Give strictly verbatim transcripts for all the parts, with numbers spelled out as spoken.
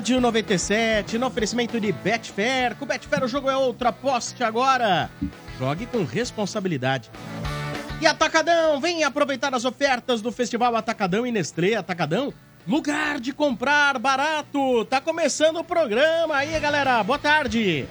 Rádio noventa e sete, no oferecimento de Betfair. Com Betfair o jogo é outro, aposte agora. Jogue com responsabilidade. E Atacadão, vem aproveitar as ofertas do Festival Atacadão e Nestlé Atacadão. Lugar de comprar barato. Tá começando o programa aí, galera. Boa tarde.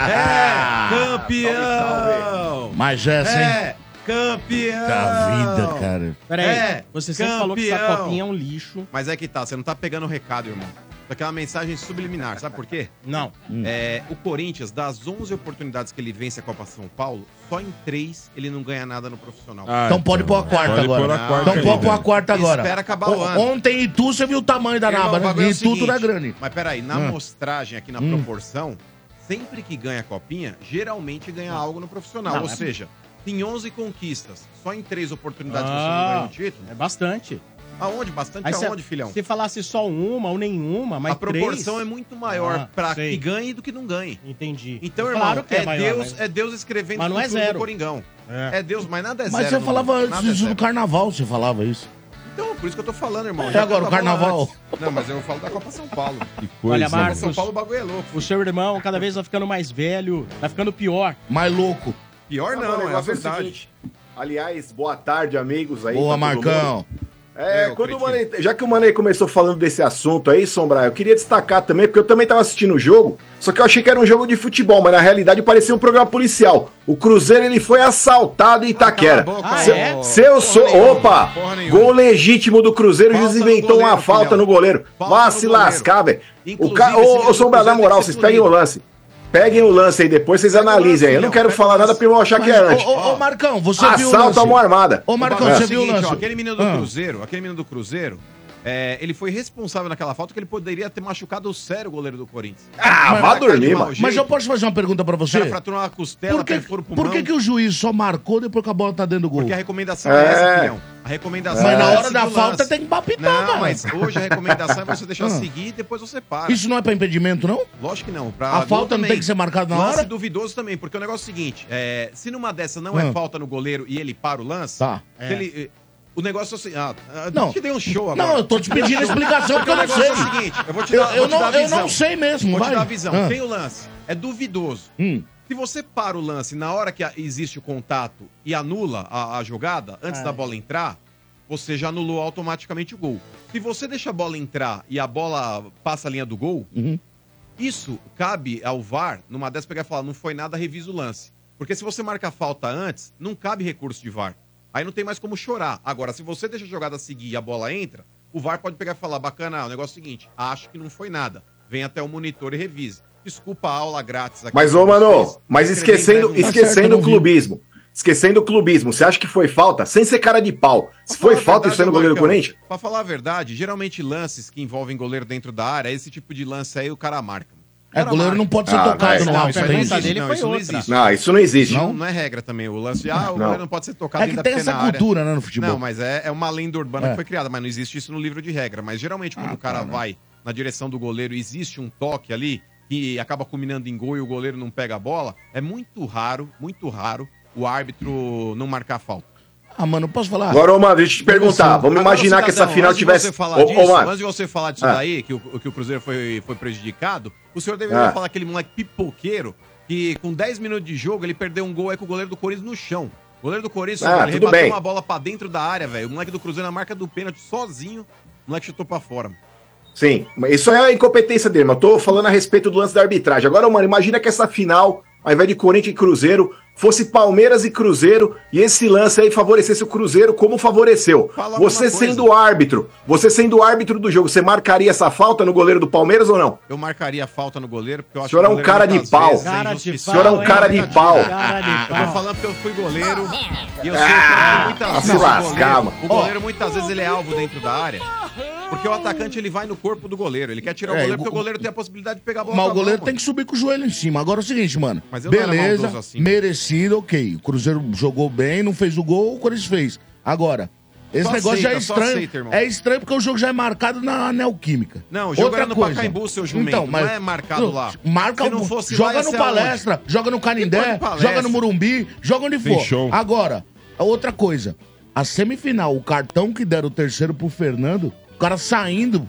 É, campeão. Salve, salve. Mas essa, hein? É, campeão. Da vida, cara. Peraí, É, você sempre falou que essa copinha é um lixo. Mas é que tá, você não tá pegando o recado, irmão. Isso aqui é uma mensagem subliminar, sabe por quê? Não. Hum. É, o Corinthians, das onze oportunidades que ele vence a Copa São Paulo, só em três ele não ganha nada no profissional. Ah, então pode pôr a quarta pode agora. pôr a quarta então aí, pode pôr a velho. quarta agora. Espera acabar o ano. Ontem em Itu você viu o tamanho da Irmão, naba, o né? bagulho é o Em Itu seguinte, tudo é grande. Mas peraí, na Hum. amostragem aqui, na Hum. proporção, sempre que ganha a copinha, geralmente ganha algo no profissional. Não, Ou é- seja, tem onze conquistas, só em três oportunidades você não Ah, ganha um título. é bastante. Aonde? Bastante Aí aonde, filhão? Se falasse só uma ou nenhuma, mas a proporção três... é muito maior Ah, pra sei. que ganhe do que não ganhe. Entendi. Então, irmão, Claro que é, é, maior, Deus, mas... é Deus escrevendo Mas não é futuro zero. do Coringão. É. É. Deus, mas nada é Mas zero. você falava não, nada é isso no zero. carnaval, você falava isso. Então, por isso que eu tô falando, irmão. É Já agora, o acabou carnaval. antes. Não, mas eu falo da Copa São Paulo. Que coisa, Olha, Copa Marcos, São Paulo, o bagulho é louco. o seu irmão cada vez vai ficando mais velho, vai ficando pior. Mais louco. Pior Ah, não, o é a negócio é o verdade. seguinte. Aliás, boa tarde, amigos aí. Boa, pra todo Marcão. mundo. É, É, eu quando o acredito. Manei, já que o Manei começou falando desse assunto aí, Sombra, eu queria destacar também, porque eu também tava assistindo o jogo, só que eu achei que era um jogo de futebol, mas na realidade parecia um programa policial. O Cruzeiro, ele foi assaltado em Itaquera. cala a boca, Ah, Se, é? se eu sou... Porra nenhuma, Opa! porra nenhuma. Gol legítimo do Cruzeiro, o juiz Falta no inventou uma goleiro, falta filhão. no goleiro. Falta Vá no se goleiro. lascar, velho. O Inclusive, ca... esse Ô, menino ô, do Sombra, na Cruzeiro moral, tem que vocês ser peguem o punido. lance. Peguem o lance aí depois, vocês Pega o analisem aí. Eu lance, não filhão, quero pega falar o nada lance. pra eu achar que é antes. Ô, ô, ô, Marcão, você viu o Assalto lance? à mão armada. Ô, Marcão, bagulho é você o viu o seguinte, lance? ó, aquele menino do Ah. Cruzeiro, aquele menino do Cruzeiro, é, ele foi responsável naquela falta que ele poderia ter machucado o sério o goleiro do Corinthians. Ah, Mas vá vai dormir, de mau mano. jeito. Mas eu posso fazer uma pergunta pra O você? cara fraturou uma costela, Por que, perfura o pulmão. por que, que o juiz só marcou depois que a bola tá dentro do gol? Porque a recomendação é, É. essa, filhão. A recomendação Mas é na hora seguir da o falta lance. tem que palpitar, Não, mano. mas hoje a recomendação é você deixar Ah. seguir e depois você para. Isso não é pra impedimento, não? Lógico que não. Pra A gol falta não também. tem que ser marcada na Lance hora? duvidoso também, porque o negócio é o seguinte, é, se numa dessa não Ah. é falta no goleiro e ele para o lance, Tá. se É. ele, eh, o negócio é assim, ah, ah, Não. te dei um show agora. Não, eu tô te pedindo a explicação porque Porque eu o não negócio sei. é o seguinte, eu vou te Eu, dar, eu vou te dar não, a eu visão. não sei mesmo, Vou vai. te dar a visão. Ah. Tem o lance, é duvidoso. Hum. Se você para o lance na hora que a- existe o contato e anula a, a jogada, antes É. da bola entrar, você já anulou automaticamente o gol. Se você deixa a bola entrar e a bola passa a linha do gol, Uhum. isso cabe ao V A R, numa dessas, pegar e falar, não foi nada, revisa o lance. Porque se você marca a falta antes, não cabe recurso de V A R. Aí não tem mais como chorar. Agora, se você deixa a jogada seguir e a bola entra, o V A R pode pegar e falar, bacana, o negócio é o seguinte, acho que não foi nada. Vem até o monitor e revise. Desculpa a aula grátis aqui. Mas, pra ô, mano, vocês. mas Escrever esquecendo, em breve um- Tá certo, esquecendo eu o não vi. clubismo. Esquecendo o clubismo. Você acha que foi falta? Sem ser cara de pau. Se Pra foi falar a falta, verdade, isso é no goleiro do Marcão, Corinthians? Pra falar a verdade, geralmente lances que envolvem goleiro dentro da área, esse tipo de lance aí o cara marca. O É, cara goleiro marca. não pode ser Ah, tocado mas no não, alto. isso aí tem não isso? existe, dele não, foi isso não outra. existe. Não, isso não existe. Não, não é regra também. O lance de, ah, o Não. goleiro não pode ser tocado É que ainda tem porque essa na área. cultura, né, no futebol. Não, mas é, é uma lenda urbana É. que foi criada, mas não existe isso no livro de regra. Mas geralmente quando Ah, o cara tá, né? vai na direção do goleiro e existe um toque ali que acaba culminando em gol e o goleiro não pega a bola, é muito raro, muito raro o árbitro não marcar falta. Ah, mano, posso falar? Agora, ô, mano, deixa eu te perguntar. Vamos Agora, imaginar que essa cidadão, final antes de tivesse. Você falar Ô, disso, ô, mano, antes de você falar disso Ah. daí, que o, que o Cruzeiro foi, foi prejudicado, o senhor deveria Ah. falar aquele moleque pipoqueiro que com dez minutos de jogo ele perdeu um gol aí com o goleiro do Corinthians no chão. O goleiro do Corinthians, Ah, ele tudo rebateu bem. uma bola pra dentro da área, velho. O moleque do Cruzeiro na marca do pênalti sozinho, o moleque chutou pra fora. sim, mas isso é a incompetência dele, mas eu tô falando a respeito do lance da arbitragem. Agora, mano, imagina que essa final, ao invés de Corinthians e Cruzeiro, fosse Palmeiras e Cruzeiro, e esse lance aí favorecesse o Cruzeiro como favoreceu. Fala a Você mesma coisa. sendo árbitro, você sendo árbitro do jogo, você marcaria essa falta no goleiro do Palmeiras ou não? Eu marcaria a falta no goleiro, porque eu acho O senhor que é um goleiro cara de muitas pau. vezes Cara de injustiçado. O senhor é um cara de hein? pau. Cara de Eu tô pau. falando porque eu fui goleiro e eu sei Ah, que muitas vai vezes se o lascar, goleiro, mano. o goleiro muitas vezes ele é alvo dentro da área, porque o atacante ele vai no corpo do goleiro, ele quer tirar o É, goleiro o- porque o goleiro tem a possibilidade de pegar a bola Mas com o a goleiro mão, tem que subir com o joelho em cima. Agora é o seguinte, mano. Mas eu não era Beleza, maldoso assim. merecido, ok. O Cruzeiro jogou bem, não fez o gol, o Corinthians fez. Agora, esse Só negócio já é aceita, só estranho. aceita, irmão. É estranho porque o jogo já é marcado na Neoquímica. Não, o jogo Outra era no coisa. Pacaembu, seu jumento, Então, mas, não é marcado lá. Marca Se o- não fosse lá, joga ia no ser Palestra, joga no Canindé, Depois do Palestra. joga no Morumbi, joga onde Tem for. show. Agora, a outra coisa. A semifinal, o cartão que deram o terceiro pro Fernando, o cara saindo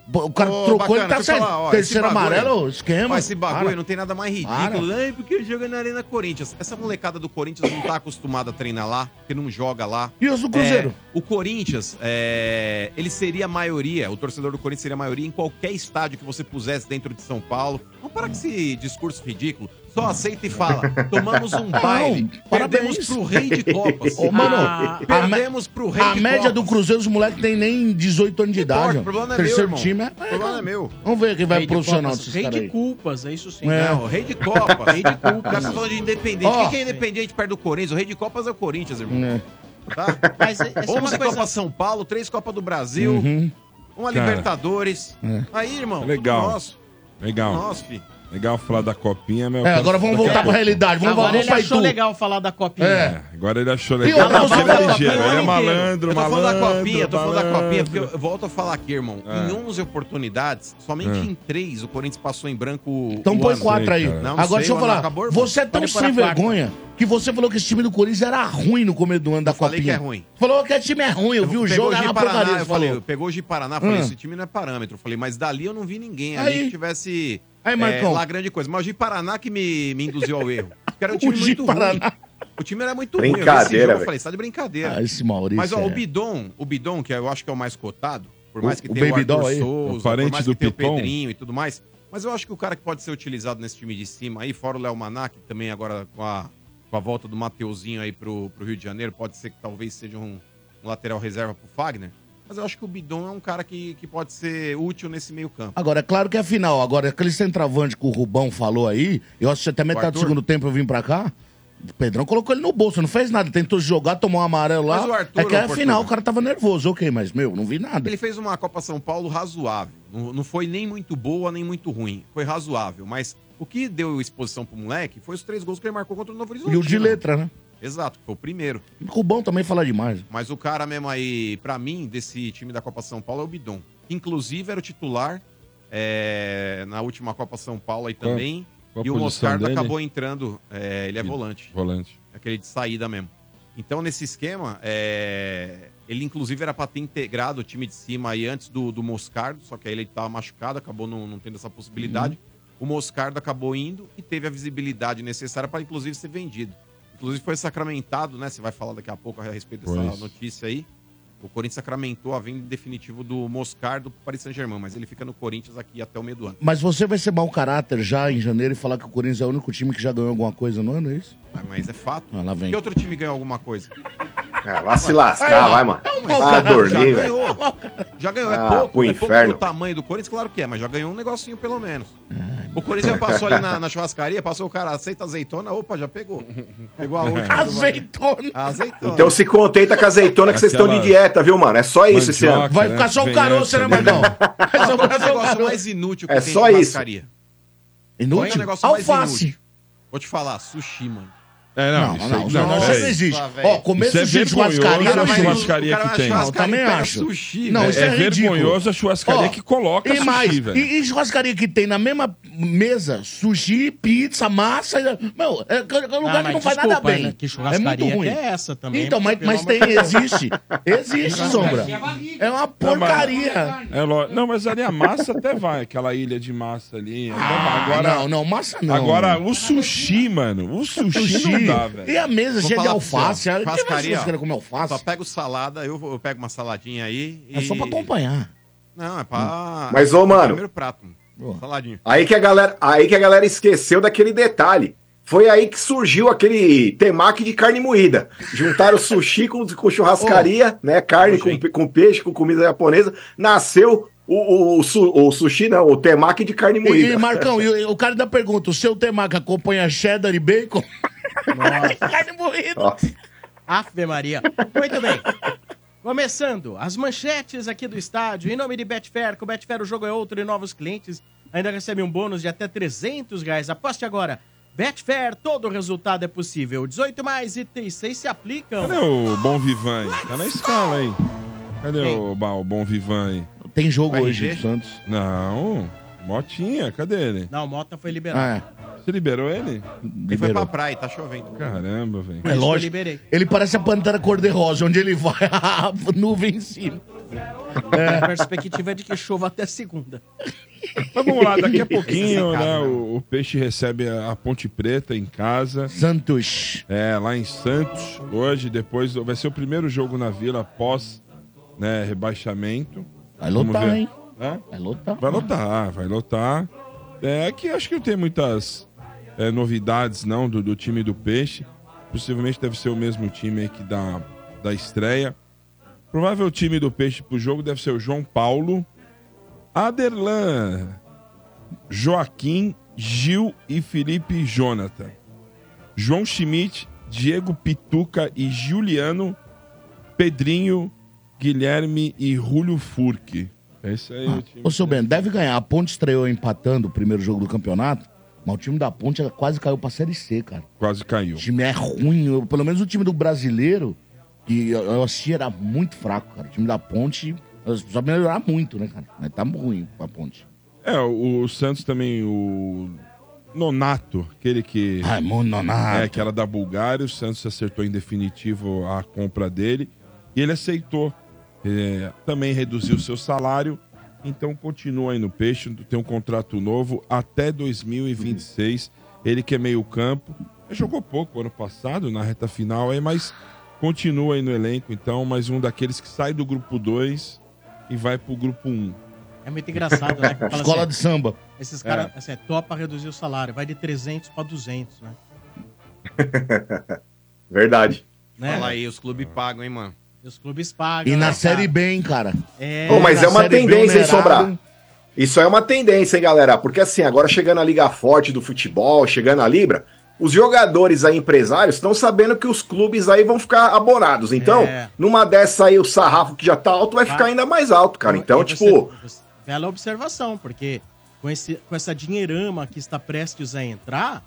O cara Ô, trocou, bacana, ele tá deixa eu saindo. falar, ó, Terceiro esse bagulho- amarelo, esquema. Ó, esse bagulho Para. não tem nada mais ridículo. Ai, porque joga na Arena Corinthians. Essa molecada do Corinthians não tá acostumada a treinar lá, porque não joga lá. E os do Cruzeiro? É, o Corinthians, é, ele seria a maioria, o torcedor do Corinthians seria a maioria em qualquer estádio que você pusesse dentro de São Paulo. Vamos parar com esse discurso ridículo. Só aceita e fala. Tomamos um baile. Não, parabéns. Perdemos pro rei de copas. Ô, mano, Ah, a perdemos pro rei A de média copas. do Cruzeiro, os moleques tem nem dezoito anos de idade. Importa, ó. o problema não é meu, Terceiro irmão. time é... O problema não é meu. Vamos ver quem vai Rei de profissional Copas, desses Rei caras de aí. culpas, é isso sim. É. Não, rei de copas. Rei de culpas. Já tá falando de independente. Ó. Quem que é independente perto do Corinthians? O rei de copas é o Corinthians, irmão. É. Tá? Mas essa é uma onze coisa... Copa São Paulo, três Copa do Brasil, Uhum. uma Cara. Libertadores. É. Aí, irmão. Legal. Nosso. Legal. Nosso, filho. Legal falar da copinha, meu. É, agora vamos Daqui a voltar pra pouco. realidade. Vamos Agora voltar ele pra achou Itu. legal falar da copinha. É. É, agora ele achou E legal. outra, Não, você ele fala é da ligeiro, copinha ele é o ano inteiro. malandro, Eu tô falando da malandro, copinha, eu tô falando da copinha, porque malandro. eu volto a falar aqui, irmão. É. Em onze oportunidades, somente É. em três o Corinthians passou em branco. Então o põe ano. quatro aí. Sei, cara. Não, não Agora sei, deixa eu o ano falar. acabou, irmão. Você é tão Pode pôr sem a quarta. vergonha que você falou que esse time do Corinthians era ruim no começo do ano da Eu falei copinha. que é ruim. Falou que esse time é ruim. Eu vi o Pegou jogo, o era Gi uma Paraná, porcaria. eu Você falei, falou. pegou o Gi Paraná, falei, Hum. esse time não é parâmetro. Eu falei, mas dali eu não vi ninguém Aí. ali que tivesse Aí, é, Marcão. lá grande coisa. Mas o Gi Paraná que me, me induziu ao erro. Porque era um O time Gi muito Paraná. ruim. O time era muito ruim. Eu vi esse Brincadeira, jogo, eu velho. falei, você tá de brincadeira. Ah, esse Maurício. Mas, ó, é. o Bidon, o Bidon, que eu acho que é o mais cotado, por O- mais que o tenha o Baby Arthur Doll aí. Souza, O parente por mais do que tenha o Pipom. Pedrinho e tudo mais, mas eu acho que o cara que pode ser utilizado nesse time de cima aí, fora o Léo Maná, que também agora com a, com a volta do Mateuzinho aí pro, pro Rio de Janeiro, pode ser que talvez seja um, um lateral reserva pro Fagner, mas eu acho que o Bidon é um cara que, que pode ser útil nesse meio campo. Agora, é claro que é final. Agora, aquele centroavante que o Rubão falou aí, eu assisti até metade do Arthur? segundo tempo, eu vim pra cá. O Pedrão colocou ele no bolso, não fez nada. Tentou jogar, tomou um amarelo lá. Mas o Arthur, é que é ô, Portugal. final, o cara tava nervoso. Ok, mas, meu, não vi nada. Ele fez uma Copa São Paulo razoável. Não, não foi nem muito boa, nem muito ruim. Foi razoável. Mas o que deu exposição pro moleque foi os três gols que ele marcou contra o Novo Horizonte. E o de letra, né? Exato, foi o primeiro. O Rubão também fala demais. Mas o cara mesmo aí, pra mim, desse time da Copa São Paulo é o Bidon. Inclusive era o titular é, na última Copa São Paulo aí Qual- também. qual a E o posição Moscardo dele? acabou entrando. é, ele é volante. Volante. Aquele de saída mesmo. Então, nesse esquema, é, ele inclusive era pra ter integrado o time de cima aí antes do, do Moscardo, só que aí ele tava machucado, acabou não, não tendo essa possibilidade. O Moscardo acabou indo e teve a visibilidade necessária para inclusive ser vendido. Inclusive foi sacramentado, né? Você vai falar daqui a pouco a respeito dessa Pois. notícia aí. O Corinthians sacramentou a venda em definitivo do Moscardo pro Paris Saint-Germain, mas ele fica no Corinthians aqui até o meio do ano. Mas você vai ser mau caráter já em janeiro e falar que o Corinthians é o único time que já ganhou alguma coisa no ano, é isso? Ah, Mas é fato. Ah, lá vem. Que outro time ganhou alguma coisa? Ah, vai se lascar, vai, mano. mau Vai caráter. Já dormir, velho. ganhou. Já ganhou. É Ah, pouco. pro É pouco inferno. do tamanho do Corinthians, claro que é, mas já ganhou um negocinho pelo menos. O Corinthians passou ali na, na churrascaria, passou o cara, aceita azeitona, opa, já pegou. Pegou a última. Azeitona. A azeitona. Então se contenta com a azeitona que vocês estão de Aquela- dieta, viu, mano? É só isso esse ano. Mandioca, Vai né? ficar só o Vem caroço, né, essa, Marcão? Vai Ah, só qual ficar é o só o negócio caroço. mais inútil que É tem só de isso. churrascaria? Qual é Inútil? o negócio mais Alface. inútil? Vou te falar, sushi, mano. É, Não, não, não, isso não, aí- não, não, não, isso peraí. não existe. Ah, velho. Ó, comer Isso é sushi de vergonhoso, churrascaria cara, não mas existe. churrascaria o cara que vai tem. na Não, também churrascaria, pega acho. sushi, Não, velho. isso É, é ridículo. vergonhoso a churrascaria Ó, que coloca E sushi, mais, velho. e, e churrascaria que tem na mesma mesa sushi, pizza, massa. Meu, é, é um lugar Ah, que não mas faz nada desculpa, bem. né? Que É churrascaria muito ruim. que é essa também, Então, mas, pelo mas amor tem, de Deus. existe. Existe, Sombra. É uma porcaria. É lo- Não, mas ali a massa até vai, aquela ilha de massa ali. até vai. Ah, agora, não, não, massa não. agora mano. o sushi, mano. O sushi, Sushi. não dá, velho. E a mesa Vou cheia de falar pra você, ó, alface. Quem vai churrascaria, churrascaria comer Só alface? pego salada, eu, vou- eu pego uma saladinha aí. É só pra e- acompanhar. Não, é pra. Mas, ô, mano. Primeiro prato. Ô. Saladinho. Aí que a galera, aí que a galera esqueceu daquele detalhe. Foi aí que surgiu aquele temaki de carne moída. Juntaram sushi com, com churrascaria, né? Carne com, pe- com peixe, com comida japonesa. Nasceu o, o, o, su- o sushi, não, o temaki de carne E, moída. e, Marcão, e o, o cara ainda pergunta: o seu temaki acompanha cheddar e bacon? Carne moída. Nossa. Ave Maria. Muito bem. Começando, as manchetes aqui do estádio. Em nome de Betfair, com Betfair o jogo é outro e novos clientes ainda recebem um bônus de até trezentos reais. Aposte agora. Betfair, todo resultado é possível. dezoito mais e T seis se aplicam. Cadê o Bom Vivan aí? Tá na escala aí. Cadê Quem? o, ba- o Bom Vivan aí? Tem jogo O hoje, R G? Santos. Não, Motinha, cadê ele? Não, o Mota foi liberado. Ah, é. Você liberou ele? Ele foi pra praia, tá chovendo. Caramba, velho. É Isso eu lógico. liberei. Ele parece a pantera cor-de-rosa, onde ele vai, a nuvem em cima. É. A perspectiva é de que chova até segunda. Mas vamos lá, daqui a pouquinho, né, o, o Peixe recebe a, a Ponte Preta em casa. Santos. É, lá em Santos. Hoje, depois, vai ser o primeiro jogo na Vila após, né, rebaixamento. Vai Vamos lotar, ver. hein? Hã? Vai lotar. Vai lotar, vai lotar. É, aqui acho que não tem muitas é, novidades, não, do, do time do Peixe. Possivelmente deve ser o mesmo time aí que da, da estreia. Provável time do Peixe pro jogo deve ser o João Paulo, Aderlan, Joaquim, Gil e Felipe Jonathan. João Schmidt, Diego Pituca e Juliano, Pedrinho, Guilherme e Julio Furque. Esse aí é o time. Ô, seu Ben, deve ganhar. A Ponte estreou empatando o primeiro jogo do campeonato, mas o time da Ponte quase caiu pra Série C, cara. Quase caiu. O time é ruim. Eu- pelo menos o time do brasileiro, que eu, eu assisti, era muito fraco, cara. O time da Ponte só melhorar muito, né, cara? Mas tá ruim a Ponte. É, o, o Santos também, o Nonato, aquele que... Raimundo Nonato. É, que era da Bulgária. O Santos acertou em definitivo a compra dele. E ele aceitou. É, também reduziu o seu salário. Então continua aí no Peixe. Tem um contrato novo até dois mil e vinte e seis. Ele que é meio campo. Ele jogou pouco ano passado, na reta final aí, mas continua aí no elenco. Então, mais um daqueles que sai do grupo dois e vai pro grupo um. É muito engraçado, né? Que fala Escola assim, de samba. Esses caras, assim, topa reduzir o salário. Vai de trezentos pra duzentos, né? Verdade. Né? Fala aí, os clubes pagam, hein, mano? E os clubes pagam. E na né, Série cara? B, hein, cara. É, Pô, mas na é uma Série B, tendência, hein, onerado. Sombrar? Isso é uma tendência, hein, galera? Porque assim, agora chegando a Liga Forte do futebol, chegando a Libra, os jogadores aí, empresários, estão sabendo que os clubes aí vão ficar abonados. Então, É. numa dessa aí, o sarrafo que já tá alto vai ficar Ah. ainda mais alto, cara. Então, E tipo... você- você- bela observação, porque com, esse, com essa dinheirama que está prestes a entrar,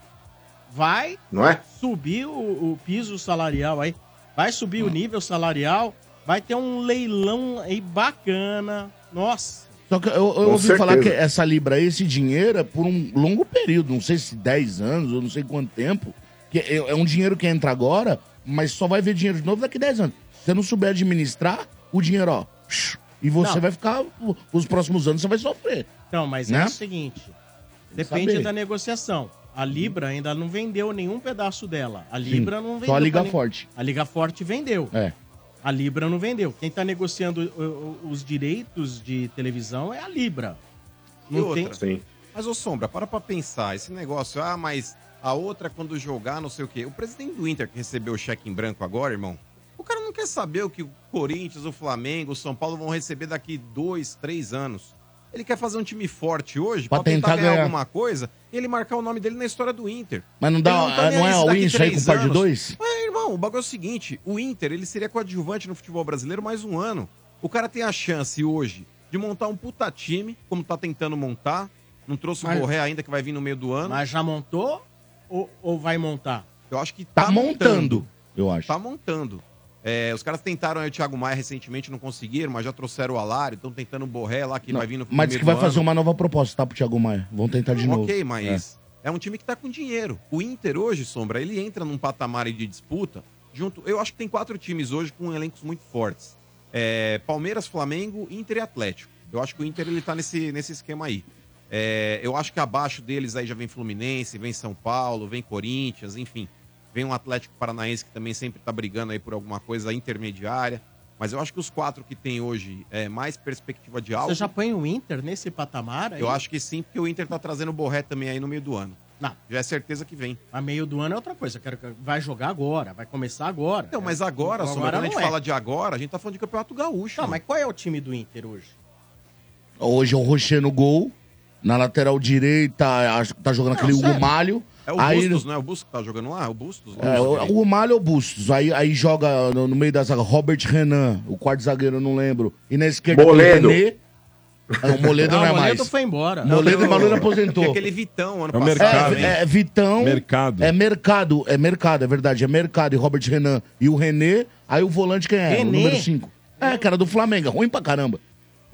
vai Não é? subir o, o piso salarial aí, vai subir o nível salarial, vai ter um leilão aí bacana. Nossa. Só que eu, eu Com ouvi certeza. falar que essa Libra aí, esse dinheiro é por um longo período, não sei se dez anos, ou não sei quanto tempo. Que é, é um dinheiro que entra agora, mas só vai ver dinheiro de novo daqui a dez anos. Se você não souber administrar, o dinheiro, ó, e você Não. vai ficar, os próximos anos você vai sofrer. Então, mas Né? é o seguinte, depende saber. da negociação. A Libra ainda não vendeu nenhum pedaço dela. A Sim, Libra não vendeu. só a Liga pra ni- Forte. A Liga Forte vendeu. É. A Libra não vendeu. Quem está negociando o- o- os direitos de televisão é a Libra. E Não outra? tem. Sim. Mas, ô Sombra, para pra pensar. Esse negócio, ah, mas a outra quando jogar, não sei o quê. O presidente do Inter que recebeu o cheque em branco agora, irmão, o cara não quer saber o que o Corinthians, o Flamengo, o São Paulo vão receber daqui dois, três anos. Ele quer fazer um time forte hoje Pra pra tentar, tentar ganhar, ganhar. alguma coisa e ele marcar o nome dele na história do Inter. Mas não dá, Ele tá nem não é aí se all daqui in isso aí com três par de anos- dois? Mas, irmão, o bagulho é o seguinte: o Inter, ele seria coadjuvante no futebol brasileiro mais um ano. O cara tem a chance hoje de montar um puta time, como tá tentando montar. Não trouxe Mas- o Borré ainda, que vai vir no meio do ano. Mas já montou ou, ou vai montar? Eu acho que Tá, montando, eu acho. Tá montando. É, os caras tentaram aí o Thiago Maia recentemente, não conseguiram, mas já trouxeram o Alário, estão tentando o Borré lá, que Não, vai vir no mas diz meio que vai do fazer ano. uma nova proposta, tá, pro Thiago Maia. Vão tentar de Não, novo. Ok, mas é. um time que tá com dinheiro. O Inter hoje, Sombra, ele entra num patamar aí de disputa junto. Eu acho que tem quatro times hoje com elencos muito fortes: É, Palmeiras, Flamengo, Inter e Atlético. Eu acho que o Inter ele tá nesse, nesse esquema aí. É, eu acho que abaixo deles aí já vem Fluminense, vem São Paulo, vem Corinthians, enfim. Vem um Atlético Paranaense que também sempre tá brigando aí por alguma coisa intermediária. Mas eu acho que os quatro que tem hoje é mais perspectiva de algo. Você já põe o Inter nesse patamar? Aí? Eu acho que sim, porque o Inter tá trazendo o Borré também aí no meio do ano. Não, Já é certeza que vem. a meio do ano é outra coisa. Eu quero que vai jogar agora, vai começar agora. Então, mas agora, Sombra, quando a gente não é. fala de agora, a gente tá falando de Campeonato Gaúcho. Não, mano. mas qual é o time do Inter hoje? Hoje é o Rocher no gol. Na lateral direita, acho que tá jogando Não, aquele sério. Hugo Malho. É o aí, Bustos, não é o Bustos que tá jogando lá? É o Bustos? É, o, o Hugo Malho ou Bustos. Aí, aí joga no, no meio da zaga Robert Renan, o quarto zagueiro, eu não lembro. E na esquerda Moledo. tem o René. Ah, o Moledo não, é o Moledo mais. foi embora. Moledo tem e Maluco Tem aposentou. aquele Vitão ano É o passado. Mercado, É, hein? é, Vitão. Mercado. É mercado, é mercado, é verdade. É mercado e Robert Renan e o René. Aí o volante quem é? René? O número cinco. É, cara do Flamengo, ruim pra caramba.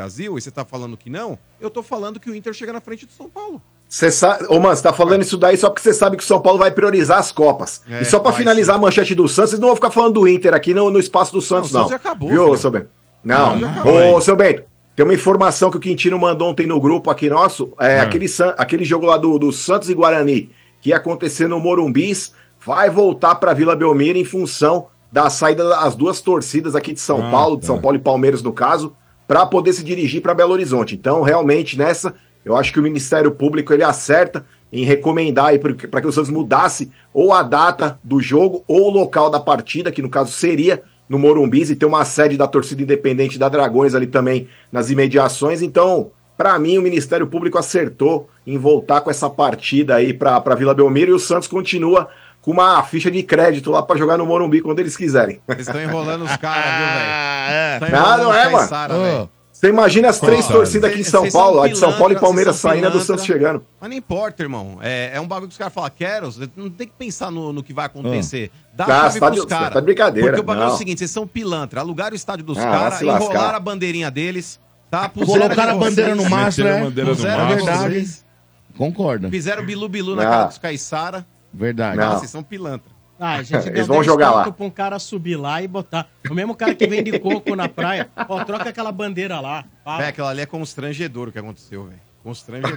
Brasil e você tá falando que não, eu tô falando que o Inter chega na frente do São Paulo. Você sabe, ô mano, você tá falando isso daí só porque você sabe que o São Paulo vai priorizar as Copas. É, e só pra vai finalizar sim. a manchete do Santos, vocês não vão ficar falando do Inter aqui no, no espaço do Santos, Não, o não. Santos já acabou, Viu, filho. seu Bento? Não, Não, já acabou. ô, seu Bento, Tem uma informação que o Quintino mandou ontem no grupo aqui nosso, é, Ah. aquele, San- aquele jogo lá do, do Santos e Guarani, que ia acontecer no Morumbis, vai voltar para Vila Belmiro em função da saída das duas torcidas aqui de São Ah, Paulo, de tá. São Paulo e Palmeiras no caso, para poder se dirigir para Belo Horizonte. Então, realmente, nessa, eu acho que o Ministério Público ele acerta em recomendar para que o Santos mudasse ou a data do jogo ou o local da partida, que no caso seria no Morumbis, e ter uma sede da torcida independente da Dragões ali também nas imediações. Então, para mim, o Ministério Público acertou em voltar com essa partida aí para Vila Belmiro, e o Santos continua com uma ficha de crédito lá para jogar no Morumbi quando eles quiserem. Eles estão enrolando os caras, viu, velho? Ah, é. Tá Não, enrolando não os é, mano. caiçara, velho. Você imagina as três Coitado. torcidas aqui em São Vocês são Paulo, a de São Paulo e pilantra, Palmeiras vocês são saindo, a do pilantra. Santos chegando. Mas não importa, irmão. É, é um bagulho que os caras falam, quero, você não tem que pensar no, no que vai acontecer. Dá Tá, a chave tá pros de- caras. tá de brincadeira, Porque o bagulho é não. o seguinte, vocês são pilantra, alugaram o estádio dos Ah, caras, vai se lascar. enrolaram a bandeirinha deles, tá? Puseram Colocaram a de bandeira vocês, no mastro, Meteram a né? bandeira no puseram É de mastro. verdade. vocês, Concordo. fizeram bilu-bilu na Não. cara dos caiçara. Verdade. Não. Ah, vocês são pilantra. Ah, a gente Eles deu vão dez jogar conto lá. pra um cara subir lá e botar. O mesmo cara que vende coco na praia, ó, troca aquela bandeira lá. Fala. Véi, aquilo ali é constrangedor o que aconteceu, velho. Constrangedor.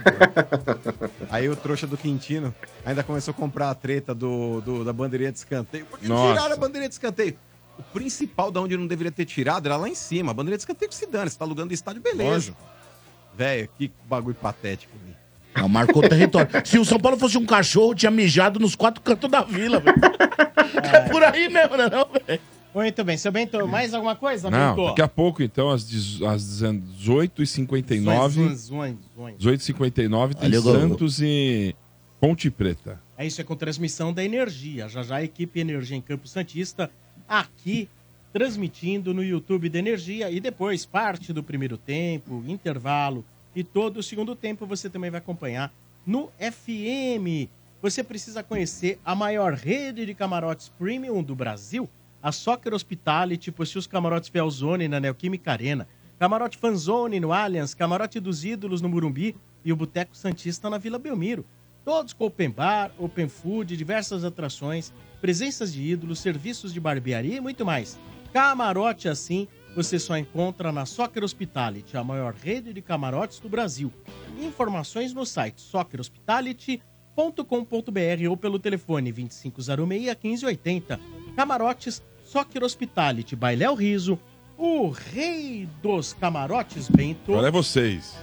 Aí o trouxa do Quintino ainda começou a comprar a treta do, do- da bandeirinha de escanteio. Por que Nossa. tiraram a bandeirinha de escanteio? O principal da onde não deveria ter tirado era lá em cima. A bandeirinha de escanteio que se dane. Você tá alugando o estádio, beleza. Lógico. Velho, que bagulho patético, velho. Não, marcou o território. Se o São Paulo fosse um cachorro, tinha mijado nos quatro cantos da vila, velho. É por aí mesmo, né, não, velho? Muito bem, seu Bento, mais alguma coisa, Não, Bento? daqui a pouco, então, às dez- às dezoito e cinquenta e nove, Zões, zões, zões. dezoito e cinquenta e nove tem Valeu, Gol. Santos e Ponte Preta. É isso, é com transmissão da Energia. Já já a equipe Energia em Campo Santista, aqui, transmitindo no YouTube da Energia. E depois, parte do primeiro tempo, intervalo e todo o segundo tempo, você também vai acompanhar no F M. Você precisa conhecer a maior rede de camarotes premium do Brasil, a Soccer Hospitality, possui os camarotes Felzone na Neoquímica Arena, camarote Fanzone no Allianz, camarote dos Ídolos no Morumbi e o Boteco Santista na Vila Belmiro. Todos com open bar, open food, diversas atrações, presenças de ídolos, serviços de barbearia e muito mais. Camarote assim você só encontra na Soccer Hospitality, a maior rede de camarotes do Brasil. Informações no site soccer hospitality ponto com ponto b r ou pelo telefone vinte e cinco zero seis, quinze oitenta. Camarotes Soccer Hospitality, Bailéu Riso, o rei dos camarotes, Bento. Agora é vocês.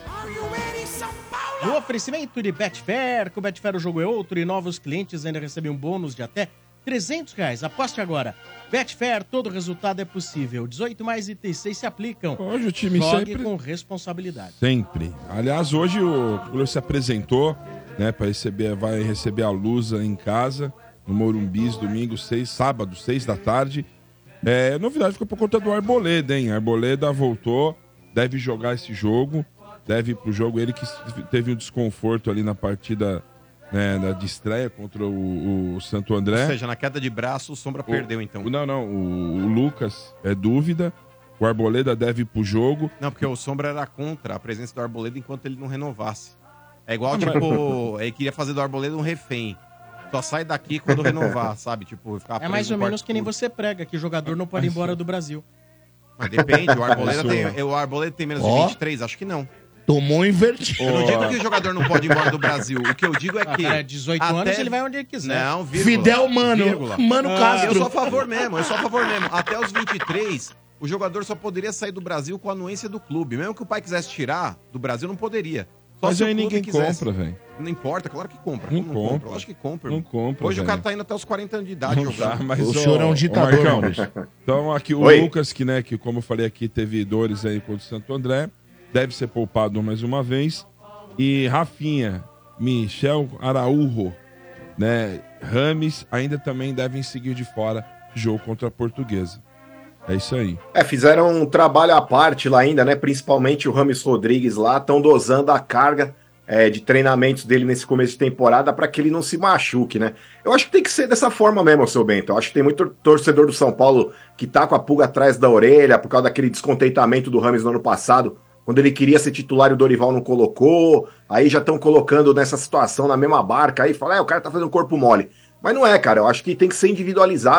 No oferecimento de Betfair, com o Betfair o jogo é outro e novos clientes ainda recebem um bônus de até trezentos reais. Aposte agora. Betfair, todo resultado é possível. dezoito mais e T seis se aplicam. Hoje o time Jogue sempre... com responsabilidade. Sempre. Aliás, hoje o Cruzeiro se apresentou, né, para receber, vai receber a Lusa em casa, no Morumbis, domingo, seis, sábado, seis da tarde. É, novidade ficou por conta do Arboleda, hein? Arboleda voltou, deve jogar esse jogo, deve ir pro jogo. Ele que teve um desconforto ali na partida, né, na, de estreia contra o, o Santo André. Ou seja, na queda de braço, o Sombra perdeu, então. O- Não, não, o, o Lucas é dúvida. O Arboleda deve ir pro jogo. Não, porque o Sombra era contra a presença do Arboleda enquanto ele não renovasse. É igual, Ah, tipo, ele queria fazer do Arboleda um refém. Só sai daqui quando renovar, sabe? Tipo, ficar É preso mais no ou menos quarto que nem escuro. você prega, que jogador não pode ir embora do Brasil. Mas depende, o Arboleda, Isso. tem, o Arboleda tem menos Ó. de vinte e três, acho que não. Tomou invertido. Eu não digo que o jogador não pode ir embora do Brasil. O que eu digo é Ah, que... cara, dezoito até- anos ele vai onde ele quiser. Não, vírgula. Fidel Mano. Vírgula. Mano Ah, Eu Castro. sou a favor mesmo, eu sou a favor mesmo. Até os vinte e três, o jogador só poderia sair do Brasil com a anuência do clube. Mesmo que o pai quisesse tirar do Brasil, não poderia. Só Mas se o aí clube ninguém quisesse. compra, velho. Não importa, claro que compra. Não Como compra. Lógico que compra. Não irmão. compra, Hoje o velho. cara tá indo até os quarenta anos de idade Não jogando. dá, mas, O ó, senhor é um ô, ditador, Marcão, Maurício. Então, aqui o Oi. Lucas, que, né, que como eu falei aqui, teve dores aí contra o Santo André, deve ser poupado mais uma vez. E Rafinha, Michel Araújo, né, Rames, ainda também devem seguir de fora jogo contra a Portuguesa. É isso aí. É, fizeram um trabalho à parte lá ainda, né? Principalmente o Rames Rodrigues lá, estão dosando a carga é, de treinamentos dele nesse começo de temporada para que ele não se machuque, né? Eu acho que tem que ser dessa forma mesmo, seu Bento. Eu acho que tem muito torcedor do São Paulo que tá com a pulga atrás da orelha por causa daquele descontentamento do Rames no ano passado, quando ele queria ser titular e o Dorival não colocou, aí já estão colocando nessa situação na mesma barca, aí fala, é, o cara tá fazendo corpo mole. Mas não é, cara, eu acho que tem que ser individualizado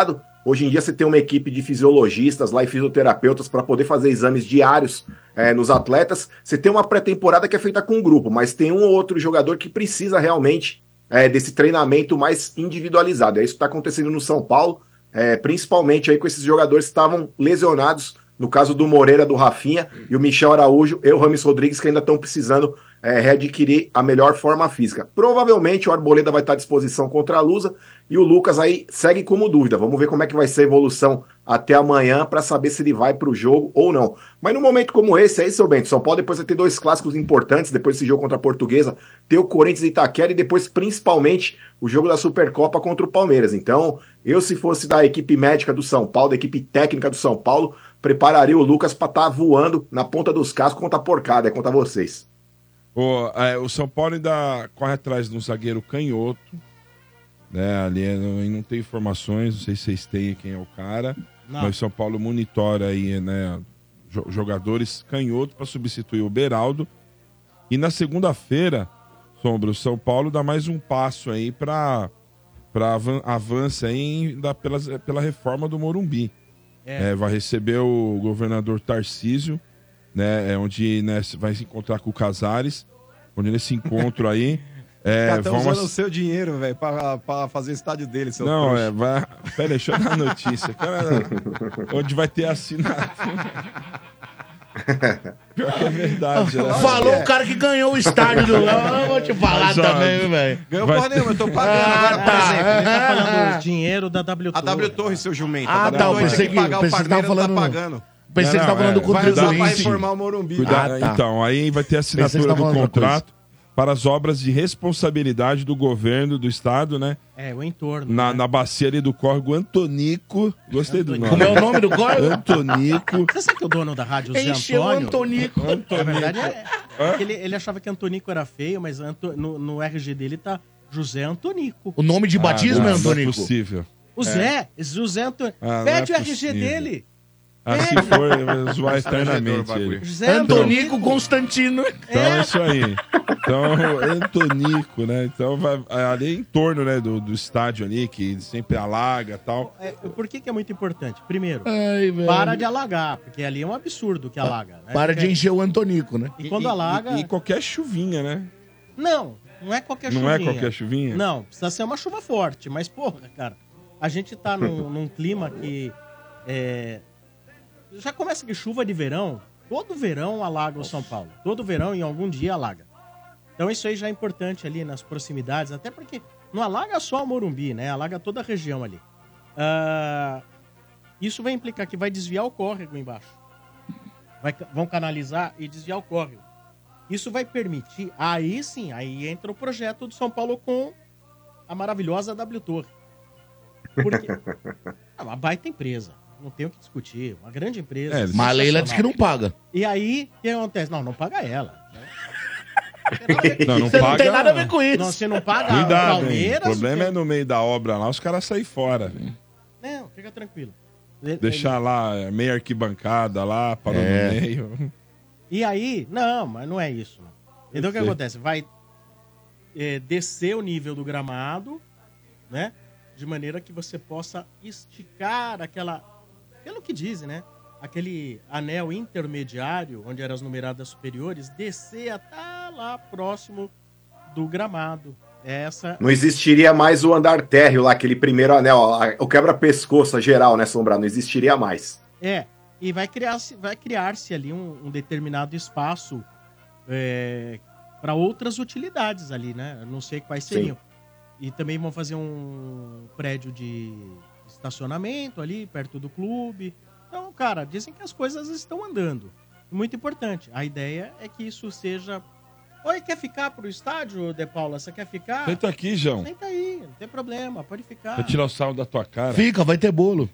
Hoje em dia você tem uma equipe de fisiologistas lá e fisioterapeutas para poder fazer exames diários é, nos atletas. Você tem uma pré-temporada que é feita com um grupo, mas tem um ou outro jogador que precisa realmente é, desse treinamento mais individualizado. É isso que está acontecendo no São Paulo, é, principalmente aí com esses jogadores que estavam lesionados, no caso do Moreira, do Rafinha e o Michel Araújo e o Rames Rodrigues, que ainda estão precisando é, readquirir a melhor forma física. Provavelmente o Arboleda vai estar à disposição contra a Lusa e o Lucas aí segue como dúvida. Vamos ver como é que vai ser a evolução até amanhã para saber se ele vai para o jogo ou não. Mas num momento como esse aí, seu Bento, São Paulo depois vai ter dois clássicos importantes, depois desse jogo contra a Portuguesa, ter o Corinthians e Itaquera e depois principalmente o jogo da Supercopa contra o Palmeiras. Então, eu se fosse da equipe médica do São Paulo, da equipe técnica do São Paulo, prepararia o Lucas para estar voando na ponta dos cascos contra a porcada, é contra vocês. O, é, o São Paulo ainda corre atrás de um zagueiro canhoto, né? Ali não, não tem informações, não sei se vocês têm quem é o cara, não. Mas o São Paulo monitora aí, né, jogadores canhotos para substituir o Beraldo. E na segunda-feira, Sombra, o São Paulo dá mais um passo aí para para avançar aí da, pela, pela reforma do Morumbi. É. É, vai receber o governador Tarcísio, né, é onde, né, vai se encontrar com o Casares, onde nesse encontro aí é, cara, tá vão usando ass... o seu dinheiro, velho, pra, pra fazer o estádio dele, seu Não, trouxa. é, vai... Pera aí, deixa eu dar a notícia. Cara, onde vai ter assinatura. Pior que é verdade. Né? Falou o cara que ganhou o estádio do Léo. Eu vou te falar Mas, ó, também, velho. Ganhou Vai- porra nenhuma, eu tô pagando Ah, agora, por tá. exemplo. Ele tá falando Ah. do dinheiro da W A W Torre, seu jumento. Ah, a W tá, eu Torre pensei tinha que- pagar o pensei que tava Palmeiras, não tá falando- pagando. Pensei Não, que você tava não, falando é, do Vai usar pra contribuinte. reformar o Morumbi. Cuida- Ah, tá. Então, aí vai ter a Pensei que você assinatura tava do falando outra contrato para as obras de responsabilidade do governo do estado, né? É, o entorno. Na, né? na bacia ali do córrego Antonico. Gostei do nome. Como é o nome do córrego? Antonico. Você sabe que o dono da rádio, o Zé Encheu o Antônio... Antonico. Na verdade, é, Hã? é que ele, ele achava que Antonico era feio, mas Anto- no, no R G dele tá José Antonico. O nome de batismo Ah, é não, não é Antonico. possível. O Zé, José Antonico. Ah, não Pede é o R G possível. dele. Ah, se Pede. for, eu vou zoar Constrangedor o eternamente bagulho. ele. José Antonico Constantino. Então é isso aí. Então, Antonico, né? Então, vai, ali é em torno, né, do, do estádio ali, que sempre alaga e tal. É, por que que é muito importante? Primeiro, Ai, velho. para de alagar, porque ali é um absurdo que alaga. Né? Para de Porque- encher o Antonico, né? E quando alaga... E, e qualquer chuvinha, né? Não, não é qualquer Não chuvinha. é qualquer chuvinha? Não, precisa ser uma chuva forte. Mas, porra, cara, a gente tá num, num clima que... é, já começa que chuva de verão, todo verão alaga o São Paulo. Todo verão, em algum dia, alaga. Então isso aí já é importante ali nas proximidades, até porque não alaga só o Morumbi, né? Alaga toda a região ali. Ah, isso vai implicar que vai desviar o córrego embaixo. Vai, vão canalizar e desviar o córrego. Isso vai permitir, aí sim, aí entra o projeto do São Paulo com a maravilhosa W Torre. Porque é uma baita empresa, não tem o que discutir, uma grande empresa. É, Mas a Leila disse que não paga. E aí, o que acontece? Não, não paga ela. Não, não Você não paga. tem nada a ver com isso. Não, você não paga o Cuidado, hein? Palmeiras. O problema é você- no meio da obra lá, os caras saem fora. Não, fica tranquilo. Ele- Deixar lá meia arquibancada lá, parando É. no meio. E aí, não, mas não é isso. Não. Então o que sei. acontece? Vai é, descer o nível do gramado, né? De maneira que você possa esticar aquela... Pelo que dizem, né? Aquele anel intermediário, onde eram as numeradas superiores, descer até lá próximo do gramado. Essa... Não existiria mais o andar térreo lá, aquele primeiro anel, a- o quebra-pescoço geral, né, Sombra? Não existiria mais. É, e vai criar-se vai criar-se ali um, um determinado espaço é, para outras utilidades ali, né? Eu não sei quais Sim. seriam. E também vão fazer um prédio de estacionamento ali, perto do clube. Então, cara, dizem que as coisas estão andando. Muito importante. A ideia é que isso seja... Oi, quer ficar pro estádio, De Paula? Você quer ficar? Senta aqui, João. Senta aí, não tem problema, pode ficar. Vou tirar o sal da tua cara. Fica, vai ter bolo.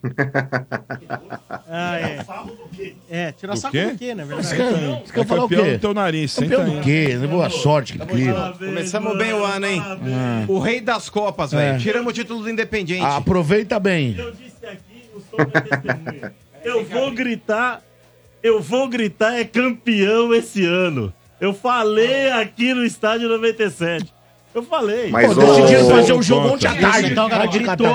Ah, é. É, tirar Do saco quê? do quê, na Você verdade? quer, você quer É falar o campeão quê? no teu nariz, senta Campeão do aí. quê? Boa sorte, que clima. Começamos bem o ano, hein? O rei das Copas, velho. Tiramos o título do Independiente. Aproveita bem. Eu disse aqui, o som da testemunha. Eu vou gritar, eu vou gritar, é campeão esse ano. Eu falei aqui no estádio noventa e sete. Eu falei. Mas Pô, o- decidiram fazer Ô, um jogo conta. ontem à Isso, tarde. então, cara, Pode catar. gritou,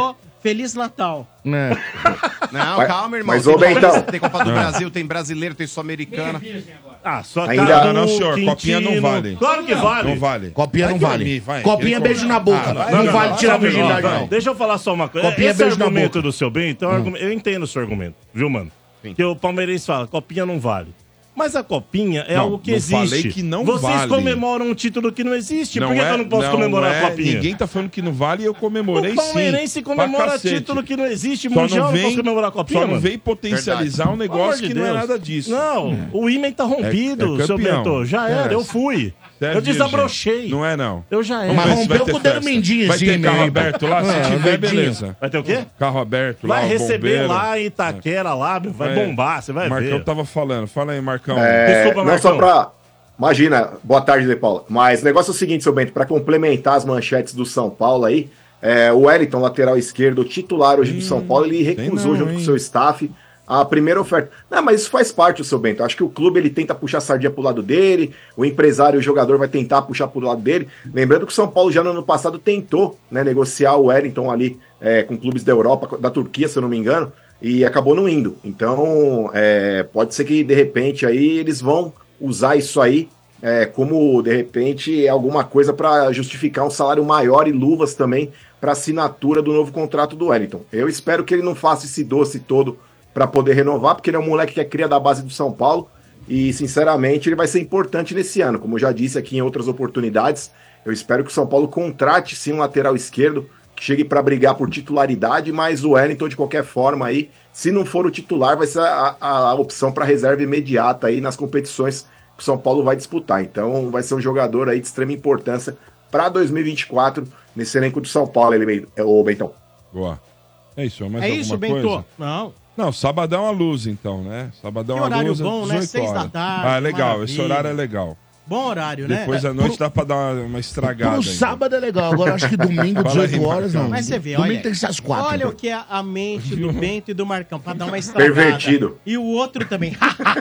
Feliz Natal. Né? Não, Mas- calma, irmão. mas, tem, ô, Bentão. Copa, tem Copa do Brasil, tem brasileiro, tem sul-americana. Ah, só Ainda- Cadu, Não, não, senhor, copinha não Quintino. vale. Claro que vale. Não vale. Copinha não Vai vale. dormir, vai. Copinha é Ele beijo na boca. Ah, não, vai, vale vai, tirar a vai, virgindade, Não, não. Deixa eu falar só uma coisa. Copinha, Esse beijo na argumento boca. do seu bem, então, argumento- eu entendo o seu argumento, viu, mano? Sim. Que o palmeirense fala, copinha não vale. Mas a copinha é Não, algo que não existe. falei que não Vocês vale. comemoram um título que não existe. Por que, que eu não posso comemorar é, a copinha? Ninguém tá falando que não vale e eu comemorei O sim. palmeirense Pra comemora cacete. título que não existe. Só Mundial não não vem, posso comemorar a copinha, só não mano? vem potencializar um Pelo amor negócio de que não é Deus. nada disso. Não, o Imen tá rompido, É- é seu campeão. Bento. Já era, É. eu fui. Você é eu virgem. desabrochei. Não é, não. Eu já era. Mas Vamos ver se rompeu vai ter com o dedo festa. mindinho Vai esse ter e-mail carro aí, aberto lá? É, Se tiver, dedinho. beleza. Vai ter o quê? Carro aberto lá, Vai o receber bombeiro. lá em Itaquera, lá, meu, vai É. bombar, você vai Marcão ver. tava falando. Fala aí, Marcão. É, Desculpa, não só Marcão. pra. Imagina, boa tarde, De Paula. Mas o negócio é o seguinte, seu Bento, para complementar as manchetes do São Paulo aí, é, o Wellington, lateral esquerdo, o titular hoje do São Paulo, ele recusou não, junto hein? com o seu staff a primeira oferta. Não, mas isso faz parte do seu Bento. Acho que o clube ele tenta puxar a sardinha pro lado dele, o empresário e o jogador vai tentar puxar pro lado dele. Lembrando que o São Paulo já no ano passado tentou, né, negociar o Wellington ali é, com clubes da Europa, da Turquia, se eu não me engano, e acabou não indo. Então, é, pode ser que de repente aí eles vão usar isso aí é, como, de repente, alguma coisa para justificar um salário maior e luvas também para assinatura do novo contrato do Wellington. Eu espero que ele não faça esse doce todo para poder renovar, porque ele é um moleque que é cria da base do São Paulo e, sinceramente, ele vai ser importante nesse ano. Como eu já disse aqui em outras oportunidades, eu espero que o São Paulo contrate sim um lateral esquerdo que chegue para brigar por titularidade, mas o Wellington, de qualquer forma, aí, se não for o titular, vai ser a, a, a opção para reserva imediata aí nas competições que o São Paulo vai disputar. Então, vai ser um jogador aí de extrema importância para dois mil e vinte e quatro nesse elenco do São Paulo, ele, o Bentão. Boa. É isso, mais é alguma isso, coisa? Bento? Não. Não, sabadão à luz, então, né? Sabadão Que à horário luz, bom, né? dezoito Seis da horas. tarde, Ah, é legal, maravilha. esse horário é legal. Bom horário, né? Depois à noite dá pra dar uma estragada. Pro ainda. sábado é legal, agora acho que domingo, Fala aí, dezoito horas, não. Mas você vê, Domingo olha, tem que ser às quatro. olha o que é a mente do Bento e do Marcão, pra dar uma estragada. Pervertido. E o outro também.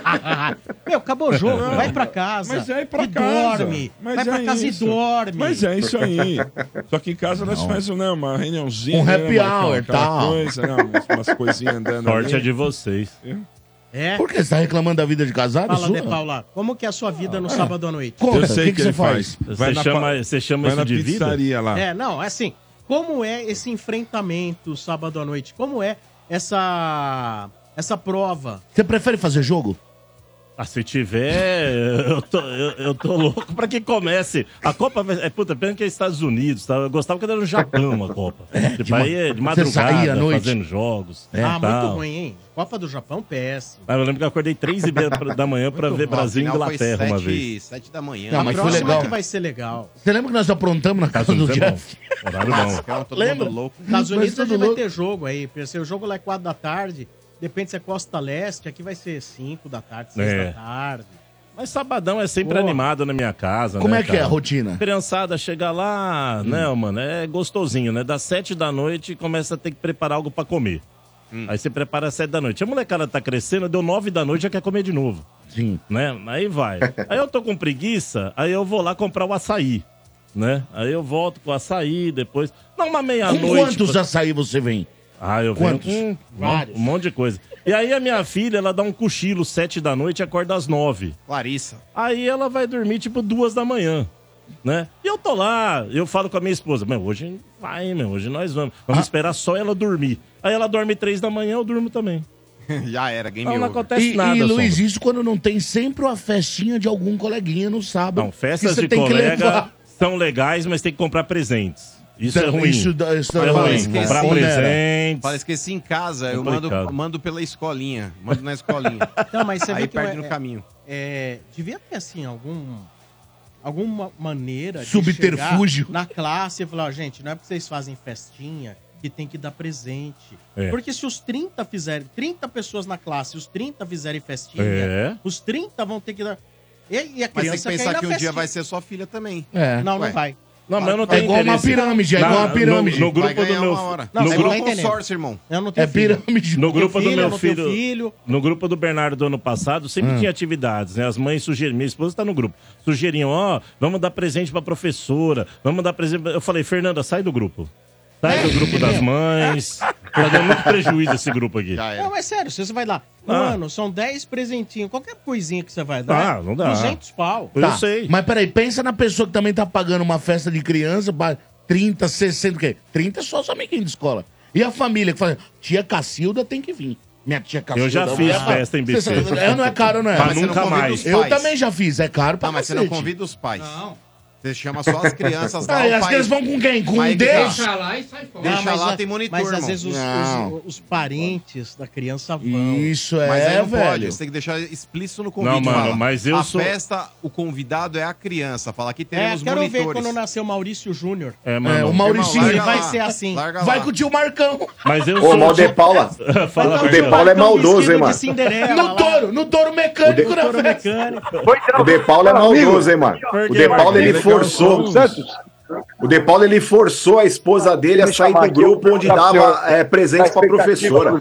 Meu, acabou o jogo, vai pra casa. Mas é ir pra e casa. dorme. Mas vai pra é casa isso. e dorme. Mas é isso aí. Só que em casa nós fazemos né, uma reuniãozinha. Um né, happy Marcão? hour, Aquela tal. Coisa, né, umas, umas coisinhas andando Sorte é ali. de vocês. É. Por que você tá reclamando da vida de casado? Fala, sua? De Paula, como que é a sua vida no sábado à noite? Conta, Eu sei o que, que, que ele você faz? faz. Você na chama, pa- você chama vai isso na de vida? pizzaria lá. É, não, é assim, como é esse enfrentamento sábado à noite? Como é essa essa prova? Você prefere fazer jogo? Ah, se tiver, eu tô, eu, eu tô louco pra que comece. A Copa vai. É puta, pena que é Estados Unidos, tá? Eu gostava que era no Japão a Copa. tipo, de aí é de madrugada, saía à noite? fazendo jogos. É, ah, tal. muito ruim, hein? Copa do Japão, péssimo. Ah, eu lembro que eu acordei três e meia da manhã pra ver Brasil e Inglaterra uma vez. sete da manhã. Não, a mas foi próxima legal. que vai ser legal. Você lembra que nós aprontamos na casa do Estados Unidos é Jeff? bom. Horário bom. Calma, todo Lembra? mundo louco. Estados Mas Unidos a tudo gente vai louco. ter jogo aí. porque O jogo lá é quatro da tarde. Depende se é Costa Leste. Aqui vai ser cinco da tarde, seis É. da tarde. Mas sabadão é sempre Pô. animado na minha casa, Como né, é que é a cara? rotina? Criançada chega lá, né, mano, é gostosinho, né? Das sete da noite começa a ter que preparar algo pra comer. Aí você prepara às sete da noite. A molecada tá crescendo, deu nove da noite já quer comer de novo, Sim. né? Aí vai. Aí eu tô com preguiça, aí eu vou lá comprar o açaí, né? Aí eu volto com o açaí, depois... Não, uma Com meia-noite... quantos açaí você vem? Ah, eu venho Quantos? com um, Vários. um monte de coisa. E aí a minha filha, ela dá um cochilo sete da noite e acorda às nove. Larissa. Aí ela vai dormir tipo duas da manhã, né? E eu tô lá, eu falo com a minha esposa, meu, hoje vai, meu, hoje nós vamos. Vamos Ah. esperar só ela dormir. Aí ela dorme três da manhã, eu durmo também. Já era, game Então não over. acontece E, nada, e Luiz, Sombra. isso quando não tem sempre uma festinha de algum coleguinha no sábado. Não, festas que você de tem que colega levar. são legais, mas tem que comprar presentes. Isso é Então, ruim. Isso, dá- isso é dá- ruim. esqueci. Comprar Pondera. presentes. Fala, esqueci em casa, eu mando, Complicado. mando pela escolinha. Mando na escolinha. Não, mas você Aí vê que perde é- no caminho. é, devia ter, assim, algum... Alguma maneira de Subterfúgio. chegar na classe e falar, ó, gente, não é porque vocês fazem festinha que tem que dar presente. É. Porque se os trinta fizerem, trinta pessoas na classe, os trinta fizerem festinha, É. os trinta vão ter que dar... E, e a Mas tem criança que quer ir pensar na que um dia festinha. vai ser sua filha também. É. Não, Ué. não vai. Não, mas eu não É tenho igual uma interesse. pirâmide, é Na- igual uma pirâmide. No, no Vai grupo do ganhar meu uma hora. Não, é você igual não tá entendendo. consórcio, irmão. Eu não tenho É filho. pirâmide. No Não tenho grupo do filho, meu eu não tenho filho, filho. no grupo do Bernardo do ano passado, sempre tinha atividades, né? As mães sugeriam, minha esposa tá no grupo, sugeriam, ó, vamos dar presente pra professora, vamos dar presente. Eu falei, Fernanda, sai do grupo. Sai do grupo das mães. Tá dando muito prejuízo esse grupo aqui. Não, mas sério, se você vai lá, Ah. mano, são dez presentinhos, qualquer coisinha que você vai dar, Ah, não dá. duzentos pau. Eu Tá, sei. Mas peraí, pensa na pessoa que também tá pagando uma festa de criança, pra trinta, sessenta, o quê? trinta é só os amiguinhos de escola. E a família que fala, tia Cacilda tem que vir. Minha tia Cacilda... Eu já vai- fiz Ah, festa em B C. você sabe, É, não é caro, não é? Pra Mas você não nunca convida mais. os Eu pais. também já fiz, é caro pra Não, mas você cacete. não convida os pais. Não. Você chama só as crianças lá. Ah, e o as pai- crianças vão com quem? Com um Mas que deles? tá. lá e sai fora. Deixa Não, mas lá, a- tem monitor, Mas às irmão. vezes os, Não. os- os parentes da criança vão. Isso é, Mas aí não velho. pode, você tem que deixar explícito no convite. Não, mano, fala, mas eu a sou- festa, o convidado é a criança. Fala, aqui É, teremos quero monitores. ver quando nascer o Maurício Júnior. É, É, mano. o Mauricinho Irmão, vai lá, ser assim. larga vai lá. com o tio Marcão. Mas eu Ô, sou... mas o De Paula, Fala, o De Marcelo. Paula é Tão maldoso, vestido hein, de mano? Cinderela No lá. touro, no touro mecânico No na touro festa. mecânico. O De Paula é maldoso, hein, mano? O De Paula, ele forçou... O De Paula, ele forçou a esposa dele a sair do grupo onde dava é, presente pra professora.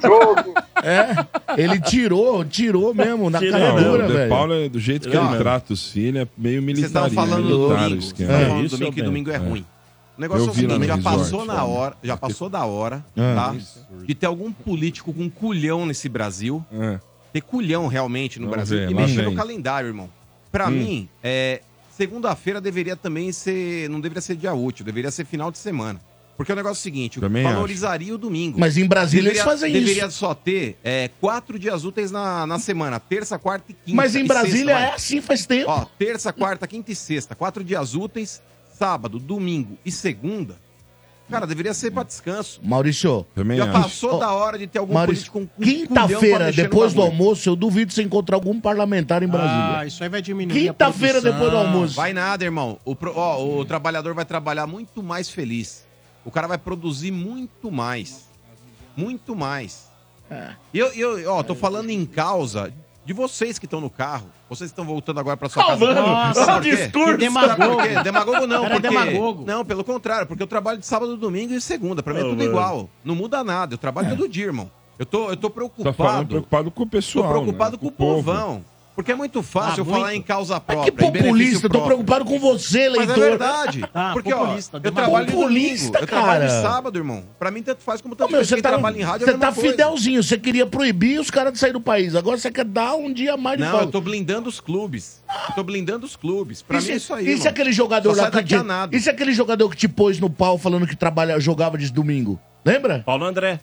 É, ele tirou, tirou mesmo, na Tirou. cara Não, dura, o De velho. Paulo, é do jeito que Não, ele mano. trata os filhos, é meio Vocês militar. estavam falando do militar o domingo. Vocês esquema. estavam É, falando do isso domingo, que eu domingo é tenho. ruim. O negócio Eu é o vi lá seguinte, no já resort, passou na ó. hora, já passou da hora, Ah. tá? De ter algum político com culhão nesse Brasil, É. ter culhão realmente no Vamos Brasil ver, e lá mexer no vem. calendário, irmão. Pra mim, é, segunda-feira deveria também ser, não deveria ser dia útil, deveria ser final de semana. Porque o negócio é o seguinte, Também valorizaria o domingo. Mas em Brasília deveria, eles fazem deveria isso. só ter é, quatro dias úteis na, na semana, terça, quarta e quinta. Mas em e Brasília sexta, vai. é assim faz tempo. Ó, terça, quarta, quinta e sexta, quatro dias úteis, sábado, domingo e segunda. Cara, deveria ser pra descanso. Maurício, Também Já acho. passou Ó, da hora de ter algum Maurício, político com com culhão pra quinta-feira, mexer no depois do bagulho. almoço, eu duvido você encontrar algum parlamentar em Brasília. Ah, isso aí vai diminuir a Quinta-feira, produção. depois do almoço. Vai nada, irmão. O, pro- ó, o trabalhador vai trabalhar muito mais feliz. O cara vai produzir muito mais. Muito mais. É. E eu, eu, ó, tô falando em causa de vocês que estão no carro. Vocês estão voltando agora pra sua Ó, casa. mano, Nossa, Sabe por quê? Que demagogo. Por quê? Demagogo não, Cara, é porque... demagogo. Não, pelo contrário, porque eu trabalho de sábado, domingo e segunda. Pra mim é Ô, tudo mano. igual. Não muda nada. Eu trabalho todo dia, irmão. Eu tô, eu tô Tá preocupado. falando preocupado com o pessoal. Tô preocupado né? com o povo. povão. Porque é muito fácil Ah, eu muito. falar em causa Mas própria. que em benefício populista, eu tô próprio. preocupado com você, Mas leitor. é verdade. Ah, Porque, populista, ó, eu demagogo. trabalho de domingo. Populista, Eu trabalho de cara. sábado, irmão. Pra mim, tanto faz como Ô, tanto meu, faz você quem tá, trabalha em rádio. é a você tá mesma coisa. fidelzinho, você queria proibir os caras de sair do país. Agora você quer dar um dia a mais de Não, folga. eu tô blindando os clubes. Eu tô blindando os clubes. Pra E mim se- é isso aí, E se mano. aquele jogador Só lá sai que daqui a te, nada. E se aquele jogador que te pôs no pau falando que trabalha, jogava de domingo? Lembra? Paulo André.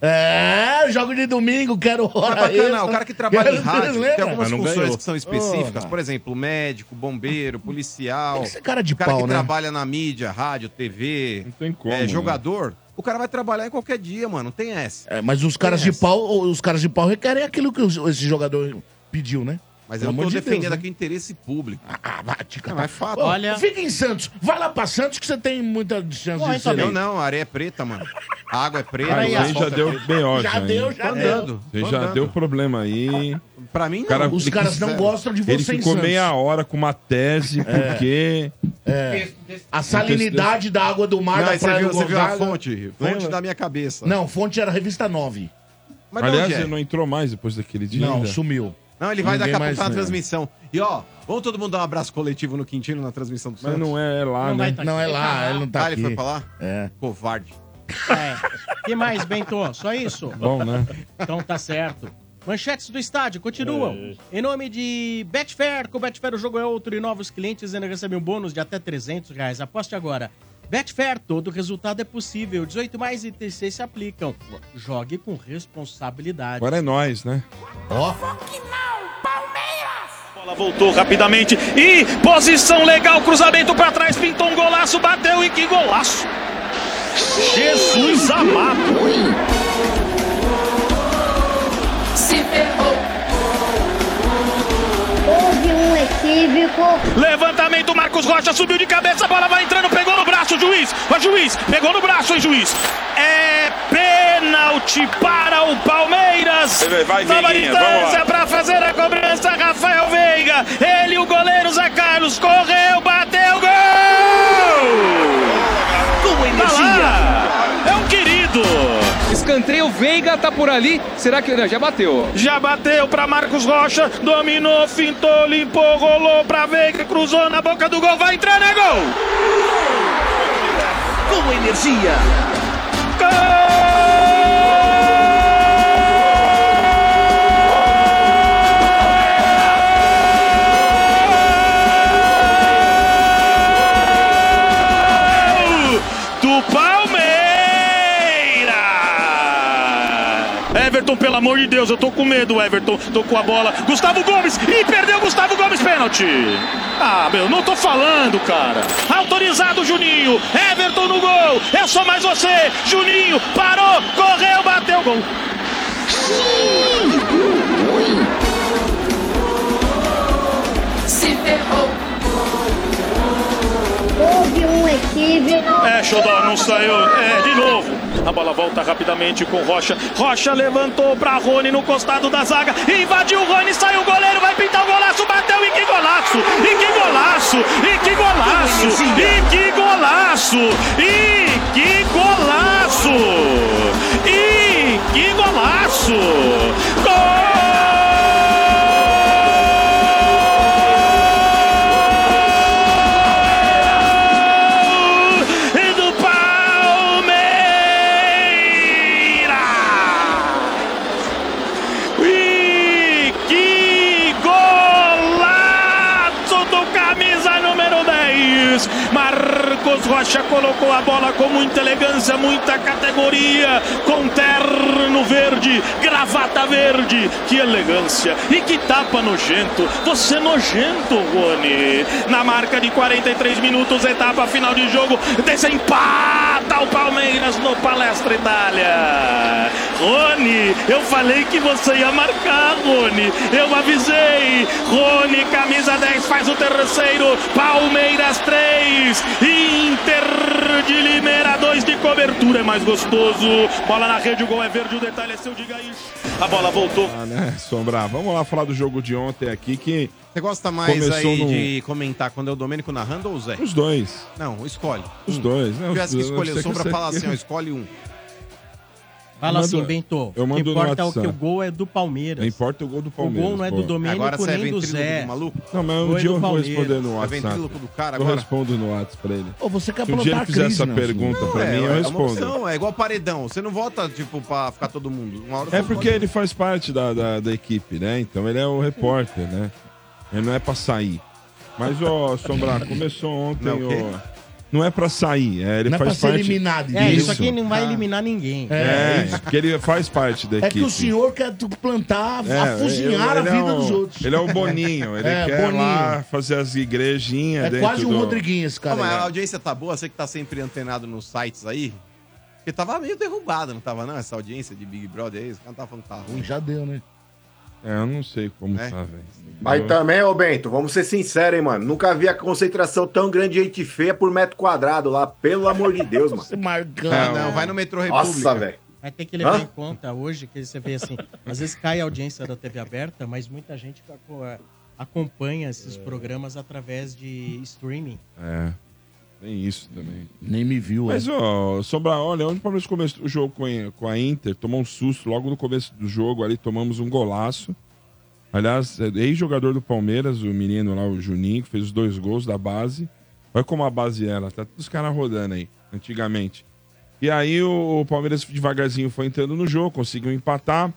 É, jogo de domingo, quero Mas hora bacana, extra. o cara que trabalha em Quero- rádio lembra? tem algumas Mas não funções ganhou. que são específicas. Oh, Por exemplo, médico, bombeiro, policial. Esse cara de o cara pau, que né? trabalha na mídia, rádio, T V, Não tem como, é, né? jogador. O cara vai trabalhar em qualquer dia, mano. Não tem essa. É, mas os caras de Conhece. pau, os caras de pau requerem aquilo que os- esse jogador pediu, né? Mas Pelo eu tô amor de defendendo Deus, né? aqui o interesse público. Ah, vai te Não, é fato. Ô, Olha- Fica em Santos. Vai lá pra Santos que você tem muita chance Bom, de então ser. Eu eleito. não, a areia é preta, mano. A água é preta. Ah, Peraí, o isso aí asfalto já é deu preto. B O Já já, deu, hein? já Tô deu. andando. Você tô já andando. deu problema aí. Pra mim, não. Cara, Os caras não Zero. gostam de você Ele em ficou Santos. meia hora com uma tese, porque... A salinidade da água do mar Não, da aí você Praia viu, do você viu a Gonzaga. fonte. Fonte Lembra? da minha cabeça. Não, fonte era a revista nove. Mas de Aliás, onde é? ele não entrou mais depois daquele dia Não, ainda. sumiu. Não, ele vai Ninguém daqui a pouco mais tá na lembra. transmissão. E ó, vamos todo mundo dar um abraço coletivo no Quintino na transmissão do Mas Santos? não é, é lá, Não vai né? tá Não é aqui. lá, ele não tá ah, aqui. ele foi pra lá? É. Covarde. É. Que mais, Bento? Só isso? Bom, né? Então tá certo. Manchetes do estádio continuam. Em nome de Betfair, com Betfair o jogo é outro e novos clientes ainda recebem um bônus de até trezentos reais. Aposte agora. Betfair, todo resultado é possível. dezoito mais e T C se aplicam. Jogue com responsabilidade. Agora é nós, né? Ó, Bola voltou rapidamente e posição legal, cruzamento pra trás, pintou um golaço, bateu e que golaço! Jesus amado! Se ferrou. Houve um equívoco. Levantamento, Marcos Rocha subiu de cabeça, a bola vai entrando, pegou no braço, juiz, o juiz, pegou no braço, hein, juiz? É pênalti para o Palmeiras. Vai, Nova Veiguinha, vamos distância lá. para fazer a cobrança, Rafael Veiga. Ele, o goleiro Zé Carlos, correu, bateu, gol! Com Tá lá. É um querido. Escanteio, Veiga tá por ali. Será que já bateu? Já bateu pra Marcos Rocha, dominou, fintou, limpou, rolou pra Veiga, cruzou na boca do gol, vai entrar, né, gol! Com energia. Gol! Everton, pelo amor de Deus, eu tô com medo, Everton. Tô com a bola. Gustavo Gomes. Ih, perdeu Gustavo Gomes, pênalti. Ah, meu, não tô falando, cara. Autorizado, Juninho. Everton no gol. É só mais você. Juninho parou, correu, bateu, gol. Se ferrou. Houve um equívoco. É, Xodó, não saiu. É, de novo. A bola volta rapidamente com Rocha. Rocha levantou pra Rony no costado da zaga. Invadiu o Rony, saiu o goleiro, vai pintar o golaço, bateu. E que golaço! E que golaço! E que golaço! E que golaço! E que golaço! E que golaço! Gol! Marcos Rocha colocou a bola com muita elegância, muita categoria, com terno verde, gravata verde, que elegância e que tapa nojento, você é nojento, Rony. Na marca de quarenta e três minutos, etapa final de jogo, desempata o Palmeiras no Palestra Itália. Rony, eu falei que você ia marcar, Rony, eu avisei. Rony, camisa dez, faz o terceiro, Palmeiras três, Inter de Limeira dois, de cobertura é mais gostoso. Bola na rede, o gol é verde, o detalhe é seu, diga isso. A bola voltou. Ah, né, Sombra? Vamos lá falar do jogo de ontem aqui que... Você gosta mais começou aí no... de comentar quando é o Domênico narrando ou o Zé? Os dois. Não, escolhe. Os um. dois, né? Se tivesse que escolher, Você o Sombra que- fala assim, ó, escolhe um. Fala Eu assim, mando- Bento. eu O que mando no importa é o que o WhatsApp. gol é do Palmeiras. Não importa o gol do O Palmeiras. gol não é pô. do Domênico Agora você é nem do ventríloco Zé. do maluco? Não, mas um Gol é dia do eu vou Palmeiras. responder no É WhatsApp. ventríloco do cara Eu agora? respondo no WhatsApp pra ele. Ô, você quer Se um dia ele plantar fizer crise, essa né, pergunta pra é, mim, eu é uma respondo. opção, é igual paredão. Você não vota, tipo, pra ficar todo mundo. Uma hora É você porque pode- ele faz parte da, da, da equipe, né? Então ele é o repórter, né? Ele não é pra sair. Mas, ó, Sombra, começou ontem, Não, o quê? ó. Não é pra sair, é, ele Não é pra faz ser parte... eliminado. É, entendeu? isso aqui não vai eliminar ninguém. É, porque ele faz parte da É equipe. que o senhor quer tu plantar, É, afuzinhar ele- ele a vida é o- dos outros. Ele é o Boninho, ele É, quer Boninho. lá fazer as igrejinhas É dentro quase um do... Rodriguinho esse Ô, cara. mas a aí. audiência tá boa, você que tá sempre antenado nos sites aí. Porque tava meio derrubada, não tava não? Essa audiência de Big Brother aí, os caras não tava falando que tá ruim. Já deu, né? É, eu não sei como É. tá, velho. Mas Eu- também, ô Bento, vamos ser sinceros, hein, mano. Nunca vi a concentração tão grande de gente feia por metro quadrado lá, pelo amor de Deus, mano. Você marcando. Ah, não, vai no Metrô República. Nossa, velho. Vai ter que levar Hã? em conta hoje que você vê assim, às vezes cai a audiência da T V aberta, mas muita gente aco- acompanha esses programas através de streaming. É, tem isso também. Nem me viu, Mas, é. ó, Sombra, olha, onde o Palmeiras começou o jogo com a, com a Inter, tomou um susto logo no começo do jogo, ali tomamos um golaço. Aliás, é, ex-jogador do Palmeiras, o menino lá, o Juninho, que fez os dois gols da base. Olha como a base era, tá todos os caras rodando aí, antigamente. E aí o, o Palmeiras devagarzinho foi entrando no jogo, conseguiu empatar.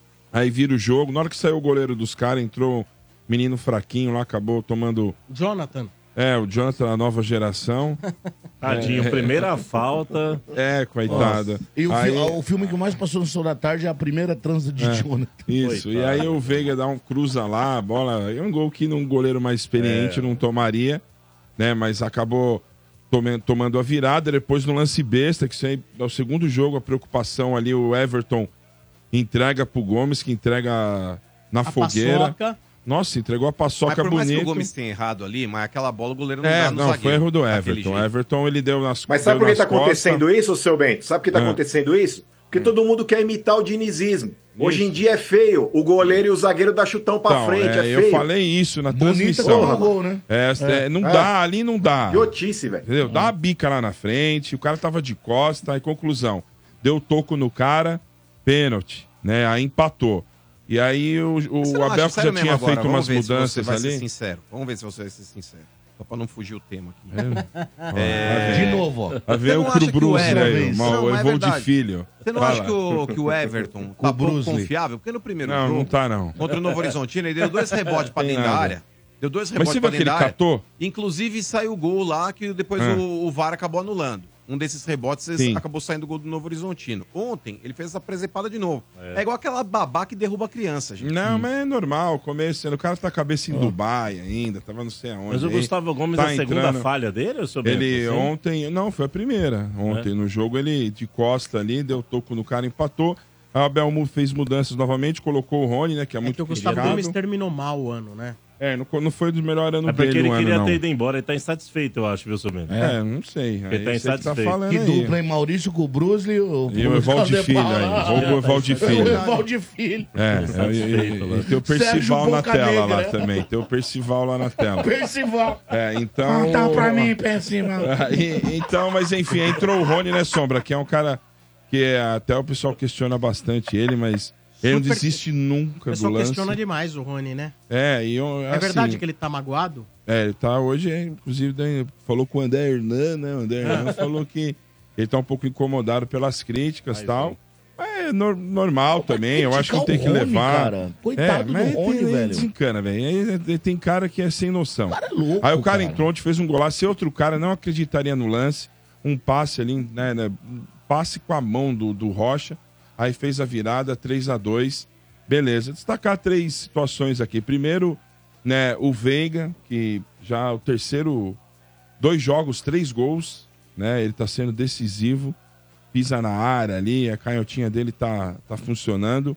Aí vira o jogo. Na hora que saiu o goleiro dos caras, entrou um menino fraquinho lá, acabou tomando... Jonathan. É, o Jonathan, a nova geração. Tadinho, É. primeira falta. É, coitada. E o, fi- Aí- o filme que mais passou no Sol da Tarde é a primeira transa de É, Jonathan. Isso, e aí o Veiga dá um cruza lá, a bola. É um gol que um goleiro mais experiente É. não tomaria, né? Mas acabou tome- tomando a virada. Depois no lance besta, que isso aí é o segundo jogo, a preocupação ali, o Everton entrega pro Gomes, que entrega na A fogueira. paçoca. Nossa, entregou a Mas paçoca por mais que bonita. o Gomes tenha errado ali, mas aquela bola o goleiro não É, dá no não, zagueiro. foi erro do daquele Everton. jeito. Everton, ele deu nas Mas sabe deu por que nas tá acontecendo isso, seu Bento? Sabe por que tá Ah. acontecendo isso? Porque todo mundo quer imitar o dinizismo. Hoje em dia é feio. O goleiro e o zagueiro dá chutão pra Então, frente, é, é, eu feio. falei isso na Bonita transmissão. como gol, né? É, é, não É. dá, ali não dá. Idiotice, velho. Entendeu? Dá uma bica lá na frente, o cara tava de costa, aí conclusão. Deu toco no cara, pênalti, né? Aí empatou. E aí o, o Você não acha, Abel que já sério mesmo tinha agora, feito vamos umas ver se mudanças você vai ali. Ser sincero. Vamos ver se você vai ser sincero. Só pra não fugir o tema aqui. É. De novo, ó. Vai ver Você o não acha Cru que o Bruce Everton- aí, Não, o mas é Evold verdade. Filho. Você não Fala. acha que o, que o Everton tá pouco Brusley. confiável? Porque no primeiro Não, jogo, não tá não. contra o Novo Horizontino, ele deu dois rebotes pra Tem dentro da nada. área. Deu dois Mas rebotes você pra viu que dentro ele da área. catou? Inclusive saiu o gol lá que depois Ah. o, o V A R acabou anulando. um desses rebotes Sim. acabou saindo o gol do Novo Horizontino. Ontem, ele fez essa presepada de novo. É, É. igual aquela babá que derruba a criança, gente. Não, mas é normal, o começo, o cara tá com a cabeça em Dubai ainda, tava não sei aonde. Mas o aí, Gustavo Gomes, tá a segunda entrando- falha dele, ou sobre Ele ontem, não, foi a primeira. Ontem É? no jogo ele de costa ali, deu toco no cara, empatou. A Abel Mu fez mudanças novamente, colocou o Rony, né, que é, É muito que o Gustavo criticado. Gomes terminou mal o ano, né? É, não, não foi do melhor ano É porque dele ele no ano, queria não. ter ido embora, ele tá insatisfeito, eu acho, viu, Sobrinho? É, não sei. Ele tá Aí você que insatisfeito. Tá falando Que aí. dupla, hein? Maurício com o Bruce e o... E o Evaldo Filho aí, o Evaldo Filho. O Evaldo Filho. É, Tá e, e, e tem o Sérgio Percival na Boca tela Negra. lá também. Tem o Percival lá na tela. Percival. É, então. Conta pra mim, Percival. É, e- então, mas enfim, entrou o Rony, né, Sombra? Que é um cara que é, até o pessoal questiona bastante ele, mas ele não Super- desiste O nunca do pessoal lance. questiona demais o Rony, né? É, e eu, É assim, verdade que ele tá magoado? É, ele tá hoje, é, inclusive, né, falou com o André Hernan, né? O André Hernan falou que ele tá um pouco incomodado pelas críticas e tal. É nor- normal também, eu acho que não tem que o Rony, levar. cara. Coitado mas do Rony, ele velho. desencana, velho. Aí, ele tem cara que é sem noção. é louco, Aí o cara, cara. entrou, ontem, fez um golaço. Se outro cara não acreditaria no lance, um passe ali, né? né, um passe com a mão do, do Rocha. Aí fez a virada, três a dois. Beleza. Destacar três situações aqui. Primeiro, né, o Veiga, que já o terceiro, dois jogos, três gols, né? Ele tá sendo decisivo. Pisa na área ali, a canhotinha dele tá, tá funcionando.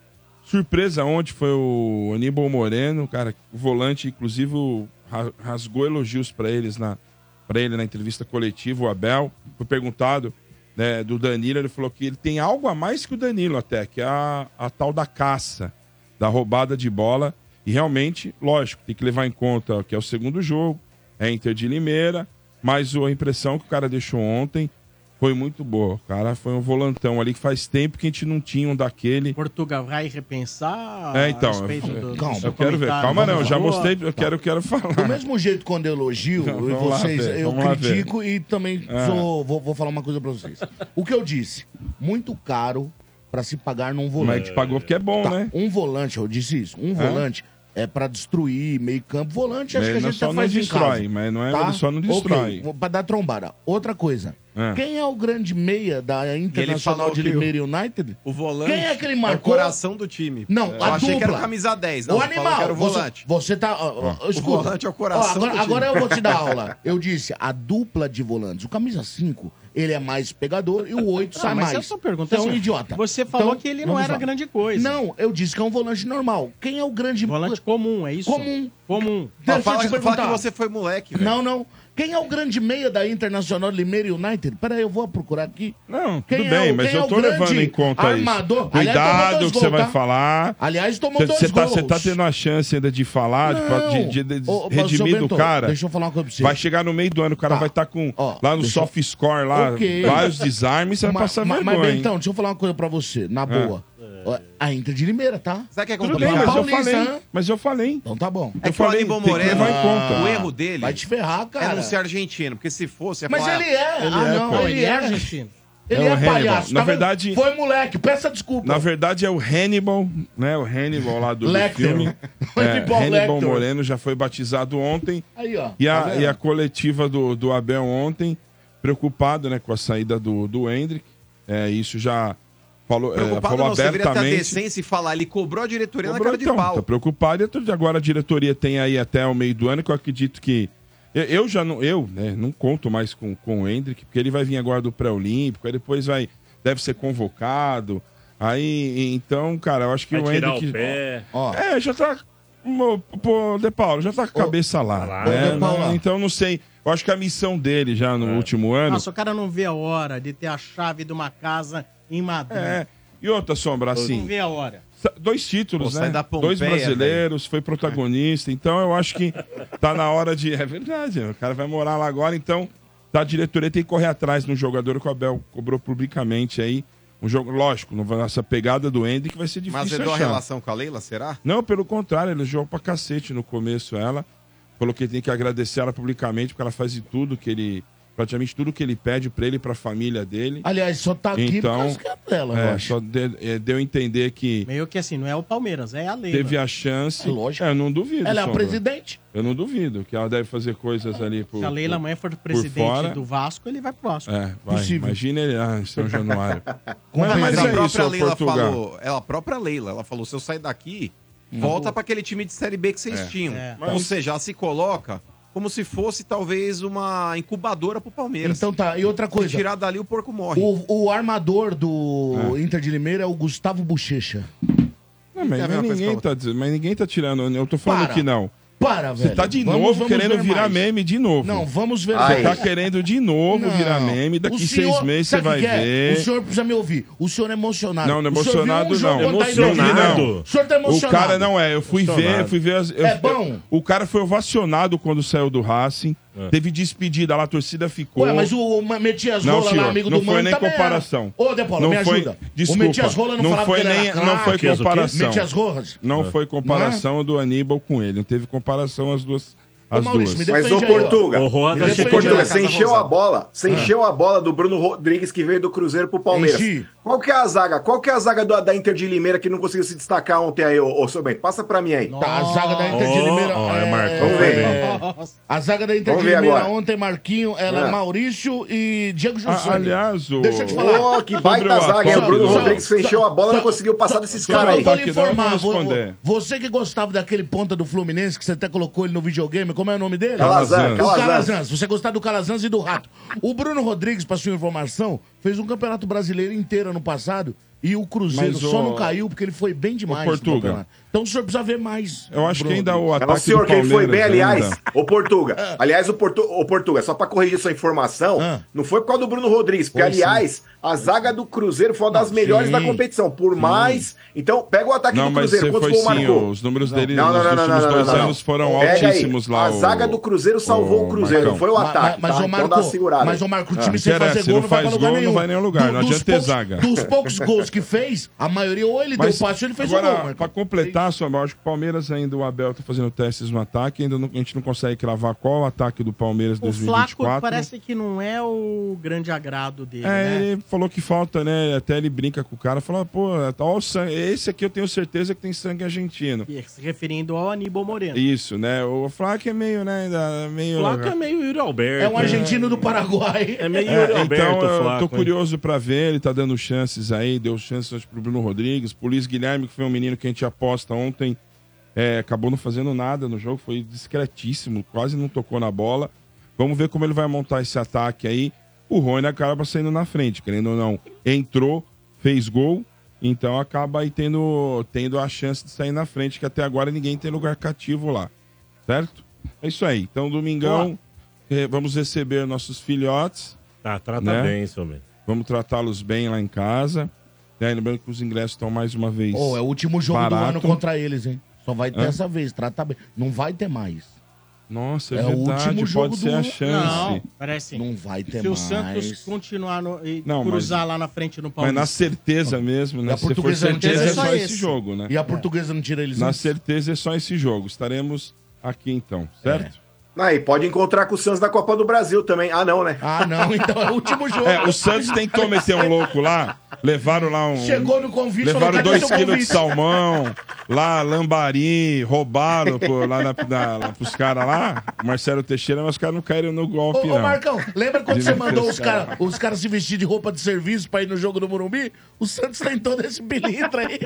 Surpresa ontem foi o Aníbal Moreno, cara, o volante, inclusive, o- ra- rasgou elogios para eles na para ele na entrevista coletiva, o Abel. Foi perguntado, né, do Danilo, ele falou que ele tem algo a mais que o Danilo até, que é a, a tal da caça, da roubada de bola. E realmente, lógico, tem que levar em conta que é o segundo jogo, é Inter de Limeira, mas a impressão que o cara deixou ontem foi muito boa. O cara foi um volantão ali que faz tempo que a gente não tinha um daquele. Portugal vai repensar É, então, a respeito eu- do, do calma, seu Eu quero ver. comentário. Calma não, Vamos já lá. mostrei, eu quero, eu quero falar. Do mesmo jeito, quando eu elogio, Não, e vamos lá vocês, ver, eu vamos lá ver. critico e também É. sou, vou, vou falar uma coisa pra vocês. O que eu disse, muito caro pra se pagar num Mas volante. te pagou porque é bom, Tá, né? um volante, eu disse isso, um volante é pra destruir meio campo. Volante, acho Mas que a não gente só até não faz em destrói, casa. mas não é- tá? ele só não destrói. Ok, pra dar trombada. Outra coisa, É. quem é o grande meia da Internacional falou de que o- Limeira United? O volante Quem é que ele é o marcou? coração do time. Não, eu a achei dupla. que era o camisa dez. Não, o falou animal, que era o você- volante. Você, tá. ó, ó, escuta. volante é o coração Ó, agora, do time. agora eu vou te dar aula. Eu disse, a dupla de volantes. O camisa cinco, ele é mais pegador e o oito Ah, sai mas mais. essa pergunta Você é um assim, idiota. Você falou Então, que ele não vamos era lá. grande coisa. Não, eu disse que é um volante normal. Quem é o grande... Volante comum, é isso? Comum. Comum. Deixa Ó, fala, eu te fala perguntar. que você foi moleque, velho. Não, não. Quem é o grande meia da Internacional Limeira United? Peraí, eu vou procurar aqui. Não, Quem tudo é bem, o- mas quem é eu o tô grande levando em conta armador? isso. Aliás, tomou Cuidado dois que você gols, vai tá? falar. Aliás, tomou dois Você tá, gols. cê tá tendo a chance ainda de falar, de, Não. de, de, de Ô, ô, redimir seu do Bento, cara. deixa eu falar uma coisa pra você. Vai chegar no meio do ano, o cara Tá. vai estar com Ó, lá no deixa eu- soft score, lá, Ok. vários desarmes, você vai Ma- passar ma- vergonha. Mas, hein? Bentão, deixa eu falar uma coisa pra você, na boa. Ó, A Inter de Limeira, tá? Sabe o que é Tudo bem, complicado? mas eu Paulista, falei. né? Mas eu falei. Então tá bom. É Eu que o falei, Aníbal tem que Moreno, levar em conta. o erro dele Vai te ferrar, é cara. não ser argentino, porque se fosse... é Mas falar, ele é. Ele ah, é, não, pô. ele, Ele é é. argentino. Ele É é, o Hannibal. palhaço. Na tá vendo? verdade- Foi moleque, peça desculpa. Na verdade é o Hannibal, né? O Hannibal lá do, do Lecter. filme. O É, Hannibal Hannibal Lecter. Moreno já foi batizado ontem. Aí, ó. E tá a, vendo? e a coletiva do, do Abel ontem, preocupado, né, com a saída do, do Hendrick. É, isso já falou, é, Preocupado falou não, você deveria ter a abertamente. decência e falar, ele cobrou a diretoria Cobrou, na cara então, de pau. tá preocupado. E tudo- agora a diretoria tem aí até o meio do ano, que eu acredito que... Eu, eu já não, eu, né, não conto mais com, com o Hendrick, porque ele vai vir agora do pré-olímpico, aí depois vai, deve ser convocado. Aí, então, cara, eu acho que Vai o tirar Hendrick... o pé. Ó, É, já tá. Mo- Pô, De Paulo, já tá com a cabeça lá. lá. né? Ô, De Paulo, Não, então não sei. Eu acho que a missão dele já no último ano. Nossa, o cara não vê a hora de ter a chave de uma casa em Madrid. É. E outra sombra, Não assim. vê a hora. sa- Dois títulos, Pô, né? sai da Pompeia, Dois brasileiros, foi protagonista. Então eu acho que tá na hora de. É verdade, o cara vai morar lá agora, então tá, a diretoria tem que correr atrás no jogador que o Abel cobrou publicamente aí. Um jogo, lógico, nessa pegada do Hendrick vai ser difícil. Mas vedou a achar. relação com a Leila, será? Não, pelo contrário, ele jogou pra cacete no começo ela. Falou que tem que agradecer ela publicamente, porque ela faz de tudo que ele, praticamente tudo que ele pede pra ele e pra família dele. Aliás, só tá aqui então, por causa que é dela, eu é, acho. só de- é, deu a entender que Meio que assim, não é o Palmeiras, é a Leila. teve a chance. É lógico. É, eu não duvido. Ela é a Sombra. presidente. Eu não duvido que ela deve fazer coisas ali por. Se a Leila por- amanhã for por presidente fora. do Vasco, ele vai pro Vasco. É, vai. Possível. Imagina ele lá em São Januário. Mas, mas, mas é a própria isso, Leila Portugal. falou, ela, a própria Leila, ela falou, se eu sair daqui, volta pra aquele time de Série B que vocês É. tinham. É. Ou seja, ela se coloca como se fosse talvez uma incubadora pro Palmeiras. Então tá, e outra Se coisa. tirar dali, o porco morre. O, o armador do É. Inter de Limeira é o Gustavo Bochecha. Não, mas, Tem a mas mesma coisa ninguém que tá, dizendo- mas ninguém tá tirando. Eu tô falando Para. que não. Para, velho. Você tá de Vamos- novo vamos querendo ver virar mais. meme de novo. Não, vamos ver. Ai. Você tá querendo de novo Não. virar meme. Daqui O seis senhor- meses você sabe o vai que é? ver. O senhor precisa me ouvir. O senhor é emocionado. Não, não é O senhor viu emocionado, um jogo não. contra a Emocionado. Inter. O senhor tá O emocionado. cara não é. Eu fui Emocionado. ver, eu fui ver. As, eu- É bom? O cara foi ovacionado quando saiu do Racing. É. Teve despedida lá, a torcida ficou. Ué, mas o, o Metias Não, Rola senhor, lá, amigo não do foi Mano, nem também era. comparação. Ô, De Paula, Não me foi- ajuda. desculpa, o Metias Rola não, não falava foi que ele nem- era não foi craque. comparação. Metias Rojas. Não foi comparação do Aníbal com ele. Não teve comparação as duas. Ô, As Maurício, duas. me Mas, ô defende aí, ó. Portuga, O Roda Me chegou defende Portuga, aí. você encheu a bola, você encheu a bola do Bruno Rodrigues que veio do Cruzeiro pro Palmeiras. Enchi. Qual que é a zaga? Qual que é a zaga do- da Inter de Limeira que não conseguiu se destacar ontem aí, ô, ô seu Bento? Passa pra mim aí. Tá, a zaga da Inter de Ó, Limeira. ó, é Marcão. Vamos ver. é, Nossa. A zaga da Inter Vamos de ver Limeira agora. ontem, Marquinho, era Ah. Maurício e Diego Ah, Jussani. aliás, o. Deixa eu te falar. Ô, que baita Sobre o zaga, hein? O ataque Bruno do- Rodrigues Só- encheu a bola e só- não conseguiu passar desses Só caras eu aí. vou Ataque lhe não, eu informar. vou vo- responder. Você que gostava daquele ponta do Fluminense, que você até colocou ele no videogame, como é o nome dele? Calazans, O Calazans. Calazans. Você gostava do Calazans e do Rato. O Bruno Rodrigues, pra sua informação, fez um campeonato brasileiro inteiro ano passado e o Cruzeiro Mas, só ô, não caiu porque ele foi bem demais. ô, no Portuga. campeonato. Então o senhor precisa ver mais. Eu acho que Bruno ainda o Rodrigues. É ataque o senhor do quem foi bem, Palmeiras aliás, ainda- o Portuga. Aliás, o, Portu, o Portuga, só pra corrigir sua informação, Ah. não foi por causa do Bruno Rodrigues, porque, Foi sim. aliás, a zaga do Cruzeiro foi uma das Não, melhores sim. da competição. Por mais. Então, pega o ataque Não, do mas Cruzeiro. você Quantos foi gols sim, marcou? os números dele Não, não, nos não, não, últimos não, dois não, não. anos foram Pega altíssimos aí. lá. A zaga o- do Cruzeiro salvou o Cruzeiro, Marcão. foi o Ma- ataque. ma- mas, tá? ô, Então Marco, dá uma segurada. mas o Marco, o Ah. time sem Interessa, fazer se gol não não vai pra faz lugar gol, não nenhum. vai em nenhum lugar, não adianta ter poucos- zaga. Dos poucos gols que fez, a maioria ou ele Mas deu passe ou ele fez o agora, gol. Marco. pra completar, só, eu acho que o Palmeiras ainda, o Abel tá fazendo testes no ataque, ainda não- a gente não consegue cravar qual o ataque do Palmeiras O dois mil e vinte e Flaco quatro. parece que não é o grande agrado dele, É, né? ele falou que falta, né? Até ele brinca com o cara, fala, pô, tá ó o sangue. Esse aqui eu tenho certeza que tem sangue argentino. E Se referindo ao Aníbal Moreno. Isso, né? O Flaco é meio, né? Ainda meio. O Flaco é meio Yuri Alberto. É um argentino do Paraguai. É meio É, Yuri Alberto, então, eu Flaco. tô hein? curioso pra ver, ele tá dando chances aí, deu chances hoje pro Bruno Rodrigues, pro Luiz Guilherme, que foi um menino que a gente aposta ontem, é, acabou não fazendo nada no jogo, foi discretíssimo, quase não tocou na bola. Vamos ver como ele vai montar esse ataque aí. O Rony acaba saindo na frente, querendo ou não, entrou, fez gol, então acaba aí tendo, tendo a chance de sair na frente, que até agora ninguém tem lugar cativo lá, certo? É isso aí, então domingão, eh, vamos receber nossos filhotes, Tá, trata né? bem, seu bem. vamos tratá-los bem lá em casa. Né? Lembrando que os ingressos estão mais uma vez. Oh, é o último jogo do barato. ano contra eles, hein? Só vai ter Hã? essa vez, trata bem. Não vai ter mais. Nossa, é, É o verdade, último jogo pode ser do a ano. chance. Não, parece. Não vai ter Se o mais. Santos continuar no, e Não, cruzar mas- lá na frente no Mas Palmeiras. na certeza mesmo, E né? a Se for portuguesa não certeza, tira é só só esse esse. jogo, né? E a portuguesa não tira eles Na antes? certeza é só esse jogo. Estaremos aqui então, certo? Aí, pode encontrar com o Santos na Copa do Brasil também. Ah, não, né? Ah, não, então é o último jogo. É, o Santos tentou meter um louco lá. Levaram lá um. Chegou no convite, Levaram falou, dois "Cadê seu quilos de convite?" salmão, lá, lambari, roubaram pô, lá, na, na, lá pros caras lá, Marcelo Teixeira, mas os caras não caíram no Ô, golpe, ô, não. Marcão, lembra quando De você não mandou ter os os caras cara. os cara se vestir de roupa de serviço pra ir no jogo do Morumbi? O Santos tentou desse pilintra aí.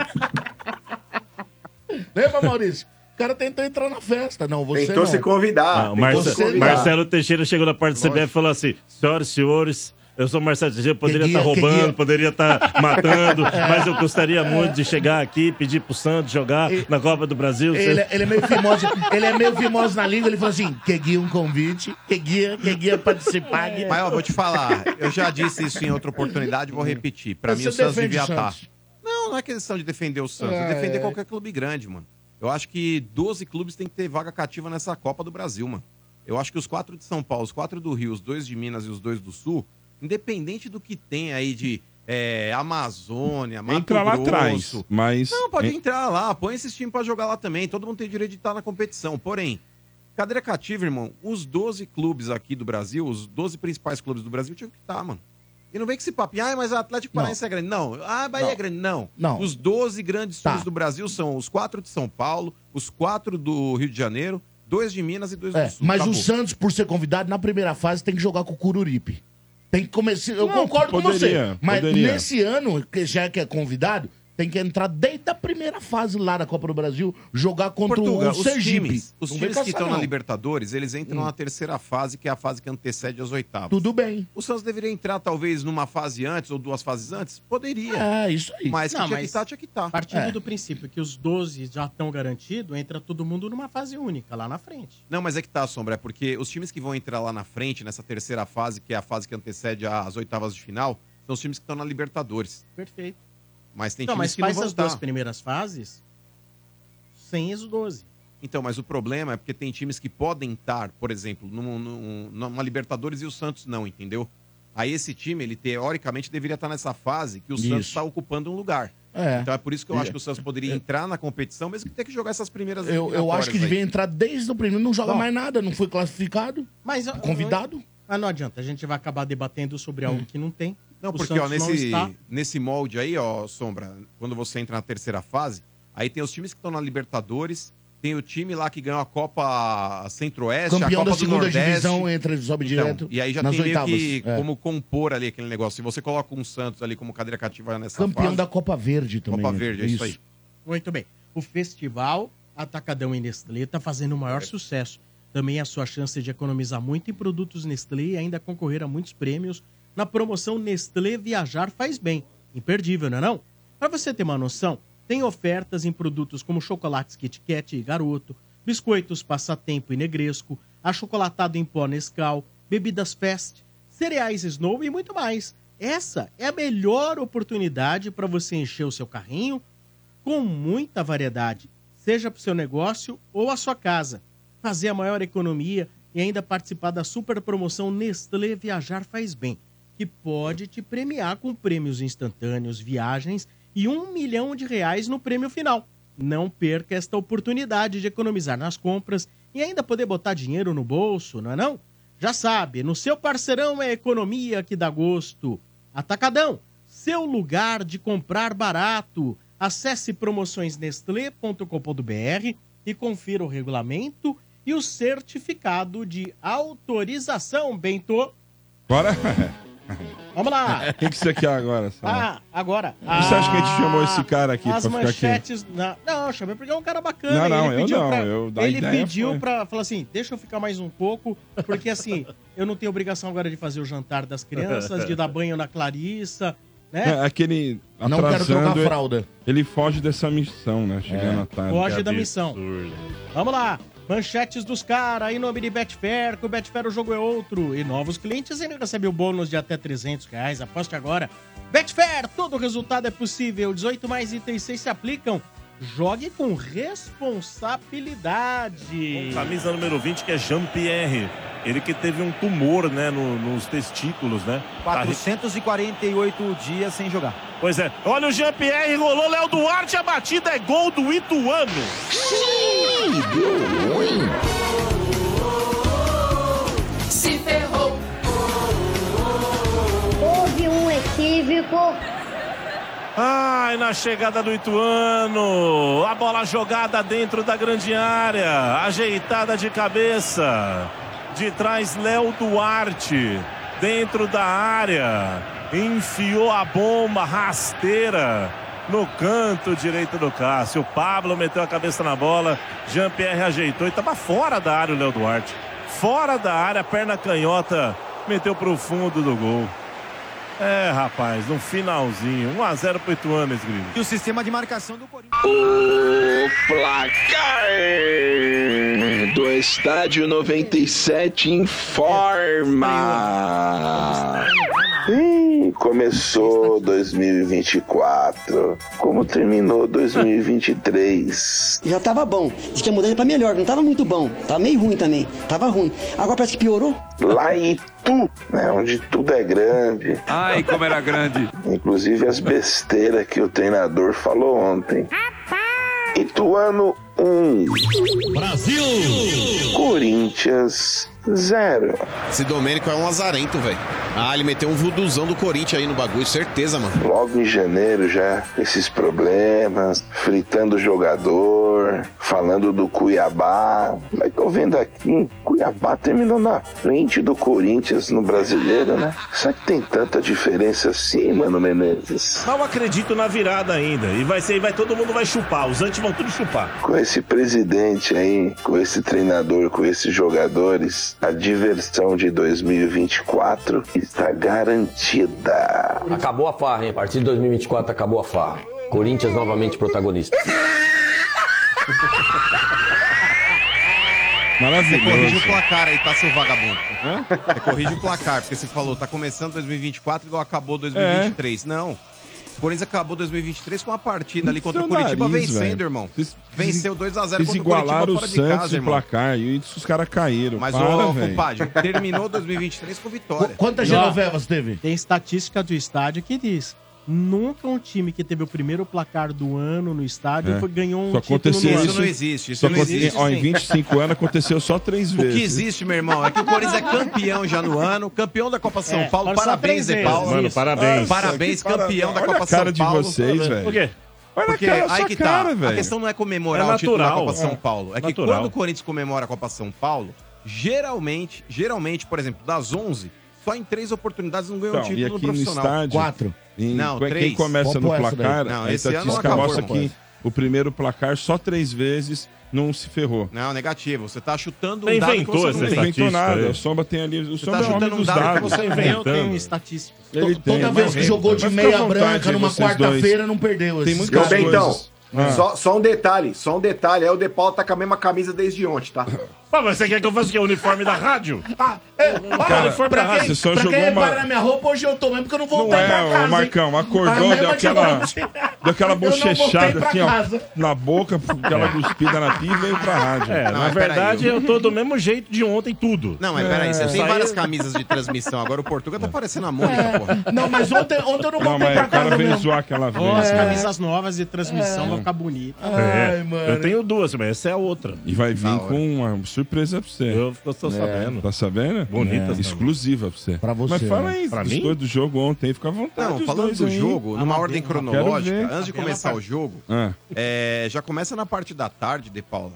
Lembra, Maurício? O cara tentou entrar na festa. Não, você Tentou não. se convidar. Ah, o tentou Marce- se convidar. Marcelo Teixeira chegou na parte do C B F e falou assim: senhoras e senhores, eu sou o Marcelo Teixeira, poderia Que estar guia, que roubando, guia. poderia estar matando, mas eu gostaria muito de chegar aqui, pedir pro Santos jogar E- na Copa do Brasil. Ele, ele é meio fimoso, ele é meio fimoso na língua, ele falou assim, que guia um convite, que guia, que guia participar. guia- Mas, ó, vou te falar, eu já disse isso em outra oportunidade, vou repetir. Pra mim, Você o Santos defende devia o estar. Santos. Não, não é questão de defender o Santos, é É. defender qualquer clube grande, mano. Eu acho que doze clubes tem que ter vaga cativa nessa Copa do Brasil, mano. Eu acho que os quatro de São Paulo, os quatro do Rio, os dois de Minas e os dois do Sul, independente do que tem aí de é, Amazônia, Mato Entra lá Grosso... atrás, mas... Não, pode en- entrar lá, põe esses times pra jogar lá também. Todo mundo tem direito de estar na competição. Porém, cadeira cativa, irmão, os doze clubes aqui do Brasil, os doze principais clubes do Brasil tinham que estar, mano. E não vem com esse papo, ah, mas o Atlético Paranaense é grande. Não, ah, Bahia Não. é grande. Não. Não. Os doze grandes Tá. times do Brasil são os quatro de São Paulo, os quatro do Rio de Janeiro, dois de Minas e dois É, do Sul. mas Acabou. o Santos, por ser convidado, na primeira fase tem que jogar com o Cururipe. Tem que começar. Eu Não, concordo com poderia, você. Mas poderia. nesse ano, que já que é convidado, tem que entrar desde a primeira fase lá da Copa do Brasil, jogar contra Portuga, o os Sergipe. times, os Não times vem que caçar, estão na não. Libertadores, eles entram Hum. na terceira fase, que é a fase que antecede as oitavas. Tudo bem. O Santos deveria entrar, talvez, numa fase antes ou duas fases antes? Poderia. É, isso aí. Mas que Não, tinha mas- que estar, tinha que estar. Partindo É. do princípio que os doze já estão garantidos, entra todo mundo numa fase única, lá na frente. Não, mas é que tá, Sombra, é porque os times que vão entrar lá na frente, nessa terceira fase, que é a fase que antecede as oitavas de final, são os times que estão na Libertadores. Perfeito. Mas tem Então, times mas que não faz vão as estar. duas primeiras fases sem os doze. Então, mas o problema é porque tem times que podem estar, por exemplo, num, num, numa Libertadores e o Santos não, entendeu? Aí esse time, ele teoricamente deveria estar nessa fase que o Isso. Santos está ocupando um lugar. É. Então é por isso que eu É. acho que o Santos poderia entrar na competição, mesmo que tenha que jogar essas primeiras Eu, eu acho que eliminatórias devia aí. entrar desde o primeiro. Não joga Bom. mais nada, não foi classificado. Mas, Convidado? Mas não adianta, a gente vai acabar debatendo sobre algo que não tem. Não, O porque Santos ó, não nesse, está. nesse molde aí, ó, Sombra, quando você entra na terceira fase, aí tem os times que estão na Libertadores, tem o time lá que ganhou a Copa Centro-Oeste, a Campeão Copa da do segunda Nordeste. divisão, entra, sobe Então, direto. e aí já nas tem meio oitavas. que É. como compor ali aquele negócio. Se você coloca um Santos ali como cadeira cativa nessa Campeão fase, da Copa Verde também. Copa entra. Verde, é isso aí. Muito bem. O festival Atacadão e Nestlé está fazendo o maior sucesso. Também é a sua chance de economizar muito em produtos Nestlé e ainda concorrer a muitos prêmios na promoção Nestlé Viajar Faz Bem. Imperdível, não é não? Para você ter uma noção, tem ofertas em produtos como chocolates Kit Kat e Garoto, biscoitos Passatempo e Negresco, achocolatado em pó Nescau, bebidas Fest, cereais Snow e muito mais. Essa é a melhor oportunidade para você encher o seu carrinho com muita variedade, seja para o seu negócio ou a sua casa. Fazer a maior economia e ainda participar da super promoção Nestlé Viajar Faz Bem, que pode te premiar com prêmios instantâneos, viagens e um milhão de reais no prêmio final. Não perca esta oportunidade de economizar nas compras e ainda poder botar dinheiro no bolso, não é não? Já sabe, no seu parceirão é economia que dá gosto. Atacadão, seu lugar de comprar barato. Acesse promoções nestlé ponto com ponto b r e confira o regulamento e o certificado de autorização, Bento. Bora? Vamos lá. O que, que você quer agora? Sala? Ah, agora. E você acha que a gente chamou esse cara aqui As pra ficar aqui? manchetes. Não, não, eu chamei porque é um cara bacana. Não, não, ele eu pediu não, pra- eu- da ele ideia pediu foi. pra falar assim: deixa eu ficar mais um pouco, porque assim, eu não tenho obrigação agora de fazer o jantar das crianças, de dar banho na Clarissa, né? É, aquele Não quero atrasando, trocar a fralda. Ele foge dessa missão, né? Chegando à tarde. Foge da missão. Vamos lá. Manchetes dos caras, em nome de Betfair, com o Betfair o jogo é outro. E novos clientes ainda recebem o bônus de até trezentos reais. Aposte agora. Betfair, todo resultado é possível. dezoito mais itens seis se aplicam. Jogue com responsabilidade. Camisa número vinte, que é Jean-Pierre. Ele que teve um tumor, né, no- nos testículos, né? quatrocentos e quarenta e oito dias sem jogar. Pois é. Olha o Jean-Pierre, rolou Léo Duarte, a batida é gol do Ituano. Se ferrou. Houve um equívoco. Ai, na chegada do Ituano, a bola jogada dentro da grande área, ajeitada de cabeça, de trás Léo Duarte, dentro da área, enfiou a bomba rasteira no canto direito do Cássio. O Pablo meteu a cabeça na bola, Jean-Pierre ajeitou e estava fora da área o Léo Duarte, fora da área, perna canhota, meteu pro fundo do gol. É, rapaz, no finalzinho, um a zero pro Ituano, esse gringo. E o sistema de marcação do Corinthians. O placar do Estádio noventa e sete informa. Ih, começou dois mil e vinte e quatro. Como terminou dois mil e vinte e três? Já tava bom. Diz que ia mudar pra melhor, não tava muito bom. Tava meio ruim também. Tava ruim. Agora parece que piorou. Lá em Itu, né, onde tudo é grande. Ai, como era grande. Inclusive as besteiras que o treinador falou ontem. Ituano um. Brasil! Corinthians, zero. Esse Domênico é um lazarento, velho. Ah, ele meteu um vuduzão do Corinthians aí no bagulho, certeza, mano. Logo em janeiro já, esses problemas, fritando o jogador, falando do Cuiabá. Mas tô vendo aqui, Cuiabá terminou na frente do Corinthians no Brasileiro, né? Será que tem tanta diferença assim, Mano Menezes? Mal acredito na virada ainda. E vai ser, vai, todo mundo vai chupar. Os antes vão tudo chupar. Com esse presidente aí, com esse treinador, com esses jogadores, a diversão de dois mil e vinte e quatro está garantida. Acabou a farra, hein? A partir de dois mil e vinte e quatro acabou a farra. Corinthians novamente protagonista. Você corrige o placar aí, tá, seu vagabundo? Hã? Você corrige o placar, porque você falou, tá começando dois mil e vinte e quatro igual acabou dois mil e vinte e três. É. Não. O Corinthians acabou dois mil e vinte e três com uma partida ali contra o Curitiba nariz, vencendo, velho. irmão. Vocês- Venceu dois a zero Eles contra o Curitiba igualaram o fora de Santos casa, no irmão. placar e os caras caíram. Mas, Para, ô, velho. compadre, terminou dois mil e vinte e três com vitória. Quantas E, ó, Genovevas teve? Tem estatística do estádio que diz: nunca um time que teve o primeiro placar do ano no estádio É. foi, ganhou um Só título aconteceu no isso. ano. Isso não existe, isso Só não aconte- existe. Ó, em sim. vinte e cinco anos aconteceu só três O vezes. que existe, meu irmão, é que o Corinthians é campeão já no ano, campeão da Copa São É, Paulo. agora só Parabéns, três Zé vezes. Paulo. Mano, parabéns. Parabéns, Nossa, que campeão da parada- Copa olha a cara São de Paulo. vocês, velho. Por quê? Olha Porque a cara, aí sua que cara, tá. velho. A questão não é comemorar É o título da natural, Copa São é. Paulo. É que Natural. quando o Corinthians comemora a Copa São Paulo, geralmente, geralmente, por exemplo, das onze, só em três oportunidades não ganhou um Então, e título no aqui no profissional. estádio, Quatro. em- Não, quem três. começa Vamos no pôr essa placar, daí. Não, a esse ano não estatística acabou, mostra pô. que o primeiro placar só três vezes não se ferrou. Não, negativo. Você tá chutando um Você dado que inventou você essa não Não tem. estatística inventou nada. aí. O Sombra tem ali. O Sombra tá é o homem chutando um dos dado que dados. você Eu inventando. tenho estatística. Ele To- tem, Toda vez que mas- jogou de mas fica meia à vontade, branca numa vocês quarta-feira, dois. não perdeu. Tem esses muitas caras. Bem, então, coisas. Ah. só, só um detalhe, só um detalhe. Aí o De Paulo tá com a mesma camisa desde ontem, tá? Pô, mas você quer que eu faça o quê? O uniforme da rádio? Ah, é, Cara, olha, pra pra quem, você só pra quem jogou uma- repara na minha roupa, hoje eu tô mesmo, porque eu não Não voltei pra é, casa. o Marcão, hein? acordou, Ah, deu mesmo aquela, tipo, deu aquela eu não voltei bochechada pra assim, ó, casa. na boca, aquela cuspida na pia e veio pra rádio. É, Não, na mas peraí, verdade eu- eu tô do mesmo jeito de ontem, tudo. Não, mas peraí, você É. tem Isso várias aí- camisas de transmissão. Agora o Portuga tá parecendo a Mônica, porra. Não, mas ontem, ontem eu não Não, voltei mas pra o cara casa veio mesmo. zoar aquela vez. Ó, as né? camisas novas de transmissão vão ficar bonitas. É, Ai, mano. eu tenho duas, mas essa é a outra. E vai vir Da hora. com uma surpresa pra você. Eu eu tô sabendo. Tá sabendo? Bonita também. Exclusiva pra você. Pra você, Mas fala né? aí, Pra os mim? dois do jogo ontem, fica à vontade. Não, os falando dois do aí. jogo, numa Ah, ordem quero ver. cronológica, Quero antes de começar o jogo, Ah, é, já começa na parte da tarde, De Paula,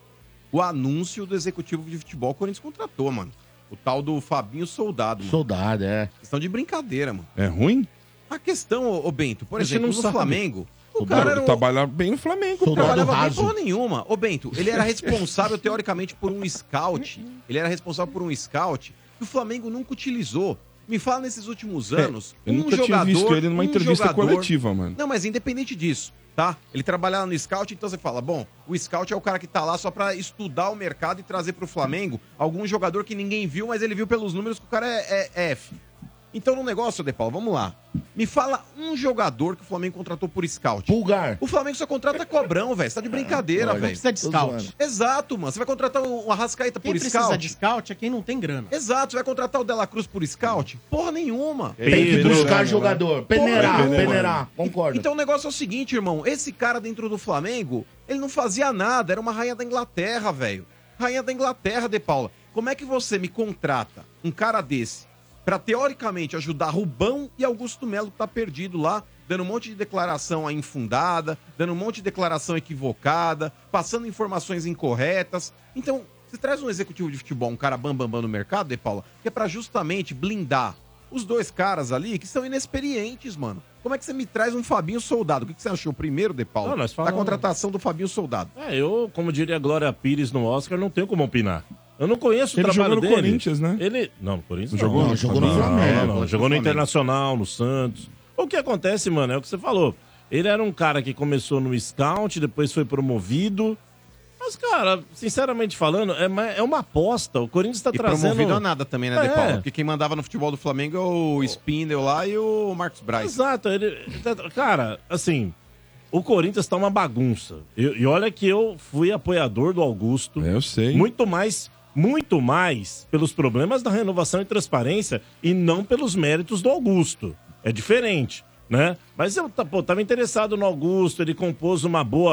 o anúncio do executivo de futebol que o Corinthians contratou, mano. O tal do Fabinho Soldado, mano. Soldado, é. Questão de brincadeira, mano. é ruim? A questão, ô, ô Bento, por A gente exemplo, não no sabe. Flamengo, o O cara cara era o... trabalhava bem no Flamengo. Soldado Não trabalhava bem raso. porra nenhuma. Ô, Bento, ele era responsável, teoricamente, por um scout. Ele era responsável por um scout que o Flamengo nunca utilizou. Me fala nesses últimos anos. Eu um nunca jogador, tinha visto ele numa um entrevista jogador- coletiva, mano. Não, mas independente disso, tá? Ele trabalhava no scout, então você fala, bom, o scout é o cara que tá lá só pra estudar o mercado e trazer pro Flamengo algum jogador que ninguém viu, mas ele viu pelos números que o cara é, é F. Então, no negócio, De Paulo, vamos lá. Me fala um jogador que o Flamengo contratou por scout. Pulgar. O Flamengo só contrata cobrão, velho. Você tá de brincadeira, Olha, velho. Precisa de Tô scout. zoando. Exato, mano. Você vai contratar o Arrascaeta Quem por precisa scout? de scout é quem não tem grana. Exato. Você vai contratar o Dela Cruz por scout? Porra nenhuma. Tem que Pedro, buscar né? jogador. Peneirar, Porra, peneirar. Concordo. Então o negócio é o seguinte, irmão. Esse cara dentro do Flamengo, ele não fazia nada. Era uma rainha da Inglaterra, velho. Rainha da Inglaterra, De Paula. Como é que você me contrata um cara desse pra, teoricamente, ajudar Rubão e Augusto Melo, que tá perdido lá, dando um monte de declaração aí infundada, dando um monte de declaração equivocada, passando informações incorretas. Então, você traz um executivo de futebol, um cara bambambam bam, bam no mercado, De Paula, que é pra justamente blindar os dois caras ali que são inexperientes, mano. Como é que você me traz um Fabinho Soldado? O que que você achou primeiro, De Paula, Não, nós da falamos. contratação do Fabinho Soldado? É, eu, como diria a Glória Pires no Oscar, não tenho como opinar. Eu não conheço o Ele trabalho jogou no dele. Corinthians, né? Ele... Não, no Corinthians não. Jogou? Não, jogou no Não, Flamengo. não, não. Jogou no Internacional, no Santos. O que acontece, mano, é o que você falou. Ele era um cara que começou no scout, depois foi promovido. Mas, cara, sinceramente falando, é uma, é uma aposta. O Corinthians tá E trazendo... promovido a nada também, né, De É. Paula? Porque quem mandava no futebol do Flamengo é o Spindle lá e o Marcos Braz. Exato. Ele... Cara, assim, o Corinthians tá uma bagunça. E, e olha que eu fui apoiador do Augusto. É, eu sei. Muito mais, muito mais pelos problemas da renovação e transparência e não pelos méritos do Augusto. É diferente, né? Mas eu tá, pô, tava interessado no Augusto, ele compôs uma boa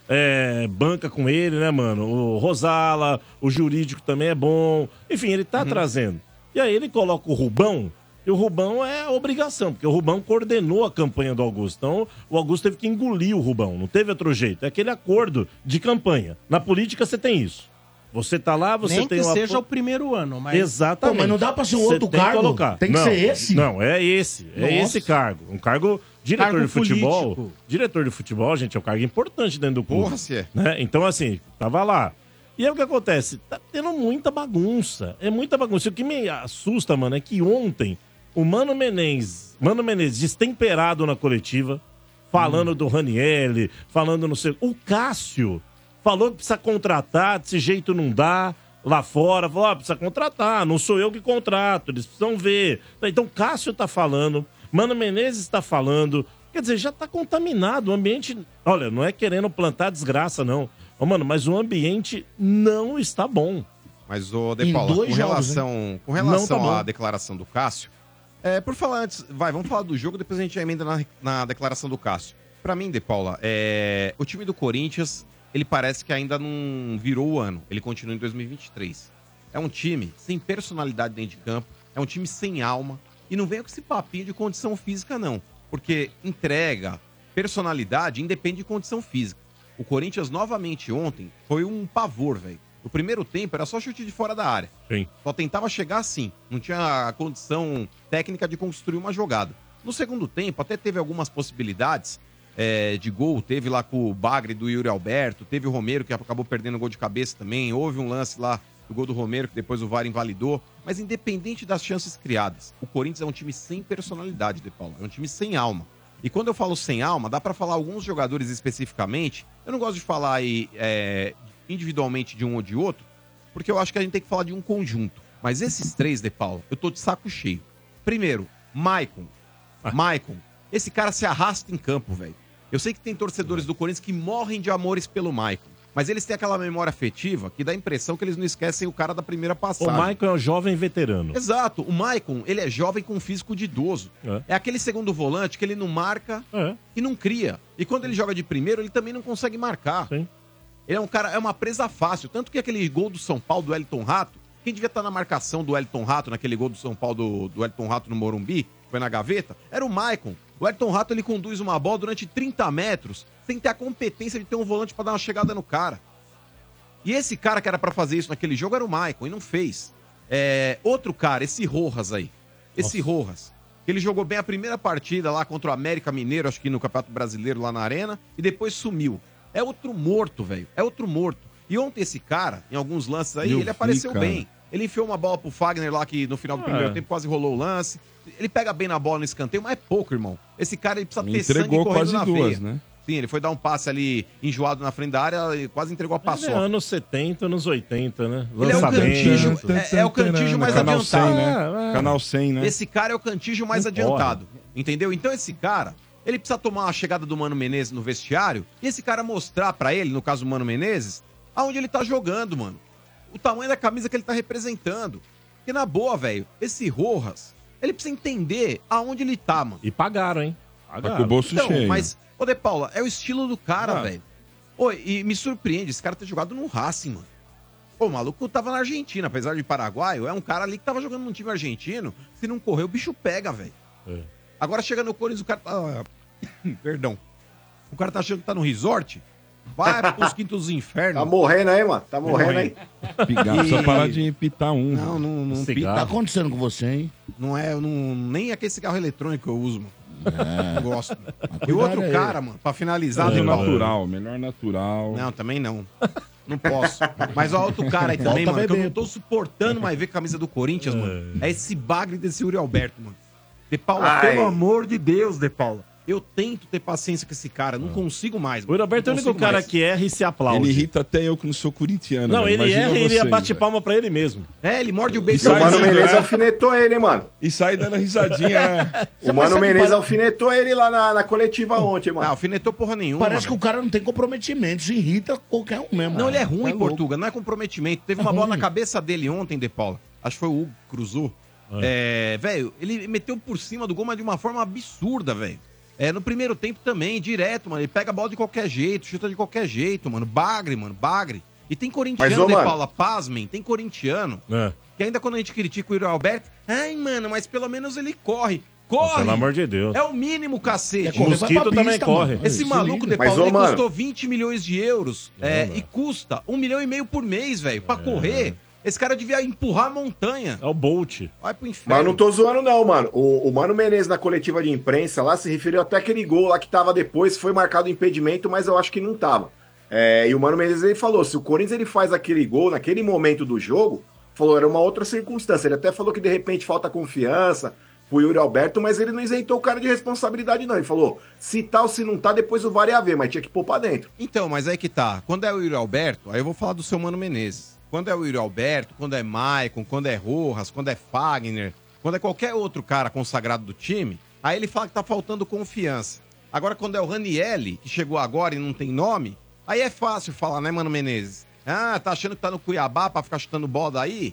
é, banca com ele, né, mano? O Rosala, o jurídico também é bom. Enfim, ele tá uhum. trazendo. E aí ele coloca o Rubão, e o Rubão é obrigação, porque o Rubão coordenou a campanha do Augusto. Então, o Augusto teve que engolir o Rubão, não teve outro jeito. É aquele acordo de campanha. Na política você tem isso. Você tá lá, você Nem tem... Nem que uma... seja o primeiro ano, mas... Exatamente. Pô, mas não dá pra ser um outro tem cargo? Que tem que não, ser esse? Não, é esse. É Nossa. esse cargo. Um cargo... Diretor cargo de futebol... político. Diretor de futebol, gente, é um cargo importante dentro do clube. Porra, se é. Né? Então, assim, tava lá. E aí o que acontece? Tá tendo muita bagunça. É muita bagunça. O que me assusta, mano, é que ontem o Mano Menezes... Mano Menezes destemperado na coletiva, falando hum. do Ranieri, falando no seu... O Cássio... Falou que precisa contratar, desse jeito não dá. Lá fora, falou, ah, precisa contratar, não sou eu que contrato, eles precisam ver. Então, Cássio tá falando, Mano Menezes tá falando. Quer dizer, já tá contaminado o ambiente. Olha, não é querendo plantar desgraça, não. Ô, mano, mas o ambiente não está bom. Mas, ô, De Paula, com relação, jogos, com relação tá à declaração do Cássio, é, por falar antes, vai, vamos falar do jogo, depois a gente emenda na, na declaração do Cássio. Pra mim, De Paula, é, o time do Corinthians... ele parece que ainda não virou o ano. Ele continua em dois mil e vinte e três. É um time sem personalidade dentro de campo, é um time sem alma, e não venha com esse papinho de condição física, não. Porque entrega, personalidade, independe de condição física. O Corinthians, novamente, ontem, foi um pavor, velho. No primeiro tempo, era só chute de fora da área. Sim. Só tentava chegar assim. Não tinha a condição técnica de construir uma jogada. No segundo tempo, até teve algumas possibilidades, É, de gol, teve lá com o Bagre do Yuri Alberto, teve o Romero que acabou perdendo o gol de cabeça também, houve um lance lá do gol do Romero que depois o V A R invalidou, mas independente das chances criadas, o Corinthians é um time sem personalidade, De Paula, é um time sem alma. E quando eu falo sem alma, dá pra falar alguns jogadores especificamente, eu não gosto de falar aí é, individualmente de um ou de outro, porque eu acho que a gente tem que falar de um conjunto, mas esses três, De Paula, eu tô de saco cheio. Primeiro, Maicon, ah. Maicon, esse cara se arrasta em campo, velho. Eu sei que tem torcedores do Corinthians que morrem de amores pelo Maicon, mas eles têm aquela memória afetiva que dá a impressão que eles não esquecem o cara da primeira passagem. O Maicon é um jovem veterano. Exato. O Maicon, ele é jovem com físico de idoso. É, é aquele segundo volante que ele não marca é. e não cria. E quando ele joga de primeiro, ele também não consegue marcar. Sim. Ele é um cara, é uma presa fácil. Tanto que aquele gol do São Paulo do Wellington Rato, quem devia estar na marcação do Wellington Rato, naquele gol do São Paulo do, do Wellington Rato no Morumbi, foi na gaveta, era o Maicon. O Wellington Rato, ele conduz uma bola durante trinta metros, sem ter a competência de ter um volante pra dar uma chegada no cara. E esse cara que era pra fazer isso naquele jogo era o Maicon, e não fez. É, outro cara, esse Rojas aí. Esse Nossa. Rojas. Ele jogou bem a primeira partida lá contra o América Mineiro, acho que no Campeonato Brasileiro lá na Arena, e depois sumiu. É outro morto, velho. É outro morto. E ontem esse cara, em alguns lances aí, Eu ele vi, apareceu cara. bem. Ele enfiou uma bola pro Fagner lá, que no final do primeiro é. tempo quase rolou o lance. Ele pega bem na bola no escanteio, mas é pouco, irmão. Esse cara, ele precisa ter sangue correndo na veia. Né? Sim, ele foi dar um passe ali enjoado na frente da área e quase entregou a paçoca. É anos setenta, anos oitenta, né? Ele é o cantígio, é, é o cantígio mais Canal adiantado. cem, né? É, é. Canal cem, né? Esse cara é o cantígio mais Não adiantado, corre. entendeu? Então esse cara, ele precisa tomar uma chegada do Mano Menezes no vestiário e esse cara mostrar pra ele, no caso do Mano Menezes, aonde ele tá jogando, mano. O tamanho da camisa que ele tá representando. Porque na boa, velho, esse Rojas, ele precisa entender aonde ele tá, mano. E pagaram, hein? Pagaram. Tá com o bolso então, cheio. Mas, ô De Paula, é o estilo do cara, ah. velho. Oi, e me surpreende esse cara ter jogado no Racing, mano. Ô, o maluco tava na Argentina, apesar de paraguaio, é um cara ali que tava jogando num time argentino. Se não correr, o bicho pega, velho. É. Agora chega no Corinthians, o cara tá... Perdão. O cara tá achando que tá no resort... Vai pros quintos dos infernos. Tá morrendo aí, mano. Tá morrendo aí. Pigar, e... Só parar de pitar um. Não, não, não pita. Tá acontecendo com você, hein? Não é, eu não, nem aquele cigarro eletrônico que eu uso, mano. É. Não gosto. E o outro aí. cara, mano, pra finalizar... É, natural, melhor natural. Não, também não. Não posso. Mas ó, outro cara aí também, Volta mano, que eu não tô suportando mais ver camisa do Corinthians, mano. É esse bagre desse Yuri Alberto, mano. De Paula, Ai. pelo amor de Deus, De Paula. Eu tento ter paciência com esse cara, não consigo mais. O Roberto é o único cara mais. que erra e se aplaude. Ele irrita até eu que não sou corintiano. Não, velho. ele Imagina erra e ele você, bate velho. palma pra ele mesmo. É, ele morde o beijo. O Mano Menezes alfinetou ele, hein, mano. E sai dando risadinha. O Mano Menezes alfinetou ele lá na, na coletiva ontem, mano. Não, alfinetou porra nenhuma. Parece mano. que o cara não tem comprometimento, se irrita qualquer um mesmo. Não, ele é ruim, é Portuga, não é comprometimento. Teve é uma ruim. bola na cabeça dele ontem, De Paula. Acho que foi o Hugo que cruzou. É, é velho, ele meteu por cima do gol, mas de uma forma absurda, velho. É, no primeiro tempo também, direto, mano. Ele pega a bola de qualquer jeito, chuta de qualquer jeito, mano. Bagre, mano, bagre. E tem corintiano, Mas, ô, De mano- Paula, pasmem, tem corintiano. É. Que ainda quando a gente critica o Yuri Alberto, ai, mano, mas pelo menos ele corre. Corre! Pelo amor de Deus. É o mínimo, cacete. O Mosquito também corre. Esse maluco de Mas, Paulo ô, ele mano- custou vinte milhões de euros é, e custa um milhão e meio por mês, velho, pra correr. Esse cara devia empurrar a montanha. É o Bolt. Vai pro Mas eu inferno. não tô zoando, não, mano. O, o Mano Menezes, na coletiva de imprensa, lá se referiu até aquele gol lá que tava depois, foi marcado impedimento, mas eu acho que não tava. É, e o Mano Menezes, ele falou, se o Corinthians ele faz aquele gol naquele momento do jogo, falou, era uma outra circunstância. Ele até falou que de repente falta confiança pro Yuri Alberto, mas ele não isentou o cara de responsabilidade, não. Ele falou, se tá ou se não tá, depois o V A R ia ver, mas tinha que pôr pra dentro. Então, mas aí que tá. Quando é o Yuri Alberto, aí eu vou falar do seu Mano Menezes. Quando é o Yuri Alberto, quando é Maicon, quando é Rojas, quando é Fagner, quando é qualquer outro cara consagrado do time, aí ele fala que tá faltando confiança. Agora, quando é o Ranielli, que chegou agora e não tem nome, aí é fácil falar, né, Mano Menezes? Ah, tá achando que tá no Cuiabá pra ficar chutando bola daí?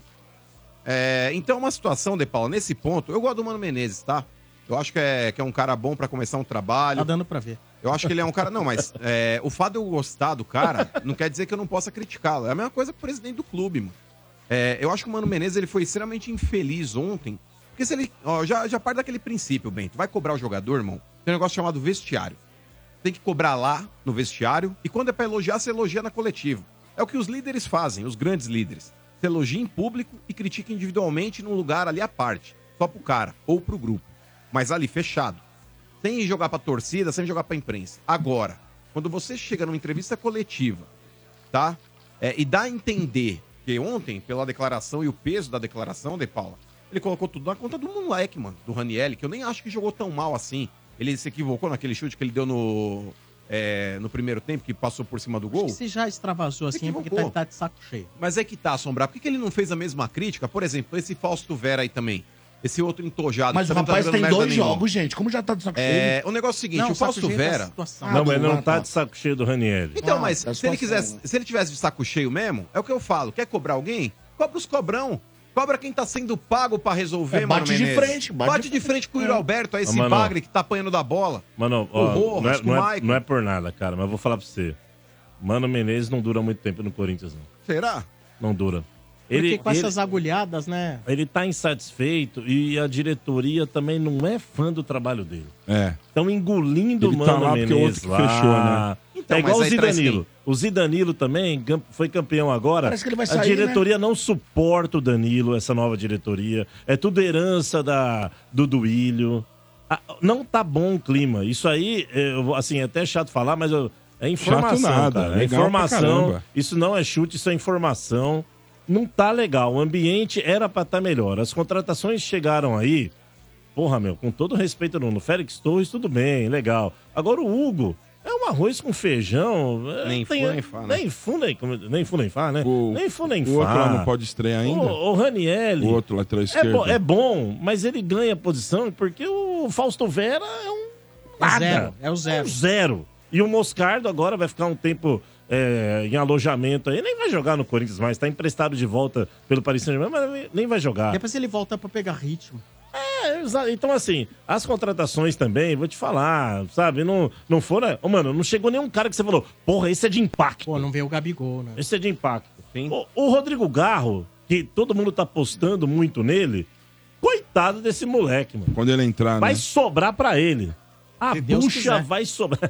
É, então, uma situação, De Paula, nesse ponto, eu gosto do Mano Menezes, tá? Eu acho que é, que é um cara bom pra começar um trabalho. Tá dando pra ver. Eu acho que ele é um cara... Não, mas é, o fato de eu gostar do cara não quer dizer que eu não possa criticá-lo. É a mesma coisa com o presidente do clube, mano. É, eu acho que o Mano Menezes ele foi extremamente infeliz ontem. Porque se ele... Ó, já, já parte daquele princípio, Bento. Vai cobrar o jogador, irmão. Tem um negócio chamado vestiário. Tem que cobrar lá, no vestiário. E quando é pra elogiar, você elogia na coletiva. É o que os líderes fazem, os grandes líderes. Você elogia em público e critica individualmente num lugar ali à parte. Só pro cara ou pro grupo. Mas ali, fechado. Sem jogar pra torcida, sem jogar pra imprensa. Agora, quando você chega numa entrevista coletiva, tá? É, e dá a entender que ontem, pela declaração e o peso da declaração, De Paula, ele colocou tudo na conta do moleque, mano, do Ranielli, que eu nem acho que jogou tão mal assim. Ele se equivocou naquele chute que ele deu no, é, no primeiro tempo, que passou por cima do gol. Acho que você já extravasou assim, porque tá, tá de saco cheio. Mas é que tá, Assombrar. Por que, que ele não fez a mesma crítica? Por exemplo, esse Fausto Vera aí também. Esse outro entojado. Mas que o também rapaz tá tem jogando dois merda nenhuma. jogos, gente. Como já tá de saco cheio? É, o negócio é o seguinte, Não, o Fausto saco cheio da Vera... situação. Não, mas ele não Ah, tá tá. de saco cheio do Ranielli. Então, Ah, mas da se ele, situação, quisesse, né? se ele tivesse de saco cheio mesmo, é o que eu falo. Quer cobrar alguém? Cobra os cobrão. Cobra quem tá sendo pago pra resolver, É, Mano bate de Menezes. frente, bate Bate, de de frente com o Yuri Alberto, aí esse Ô, mano. bagre que tá apanhando da bola. Mano, O ó, Rojas, não, é, com não, o é, Maicon. não é por nada, cara, mas eu vou falar pra você. Mano Menezes não dura muito tempo no Corinthians, não. Será? Não dura. Porque Ele, com ele, essas agulhadas, né? ele tá insatisfeito e a diretoria também não é fã do trabalho dele. É. Estão engolindo Ele o tá Mano lá porque o Menezes outro que lá. fechou, né? Então, é igual o mas aí traz Zidanilo. O Zidanilo também cam- foi campeão agora. Parece que ele vai a sair, diretoria não suporta o Danilo, essa nova diretoria. É tudo herança da, do Duílio. Ah, não tá bom o clima. Isso aí, eu, assim, é até chato falar, mas eu- é informação, Chato nada, cara. É legal pra informação. caramba. Isso não é chute, isso é informação. Não tá legal. O ambiente era pra estar melhor. As contratações chegaram aí. Porra, meu, com todo respeito no Félix Torres, tudo bem, legal. Agora o Hugo é um arroz com feijão. é, Nem tem- fu nem fá, né? Nem fu nem, nem fu nem fá, né? O, nem fu nem o outro fá. lá não pode estrear ainda? O, o Ranielli. O outro lateral É, esquerdo. bo- é bom, mas ele ganha posição porque o Fausto Vera é um nada. zero, é o zero. É um zero. E o Moscardo agora vai ficar um tempo é, em alojamento aí. Nem vai jogar no Corinthians mais. Tá emprestado de volta pelo Paris Saint-Germain, mas nem vai jogar. Depois ele volta pra pegar ritmo. É, exa- então assim, as contratações também, vou te falar, sabe? Não, não foram... Ô, mano, não chegou nenhum cara que você falou, porra, esse é de impacto. Pô, não veio o Gabigol, né? Esse é de impacto. Sim. O, o Rodrigo Garro, que todo mundo tá apostando muito nele, coitado desse moleque, mano. Quando ele entrar, Vai né? sobrar pra ele. A Se Deus bucha quiser. vai sobrar.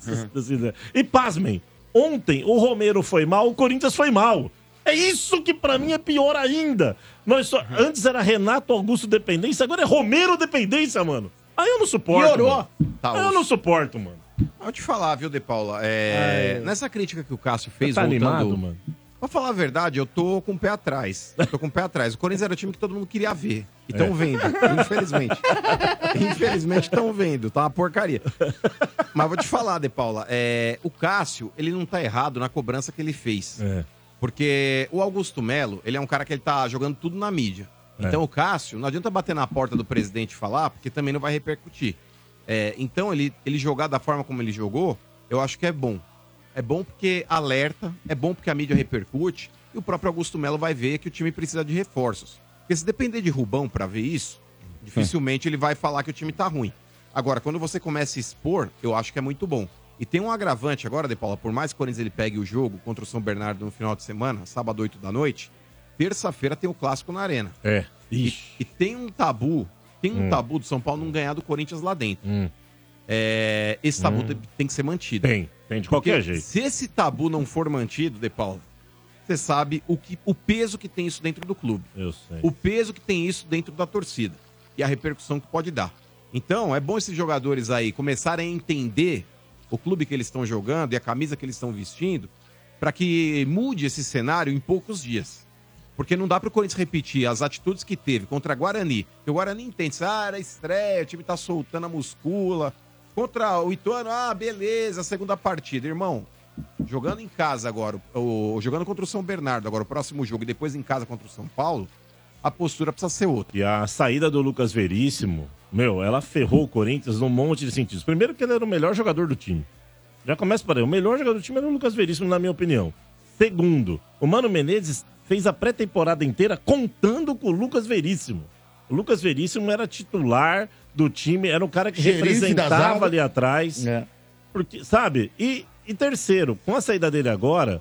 E pasmem, ontem o Romero foi mal, o Corinthians foi mal. É isso que pra mim é pior ainda. Nós só... Antes era Renato Augusto dependência, agora é Romero dependência, mano. Aí eu não suporto. Piorou. Mano. Tá, Aí eu osso. não suporto, mano. Vou te falar, viu, De Paula? É, nessa crítica que o Cássio fez, Tá voltando... animado, mano? Pra falar a verdade, eu tô com o pé atrás. Eu tô com o pé atrás. O Corinthians era o time que todo mundo queria ver. E tão É. vendo, infelizmente. Infelizmente estão vendo, tá uma porcaria. Mas vou te falar, De Paula, é, o Cássio, ele não tá errado na cobrança que ele fez. É. Porque o Augusto Melo, ele é um cara que ele tá jogando tudo na mídia. É. Então o Cássio, não adianta bater na porta do presidente e falar, porque também não vai repercutir. É, então ele, ele jogar da forma como ele jogou, eu acho que é bom. É bom porque alerta, é bom porque a mídia repercute, e o próprio Augusto Melo vai ver que o time precisa de reforços. Porque se depender de Rubão pra ver isso, dificilmente ele vai falar que o time tá ruim. Agora, quando você começa a expor, eu acho que é muito bom. E tem um agravante agora, De Paula, por mais que o Corinthians ele pegue o jogo contra o São Bernardo no final de semana, sábado, oito da noite, terça-feira tem o clássico na Arena. É. E, e tem um tabu, tem um Hum. tabu do São Paulo não ganhar do Corinthians lá dentro. Hum. É, esse tabu Hum. tem, tem que ser mantido. Tem, tem de Porque qualquer jeito. Se esse tabu não for mantido, De Paula, você sabe o, que, o peso que tem isso dentro do clube. Eu sei. O peso que tem isso dentro da torcida. E a repercussão que pode dar. Então, é bom esses jogadores aí começarem a entender o clube que eles estão jogando e a camisa que eles estão vestindo, para que mude esse cenário em poucos dias. Porque não dá para o Corinthians repetir as atitudes que teve contra a Guarani. Porque o Guarani entende, ah, era estreia, o time tá soltando a muscula. Contra o Ituano, ah, beleza, segunda partida. Irmão, jogando em casa agora, o, jogando contra o São Bernardo agora, o próximo jogo, e depois em casa contra o São Paulo, a postura precisa ser outra. E a saída do Lucas Veríssimo, meu, ela ferrou o Corinthians num monte de sentidos. Primeiro que ele era o melhor jogador do time. Já começa por aí. O melhor jogador do time era o Lucas Veríssimo, na minha opinião. Segundo, o Mano Menezes fez a pré-temporada inteira contando com o Lucas Veríssimo. O Lucas Veríssimo era titular do time, era o cara que Xerife da representava zaga. ali atrás. É. Porque, sabe? E, e terceiro, com a saída dele agora,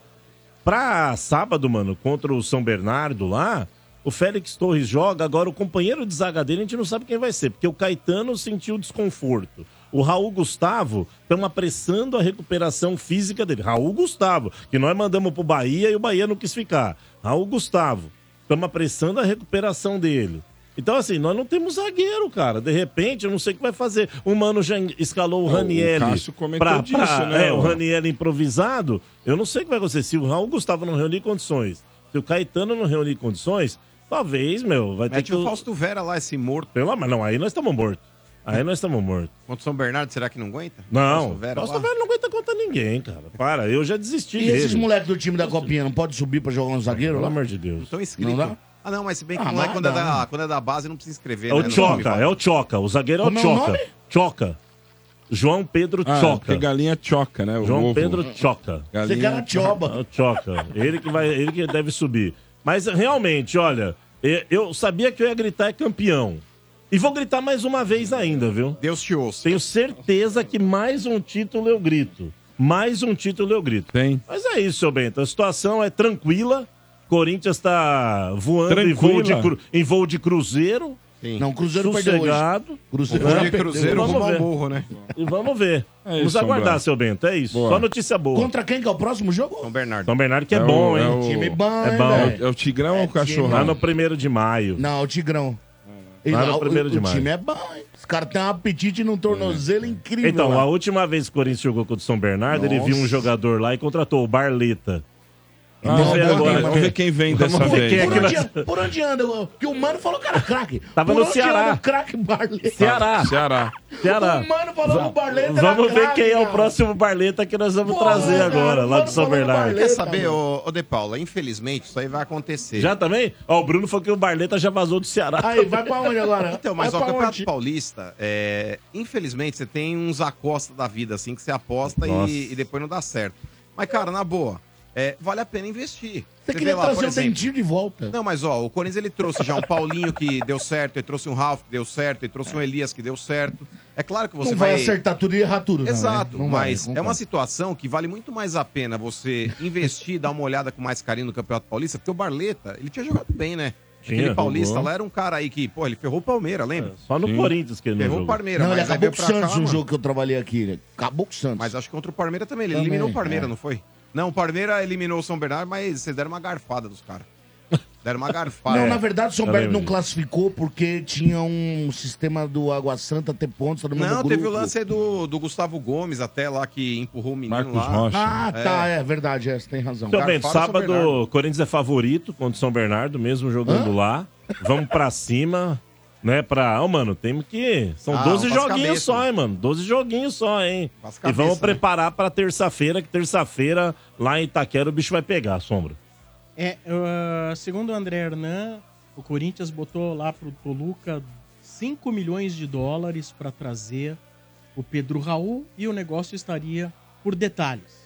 pra sábado, mano, contra o São Bernardo lá, o Félix Torres joga, agora o companheiro de zaga dele a gente não sabe quem vai ser, porque o Caetano sentiu desconforto. O Raul Gustavo, estão apressando a recuperação física dele. Raul Gustavo, que nós mandamos pro Bahia e o Bahia não quis ficar. Raul Gustavo, estamos apressando a recuperação dele. Então, assim, nós não temos zagueiro, cara. De repente, eu não sei o que vai fazer. O Mano já escalou o O Ranielli. Cássio comentou disso, né, É, o o- Ranielli improvisado. Eu não sei o que vai acontecer. Se o Raul Gustavo não reunir condições, se o Caetano não reunir condições, talvez, meu, vai ter Mete que... o Fausto Vera lá, esse morto. Pelo mas não, aí nós estamos mortos. Aí nós estamos mortos. Contra o São Bernardo, será que não aguenta? Não, Fausto Vera Fausto lá? Vera não aguenta contra ninguém, cara. Para, eu já desisti E dele. esses moleques do time da Copinha não pode subir pra jogar um zagueiro Pelo lá? amor de Deus. Estão inscritos. Não dá? Ah, não, mas se bem que Ah, o moleque, mas quando, é dá, da, né? quando é da base, não precisa inscrever, É né? o no Choca, time. é o Choca. O zagueiro é o Como é o Choca. nome? Choca. João Pedro Ah, Choca. porque galinha choca, né? O João ovo. Pedro Choca. Você quer a choba. É o Choca. Ele que, vai, ele que deve subir. Mas realmente, olha, eu- eu sabia que eu ia gritar é campeão. E vou gritar mais uma vez ainda, viu? Deus te ouça. Tenho certeza que mais um título eu grito. Mais um título eu grito. Tem. Mas é isso, seu Bento. A situação é tranquila. Corinthians tá voando em voo, de Tranquila? cru- em voo de cruzeiro. Sim. Não, o Cruzeiro perdeu hoje. Sossegado. Cruzeiro Né? já de perdeu. Cruzeiro Vamos rumo ao ver. morro, né? E vamos ver. É Vamos isso, aguardar, Sombra. seu Bento. É isso. Boa. Só notícia boa. Contra quem que é o próximo jogo? São Bernardo. São Bernardo que é, É o- bom, é hein? o- Time bom, É hein, bom. velho? É o Tigrão ou o É, Cachorrão? Lá no primeiro de maio. Não, o Tigrão. Lá E no o- primeiro o, de o maio. time é bom, hein? Os caras têm um apetite no tornozelo incrível. Então, lá. a última vez que o Corinthians jogou contra o São Bernardo, ele Nossa. viu um jogador lá e contratou o Barleta. Ah, Vamos ver vamos, agora. ver, vamos ver quem vem dessa Vamos ver vez. quem é Por que onde, nós- an- por onde anda? Que o Mano falou que era craque. Tava Por no onde Ceará. anda o craque Barleta? Ceará. Ceará. Ceará. O Mano falou que o Barleta era Vamos ver craque, quem é o cara. próximo Barleta que nós vamos Porra, trazer cara, agora, o lá Mano do São falou do Bernardo. Barleta. Quer saber, mano. ô, ô De Paula, infelizmente isso aí vai acontecer. Já também? Ó, o Bruno falou que o Barleta já vazou do Ceará. Aí, vai pra onde agora? Então, mas vai ó, o pra Campeonato onde? Paulista, é, infelizmente, você tem uns Acosta da vida, assim, que você aposta Nossa. e, e depois não dá certo. Mas, cara, na boa, é, vale a pena investir. Você vê queria lá, trazer por o exemplo- Dentinho de volta. Não, mas ó, o Corinthians ele trouxe já um Paulinho que deu certo, ele trouxe um Ralf que deu certo, ele trouxe um Elias que deu certo. É claro que você Não vai vai... acertar tudo e errar tudo. não, Exato, né? Não vai, mas é concordo. uma situação que vale muito mais a pena você investir, dar uma olhada com mais carinho no Campeonato Paulista, porque o Barleta, ele tinha jogado bem, né? Tinha, Aquele Paulista jogou. lá era um cara aí que, pô, ele ferrou o Palmeiras, lembra? Só no Sim. Corinthians que ele não Ferrou o jogou. Palmeiras, Não, ele mas aí acabou veio com o pra cá, Santos um mano. jogo que eu trabalhei aqui. Ele acabou com o Santos. Mas acho que contra o Palmeiras também, ele Também, eliminou o Palmeiras, é. não foi? Não, o Palmeiras eliminou o São Bernardo, mas vocês deram uma garfada dos caras. Deram uma garfada. Não, É, na verdade, o São eu Bernardo lembro não disso. classificou porque tinha um sistema do Água Santa ter pontos, todo mundo Não, no teve o grupo. lance aí do, do Gustavo Gomes até lá, que empurrou o menino Marcos lá. Rocha. Ah, tá, é, verdade, é, você tem razão. Então, bem, Garfada, São sábado, Bernardo. o Corinthians é favorito contra o São Bernardo, mesmo jogando lá. Vamos pra cima, né? Pra. Ó, mano, temos que. São Ah, doze com as joguinhos cabeças, só, hein, mano? doze joguinhos só, hein? Com as E cabeças, vamos né? preparar pra terça-feira, que terça-feira, lá em Itaquera, o bicho vai pegar, Sombra. É, uh, segundo o André Hernan, o Corinthians botou lá pro Toluca cinco milhões de dólares para trazer o Pedro Raul e o negócio estaria por detalhes.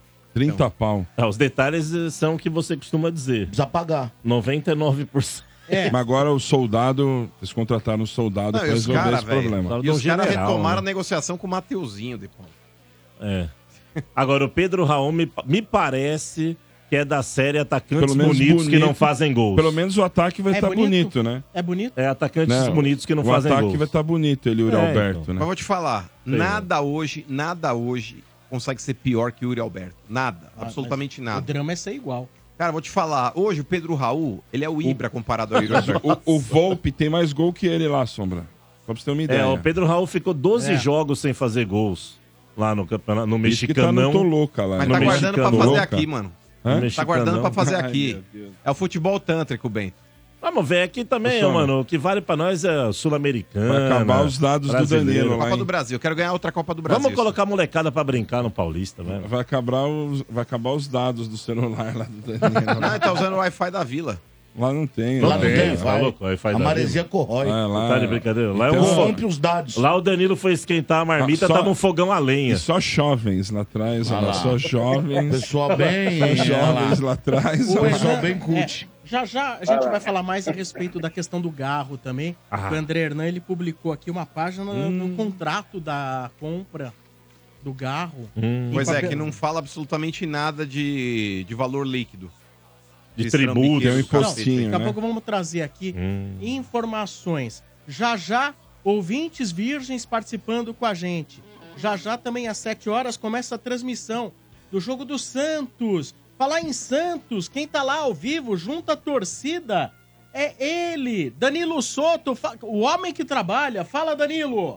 trinta pau. Ah, os detalhes eh, são o que você costuma dizer. Precisa pagar. noventa e nove por cento. Mas agora o soldado, eles contrataram o soldado Não, para e os resolver cara, esse velho, problema. E os caras general, retomaram né? a negociação com o Mateuzinho depois. É. Agora, o Pedro Raul me, me parece que é da série atacantes Pelo menos bonitos que bonito. não fazem gols. Pelo menos o ataque vai É estar bonito? bonito, né? É bonito? É atacantes Né? bonitos que não o fazem ataque gols. vai estar bonito, ele e o Yuri É, Alberto, então. né? Mas vou te falar, Sei, nada hoje, nada hoje consegue ser pior que o Yuri Alberto. Nada, Ah, absolutamente mas nada. O drama é ser igual. Cara, vou te falar, hoje o Pedro Raul, ele é o Ibra comparado ao Yuri Alberto. O, o Volpe tem mais gol que ele lá, Sombra. Só pra você ter uma ideia. É, o Pedro Raul ficou doze É. jogos sem fazer gols lá no campeonato, no Isso que tá no Mexicanão. Toluca lá. Mas no tá guardando pra Mexicano. fazer Louca. aqui, mano. Hã? No Tá guardando pra Mexicanão. fazer Ai, aqui. meu Deus. É o futebol tântrico, Bento. Vamos ver aqui também, Ô, Sombra. mano. O que vale pra nós é a Sul-Americana. Vai acabar os dados do brasileiro. Danilo lá, Copa hein? do Brasil, eu quero ganhar outra Copa do Brasil. Vamos colocar a molecada pra brincar no Paulista, velho. Vai acabar, os, vai acabar os dados do celular lá do Danilo. Não, ele tá usando o Wi-Fi da Vila. Lá não tem. Lá não né? tem, Tá vai. louco? Aí faz A da maresia corrói. Ah, lá, Tá de brincadeira? Lá é Então, um fo- Rompe os dados. Lá o Danilo foi esquentar a marmita, Ah, só- tava um fogão a lenha. E só jovens lá atrás, Ah olha lá, lá. só jovens. Pessoal bem... Só olha jovens lá. lá atrás. O olha lá. pessoal Hernan- bem cult. é, já já a gente vai falar mais a respeito da questão do Garro também. Ah. O André Hernan, ele publicou aqui uma página no contrato da compra do Garro. Hum. Pois E é, pra- que não fala absolutamente nada de, de valor líquido. De Esse tributo, trambiqueiro, tem um cacete. impostinho, Daqui a né? pouco vamos trazer aqui Hum. informações. Já já, ouvintes virgens participando com a gente. Já já também às sete horas começa a transmissão do jogo do Santos. Falar em Santos, quem tá lá ao vivo junto à torcida é ele, Danilo Soto, fa- o homem que trabalha. Fala, Danilo.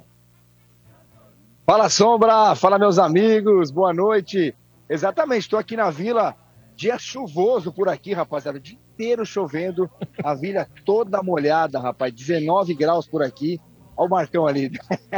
Fala, Sombra! Fala, meus amigos! Boa noite! Exatamente, estou aqui na Vila, dia chuvoso por aqui, rapaziada, o dia inteiro chovendo, a Vila toda molhada, rapaz, dezenove graus por aqui, olha o Marcão ali.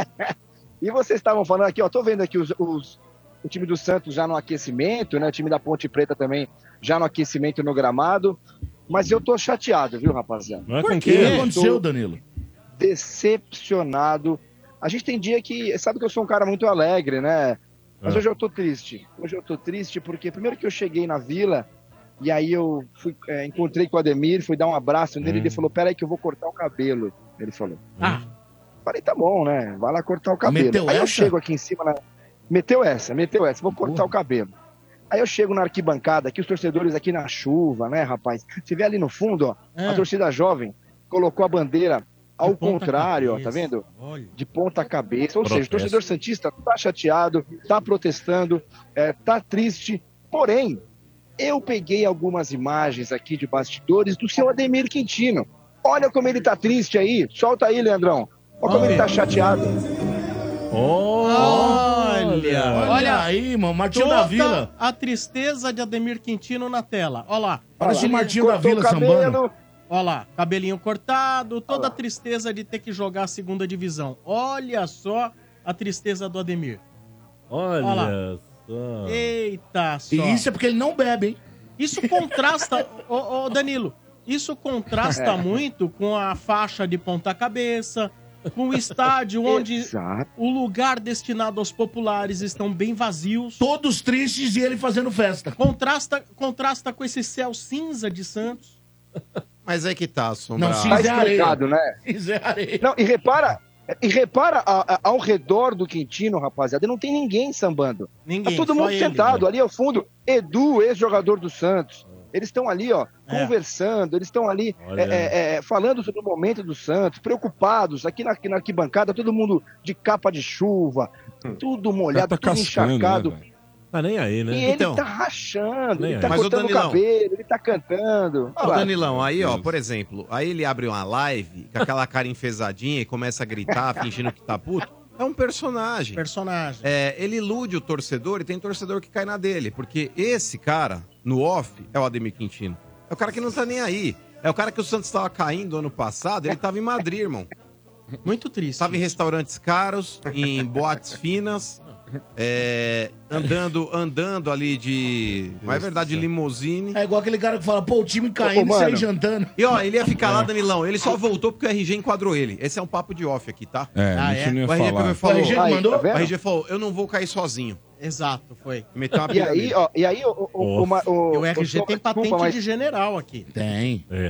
E vocês estavam falando aqui, ó, tô vendo aqui os, os- o time do Santos já no aquecimento, né, o time da Ponte Preta também já no aquecimento no gramado, mas eu tô chateado, viu, rapaziada? Não é Por com que quem? aconteceu, Danilo? Decepcionado. A gente tem dia que, sabe que eu sou um cara muito alegre, né? Mas É. hoje eu tô triste. Hoje eu tô triste porque primeiro que eu cheguei na Vila e aí eu fui, é, encontrei com o Ademir, fui dar um abraço nele, Hum. ele falou, peraí que eu vou cortar o cabelo. Ele falou. Ah, Falei, tá bom, né? Vai lá cortar o cabelo. Meteu aí eu essa? chego aqui em cima, na... meteu essa, meteu essa, vou cortar o cabelo. Aí eu chego na arquibancada, aqui os torcedores aqui na chuva, né, rapaz? Você vê ali no fundo, ó, É. a torcida jovem colocou a bandeira ao De ponta contrário, ó, cabeça. tá vendo? Olha. De ponta cabeça. Ou seja, o Protesto. torcedor santista tá chateado, tá protestando, é, tá triste. Porém, eu peguei algumas imagens aqui de bastidores do seu Ademir Quintino. Olha como ele tá triste aí. Solta aí, Leandrão. Olha como Olha. ele tá chateado. Olha, Olha, olha aí, mano, Martinho toda da Vila. a tristeza de Ademir Quintino na tela. Olha lá. Parece o Olha lá. Martinho da Cortou Vila o cabelo. sambando. Olha lá, cabelinho cortado, toda Olha a lá. tristeza de ter que jogar a segunda divisão. Olha só a tristeza do Ademir. Olha Olha só. Eita só. E isso é porque ele não bebe, hein? Isso contrasta, ô, ô, Danilo, isso contrasta É. muito com a faixa de ponta-cabeça, com o estádio onde Exato. o lugar destinado aos populares estão bem vazios. Todos tristes e ele fazendo festa. Contrasta, contrasta com esse céu cinza de Santos. Mas é que tá, Sombra. Não, sim. Tá Isso é areia. explicado, né? Isso é areia. Não, e repara, e repara a- a- ao redor do Quintino, rapaziada, não tem ninguém sambando. Ninguém, Tá todo só mundo ele. sentado ali ao fundo. Edu, ex-jogador do Santos. Eles estão ali, ó, É. conversando, eles estão ali Olha. é, é, é, falando sobre o momento do Santos, preocupados. Aqui na, aqui na arquibancada, todo mundo de capa de chuva, tudo molhado, tá tudo cascando, encharcado. né, velho? Tá nem aí, né? E ele Então. tá rachando, Nem ele aí. tá Mas o cortando o Danilão. cabelo, ele tá cantando. Ô, Olha lá. Danilão, aí, ó, por exemplo, aí ele abre uma live com aquela cara enfesadinha e começa a gritar, fingindo que tá puto. É um personagem. Personagem. É, ele ilude o torcedor e tem torcedor que cai na dele. Porque esse cara, no off, é o Ademir Quintino. É o cara que não tá nem aí. É o cara que o Santos tava caindo ano passado, ele tava em Madrid, irmão. Muito triste. Tava em restaurantes caros, em boates finas, é, andando, andando ali de. Não é verdade, de limousine. É igual aquele cara que fala, pô, o time caindo Ô, e sair mano. jantando. E ó, ele ia ficar lá, Danilão. Ele só voltou porque o R G enquadrou ele. Esse é um papo de off aqui, tá? É, Ah, a gente é? não ia O R G falar. falou. O R G que Aí, mandou? tá O vendo? R G falou: eu não vou cair sozinho. Exato, foi. Meteu uma E aí, piramide. ó, e aí o, o, o, o, E o R G Sombra, tem patente desculpa, mas de general aqui. Tem. É.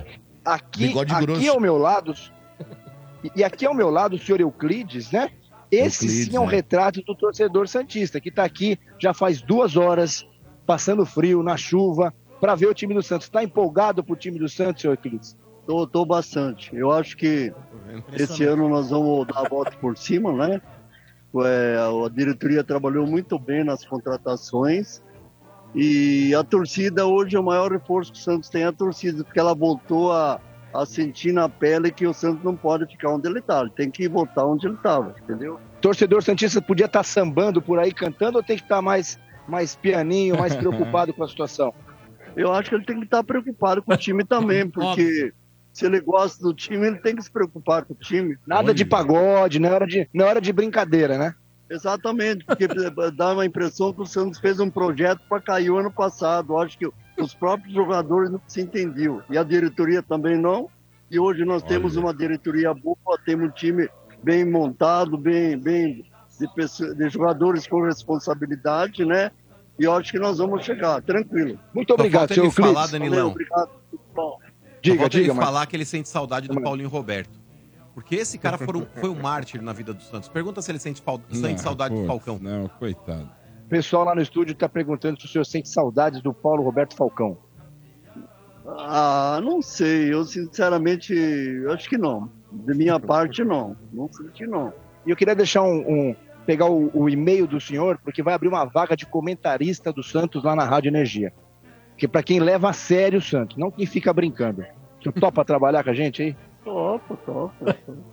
aqui, Bigode aqui grosso. ao meu lado, e aqui ao meu lado o senhor Euclides, né? Esse Euclides, sim é um né? retrato do torcedor santista, que tá aqui já faz duas horas, passando frio, na chuva, para ver o time do Santos. Tá empolgado pro time do Santos, senhor Euclides? Tô, tô bastante. Eu acho que esse ano nós vamos dar a volta por cima, né? É, a diretoria trabalhou muito bem nas contratações e a torcida hoje é o maior reforço que o Santos tem, a torcida, porque ela voltou a, a sentir na pele que o Santos não pode ficar onde ele está, ele tem que voltar onde ele estava, entendeu? Torcedor santista podia estar sambando por aí, cantando, ou tem que estar mais, mais pianinho, mais preocupado com a situação? Eu acho que ele tem que estar preocupado com o time também, porque se ele gosta do time, ele tem que se preocupar com o time. Nada de pagode, não é hora de, não é hora de brincadeira, né? Exatamente, porque dá uma impressão que o Santos fez um projeto para cair o ano passado. Eu acho que os próprios jogadores não se entendiam. E a diretoria também não. E hoje nós Olha. temos uma diretoria boa, temos um time bem montado, bem, bem de, pessoas, de jogadores com responsabilidade, né? E eu acho que nós vamos chegar, tranquilo. Muito obrigado, senhor Euclides. Falar, Danilão. Valeu, obrigado, tudo bom. Diga, Falta diga, ele mas... falar que ele sente saudade do Paulinho Roberto. Porque esse cara foi um, foi um mártir na vida do Santos. Pergunta se ele sente, sente Não, saudade pô, do Falcão. Não, coitado. O pessoal lá no estúdio está perguntando se o senhor sente saudades do Paulo Roberto Falcão. Ah, não sei. Eu, sinceramente, acho que não. De minha parte, não. Não senti, não. E eu queria deixar um... um pegar o, o e-mail do senhor, porque vai abrir uma vaga de comentarista do Santos lá na Rádio Energia. Que para quem leva a sério o Santos, não quem fica brincando. O senhor topa trabalhar com a gente aí? Topa, topa.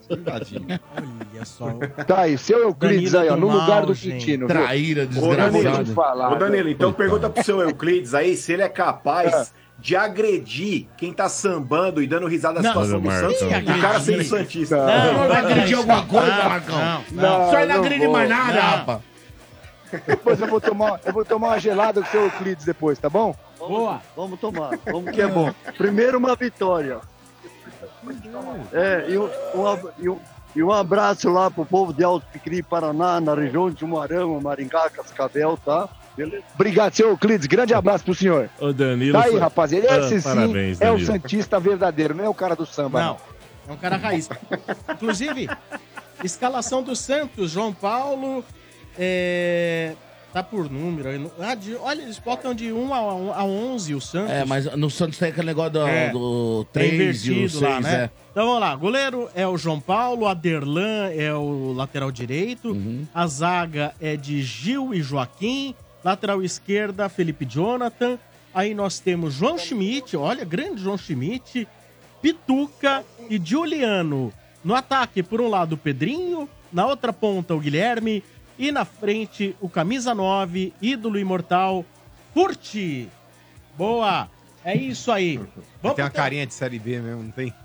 Olha só. Tá aí, seu Euclides Danilo aí, ó, do no mal, lugar do gente. Quintino. Traíra, Ô, Danilo, desgraçado. Ô, Danilo, então pergunta pro seu Euclides aí se ele é capaz de agredir quem tá sambando e dando risada da situação do Santos. O cara sendo santista. Não, não vai agredir alguma coisa, Marcão. Não, só ele não agride mais nada, rapaz. Depois eu vou tomar, eu vou tomar uma gelada com o seu Euclides depois, tá bom? Boa. Vamos tomar, vamos que é bom. Primeiro uma vitória. É, e um, um, e um, e um abraço lá pro povo de Alto Picri, Paraná, na região de Umuarama, Maringá, Cascavel, tá? Beleza? Obrigado, seu Euclides. Grande abraço pro senhor. Ô, Danilo. Tá aí, foi... rapaziada. Esse ah, sim parabéns, é o Danilo. santista verdadeiro, não é o cara do samba. Não, é um cara raiz. Inclusive, escalação do Santos, João Paulo, é... tá por número. Ah, de... Olha, eles botam de um a onze o Santos. É, mas no Santos tem aquele negócio do, É. do Tá três e o invertido lá, seis, né? é. Então vamos lá, goleiro é o João Paulo, Aderlan é o lateral direito, Uhum. a zaga é de Gil e Joaquim, lateral esquerda Felipe Jonathan, aí nós temos João Schmidt, olha, grande João Schmidt, Pituca e Giuliano. No ataque, por um lado o Pedrinho, na outra ponta o Guilherme e na frente o camisa nove, ídolo imortal, Furti. Boa, é isso aí. Vamos Tem uma pro- carinha de Série B mesmo, não tem?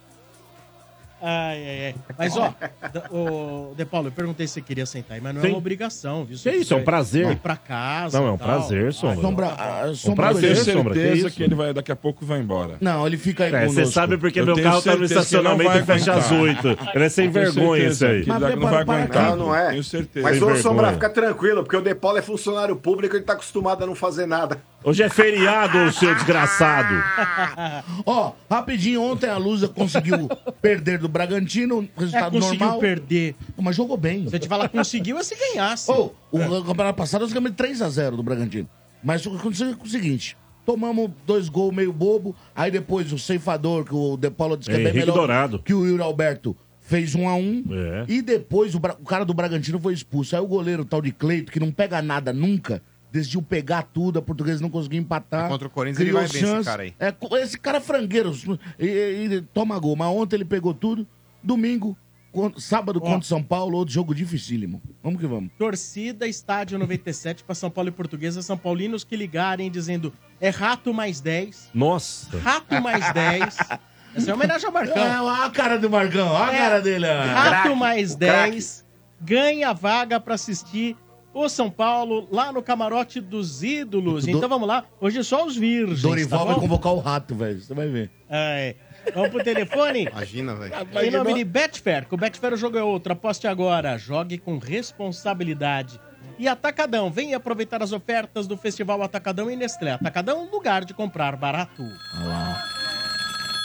Ai, ai, ai. Mas, ó, da- o De Paulo, eu perguntei se você queria sentar aí, mas não é Sim. uma obrigação, viu? Que isso, é um prazer. Ir pra casa. Não, é um e tal. prazer, Sombra. Sombra, ah, Um Sombra, prazer, coisa- Sombra. Que certeza isso? que ele vai, daqui a pouco vai embora. Não, ele fica aí É, você conosco. sabe porque Eu meu tenho carro tá no certeza que ele não estacionamento e vai fecha às aguentar. oito. Ele é sem Eu tenho vergonha isso certeza aí. que Mas ele vem não vai para- para aguentar. Não, não é. Tenho certeza. Mas, Sem ô, Sombra, vergonha. fica tranquilo, porque o De Paulo é funcionário público, ele tá acostumado a não fazer nada. Hoje é feriado, seu desgraçado. Ó, rapidinho, ontem a Lusa conseguiu perder do Bragantino, É, resultado conseguiu normal. perder. Mas jogou bem. Se eu te falar conseguiu, é se ganhasse. Ô, o campeonato passado nós ganhamos três a zero do Bragantino. Mas o que aconteceu é o seguinte: tomamos dois gols meio bobo, aí depois o ceifador, que o De Paulo disse que é bem Henrique melhor Dourado. que o Yuri Alberto, fez um a um. É. E depois o, Bra- o cara do Bragantino foi expulso. Aí o goleiro, o tal de Cleito, que não pega nada nunca, decidiu pegar tudo, a Portuguesa não conseguiu empatar. Contra o Corinthians ele criou vai bem, esse chance. cara aí. É, co- esse cara é frangueiro. E, e- e toma gol. Mas ontem ele pegou tudo. Domingo, con- sábado contra o São Paulo, outro jogo dificílimo. Vamos que vamos. Torcida Estádio noventa e sete para São Paulo e Portuguesa. São Paulinos que ligarem dizendo é rato mais dez. Nossa. Rato mais dez. Essa é homenagem ao Marcão. É, olha a cara do Marcão, olha a É. cara dele. ó. Rato craque, mais o craque. dez ganha vaga para assistir o São Paulo lá no camarote dos ídolos. Do- Então vamos lá. Hoje é só os virgens. Dorival tá vai bom? convocar o rato, velho. Você vai ver. É. Vamos pro telefone? Imagina, velho. Em nome de Betfair. Com o Betfair o jogo é outro. Aposte agora. Jogue com responsabilidade. E Atacadão. Vem aproveitar as ofertas do Festival Atacadão e Nestlé. Atacadão, lugar de comprar barato.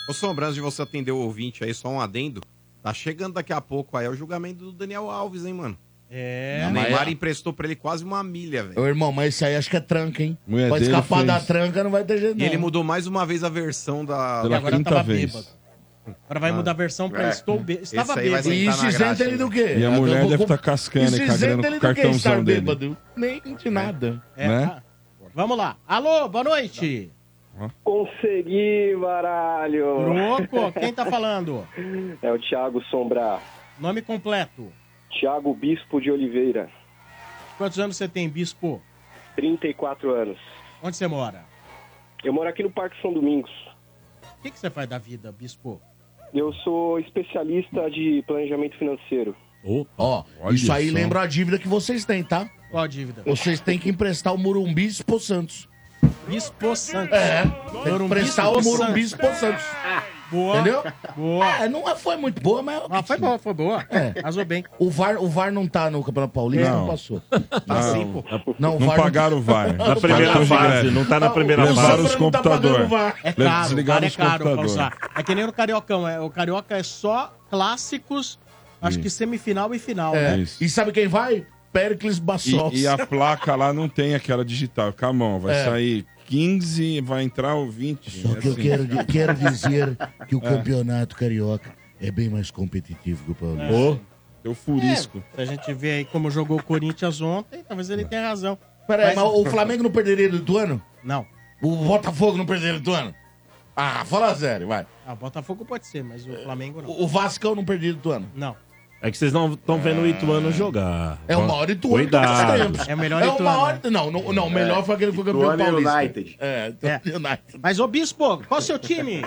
Ô, Sombra, antes de você atender o ouvinte aí, só um adendo. Tá chegando daqui a pouco aí o julgamento do Daniel Alves, hein, mano? É. O Neymar emprestou pra ele quase uma milha, velho. Ô, irmão, mas esse aí acho que é tranca, hein? Mulher Pode dele escapar fez- da tranca, não vai ter jeito, E não. ele mudou mais uma vez a versão da... Pela agora quinta tava vez. bêbado. Agora vai Ah. mudar a versão pra É. estou bê- estava Esse aí vai bêbado. E sentar se na isenta graxa, ele do né? quê? E a mulher Eu vou- deve estar cascando E se e cagando isenta com ele o do quê? cartãozão Estar dele. bêbado? Nem de nada. É, Né? tá. Vamos lá. Alô, boa noite. Consegui, baralho! Troco, quem tá falando? É o Thiago Sombra. Nome completo. Thiago Bispo de Oliveira. Quantos anos você tem, Bispo? trinta e quatro anos. Onde você mora? Eu moro aqui no Parque São Domingos. O que, que você faz da vida, Bispo? Eu sou especialista de planejamento financeiro. Ó, Olha isso aí só. lembra a dívida que vocês têm, tá? Qual a dívida? Vocês têm que emprestar o Murumbi Expo Santos. Bispo Santos. É, tem que Morumbi emprestar o Expo Murumbi Santos. Expo Santos. Boa. Entendeu? Boa. É, não foi muito boa, mas... Ah, foi boa, foi boa. É. Arrasou bem. O V A R, o V A R não tá no Campeonato Paulista, não, Não. passou. Tá sim, pô. Não, o Não V A R pagaram o V A R. Na primeira Cartão de fase, greve. não tá na primeira O Levaram fase. os Sandro não tá computadores. pagando o V A R. É caro, o V A Desligaram R é os caro pra computadores. usar. É que nem no Cariocão. É, o Carioca é só clássicos, acho que semifinal e final, É. né? Isso. E sabe quem vai? Péricles Bassos. E, e a placa lá não tem aquela digital. Com a mão, vai É. sair quinze, vai entrar o vinte. Só que eu assim. quero, di- quero dizer que o campeonato carioca é bem mais competitivo que o paulista. Ô, teu furisco. Se a gente vê aí como jogou o Corinthians ontem, talvez ele tenha razão. Peraí, Mas- mas o Flamengo não perderia do Ituano? Não. O Botafogo não perderia do Ituano? Ah, fala sério, vai. Ah, o Botafogo pode ser, mas o Flamengo não. O o Vascão não perderia do Ituano? Não. É que vocês não estão vendo o Ituano jogar. É o maior Ituano Cuidado. de todos os tempos. É o melhor É o Ituano, maior... né? Não, não, não, o melhor foi aquele que foi campeão Ituano e paulista. United. É, É. Ituano e United. Mas, ô Bispo, qual o seu time?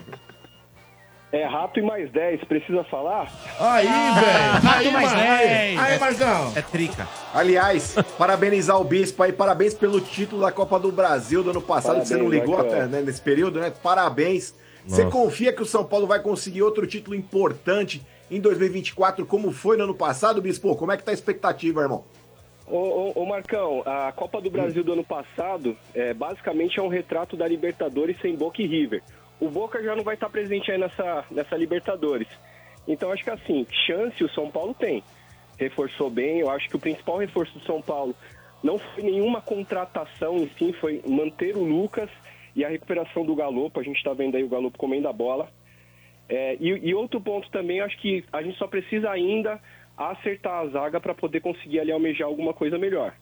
É rato e mais dez, precisa falar? Aí, velho. Aí, mais Mar- aí, dez. aí, Marcão. É trica. Aliás, parabenizar o Bispo aí, parabéns pelo título da Copa do Brasil do ano passado, que você não Parabéns, ligou Marcão. até né, nesse período, né? Parabéns. Você confia que o São Paulo vai conseguir outro título importante em dois mil e vinte e quatro, como foi no ano passado, Bispo? Como é que tá a expectativa, irmão? Ô, ô, ô, Marcão, a Copa do Brasil do ano passado, é, basicamente é um retrato da Libertadores sem Boca e River. O Boca já não vai estar presente aí nessa, nessa Libertadores. Então, acho que assim, chance o São Paulo tem. Reforçou bem, eu acho que o principal reforço do São Paulo não foi nenhuma contratação em si, foi manter o Lucas e a recuperação do Galopo. A gente está vendo aí o Galopo comendo a bola. É, e, e outro ponto também, eu acho que a gente só precisa ainda acertar a zaga para poder conseguir ali almejar alguma coisa melhor.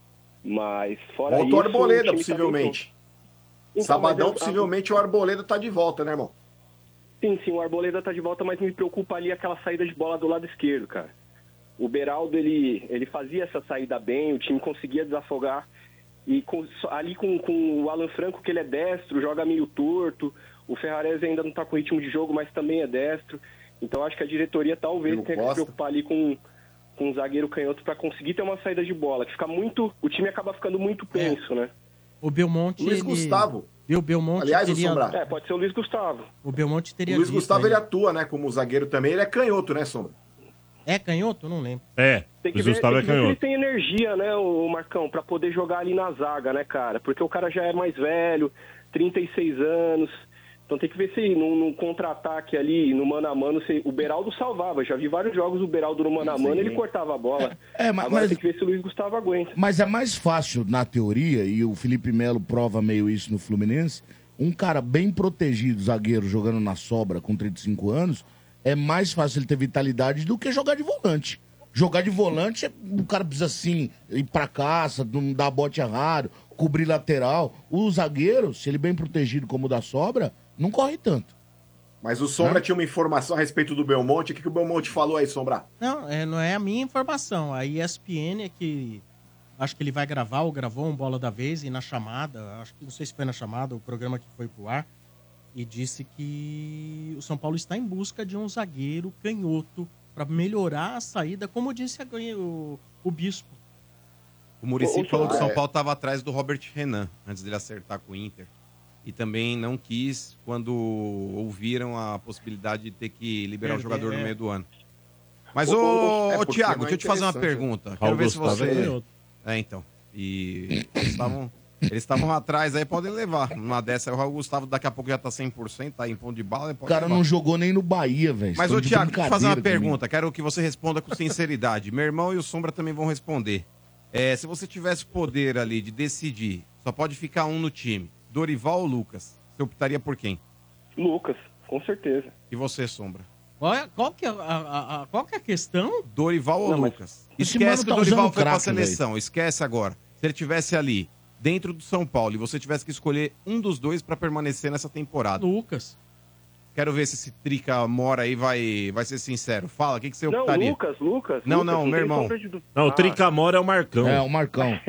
Mas fora Volta isso... o Arboleda, time tá bem possivelmente. pronto. Então, Sabadão, mas eu- possivelmente, o Arboleda tá de volta, né, irmão? Sim, sim, o Arboleda tá de volta, mas me preocupa ali aquela saída de bola do lado esquerdo, cara. O Beraldo, ele, ele fazia essa saída bem, o time conseguia desafogar. E com- só- ali com, com o Alan Franco, que ele é destro, joga meio torto. O Ferrarese ainda não tá com ritmo de jogo, mas também é destro. Então acho que a diretoria talvez Diego tenha que se Costa. preocupar ali com, com um zagueiro canhoto para conseguir ter uma saída de bola. Que fica muito. O time acaba ficando muito penso, né? O Belmonte. Luiz ele... Gustavo. E o Belmonte Aliás, o teria... Sombra. É, pode ser o Luiz Gustavo. O Belmonte O teria Luiz dito Gustavo, aí. ele atua, né? Como zagueiro também. Ele é canhoto, né, Sombra? É canhoto? Eu não lembro. É, Tem que Luiz ver, Gustavo tem é que ver se ele canhoto. tem energia, né, o Marcão, pra poder jogar ali na zaga, né, cara? Porque o cara já é mais velho, trinta e seis anos. Então tem que ver se no, no contra-ataque ali, no mano a mano, se, o Beraldo salvava. Já vi vários jogos o Beraldo no mano a mano, ele cortava a bola. É, é, mas- Agora mas- tem que ver se o Luiz Gustavo aguenta. Mas é mais fácil, na teoria, e o Felipe Melo prova meio isso no Fluminense, um cara bem protegido, zagueiro, jogando na sobra com trinta e cinco anos, é mais fácil ele ter vitalidade do que jogar de volante. Jogar de volante, é- o cara precisa, assim, ir pra caça, não dar bote errado, cobrir lateral. O zagueiro, se ele bem protegido como o da sobra, não corre tanto. Mas o Sombra Hã? tinha uma informação a respeito do Belmonte. O que, que o Belmonte falou aí, Sombra? Não, é, não é a minha informação. A E S P N é que acho que ele vai gravar ou gravou um Bola da Vez e na chamada, acho que não sei se foi na chamada, o programa que foi pro ar, e disse que o São Paulo está em busca de um zagueiro canhoto para melhorar a saída, como disse a- o, o Bispo. O Muricy Ô, ô, falou que o São é. Paulo estava atrás do Robert Renan, antes dele acertar com o Inter. E também não quis quando ouviram a possibilidade de ter que liberar o Perder, jogador no é. meio do ano. Mas, Ô, ô, ô, é, ô, porque Thiago, não é deixa eu te fazer uma interessante, pergunta. Paulo Quero ver se Gustavo é você... canhoto. É, então. E eles estavam Eles estavam atrás aí, podem levar. Numa dessa, o Gustavo daqui a pouco já tá cem por cento, tá em ponto de bala. O cara levar. não jogou nem no Bahia, velho. Mas, ô Estão de Thiago, deixa eu fazer uma brincadeira comigo. pergunta. Quero que você responda com sinceridade. Meu irmão e o Sombra também vão responder. É, se você tivesse poder ali de decidir, só pode ficar um no time, Dorival ou Lucas, você optaria por quem? Lucas, com certeza. E você, Sombra? Qual, é, qual, que é a, a- a- qual que é a questão? Dorival ou Não, mas- Lucas? Esse Esquece mano que tá o Dorival usando foi pra craque, seleção, esquece agora. Se ele tivesse ali, dentro do São Paulo, e você tivesse que escolher um dos dois pra permanecer nessa temporada. Lucas. Quero ver se esse Trica Mora aí vai, vai ser sincero. Fala, o que, que você Não, optaria? Lucas, Lucas. Não, Lucas, não, meu tem irmão. sombra de dúvida. Não, o Ah. Tricamora é o Marcão. É, o Marcão.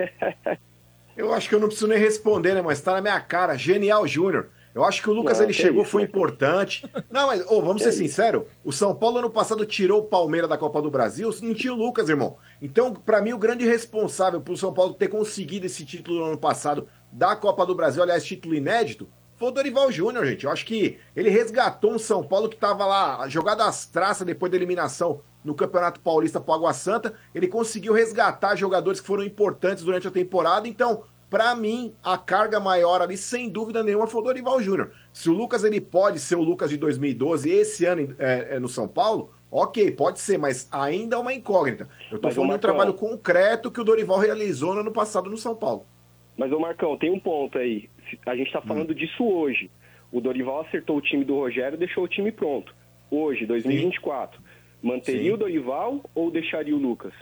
Eu acho que eu não preciso nem responder, né? Mas tá na minha cara. Genial Júnior. Eu acho que o Lucas, Não, ele que chegou, isso, foi né? importante. Não, mas, ô, vamos ser sinceros. O São Paulo, ano passado, tirou o Palmeiras da Copa do Brasil. Não tinha o Lucas, irmão. Então, pra mim, o grande responsável pro São Paulo ter conseguido esse título no ano passado da Copa do Brasil, aliás, título inédito, foi o Dorival Júnior, gente. Eu acho que ele resgatou um São Paulo que tava lá, jogado às traças depois da eliminação no Campeonato Paulista pro Água Santa. Ele conseguiu resgatar jogadores que foram importantes durante a temporada. Então, pra mim, a carga maior ali, sem dúvida nenhuma, foi o Dorival Júnior. Se o Lucas ele pode ser o Lucas de dois mil e doze esse ano é, é, no São Paulo, ok, pode ser, mas ainda é uma incógnita. Eu tô Mas, ô, falando do Marcão, trabalho concreto que o Dorival realizou no ano passado no São Paulo. Mas, ô Marcão, tem um ponto aí. A gente tá falando disso hoje. O Dorival acertou o time do Rogério e deixou o time pronto. Hoje, dois mil e vinte e quatro. Manteria Sim. o Dorival ou deixaria o Lucas?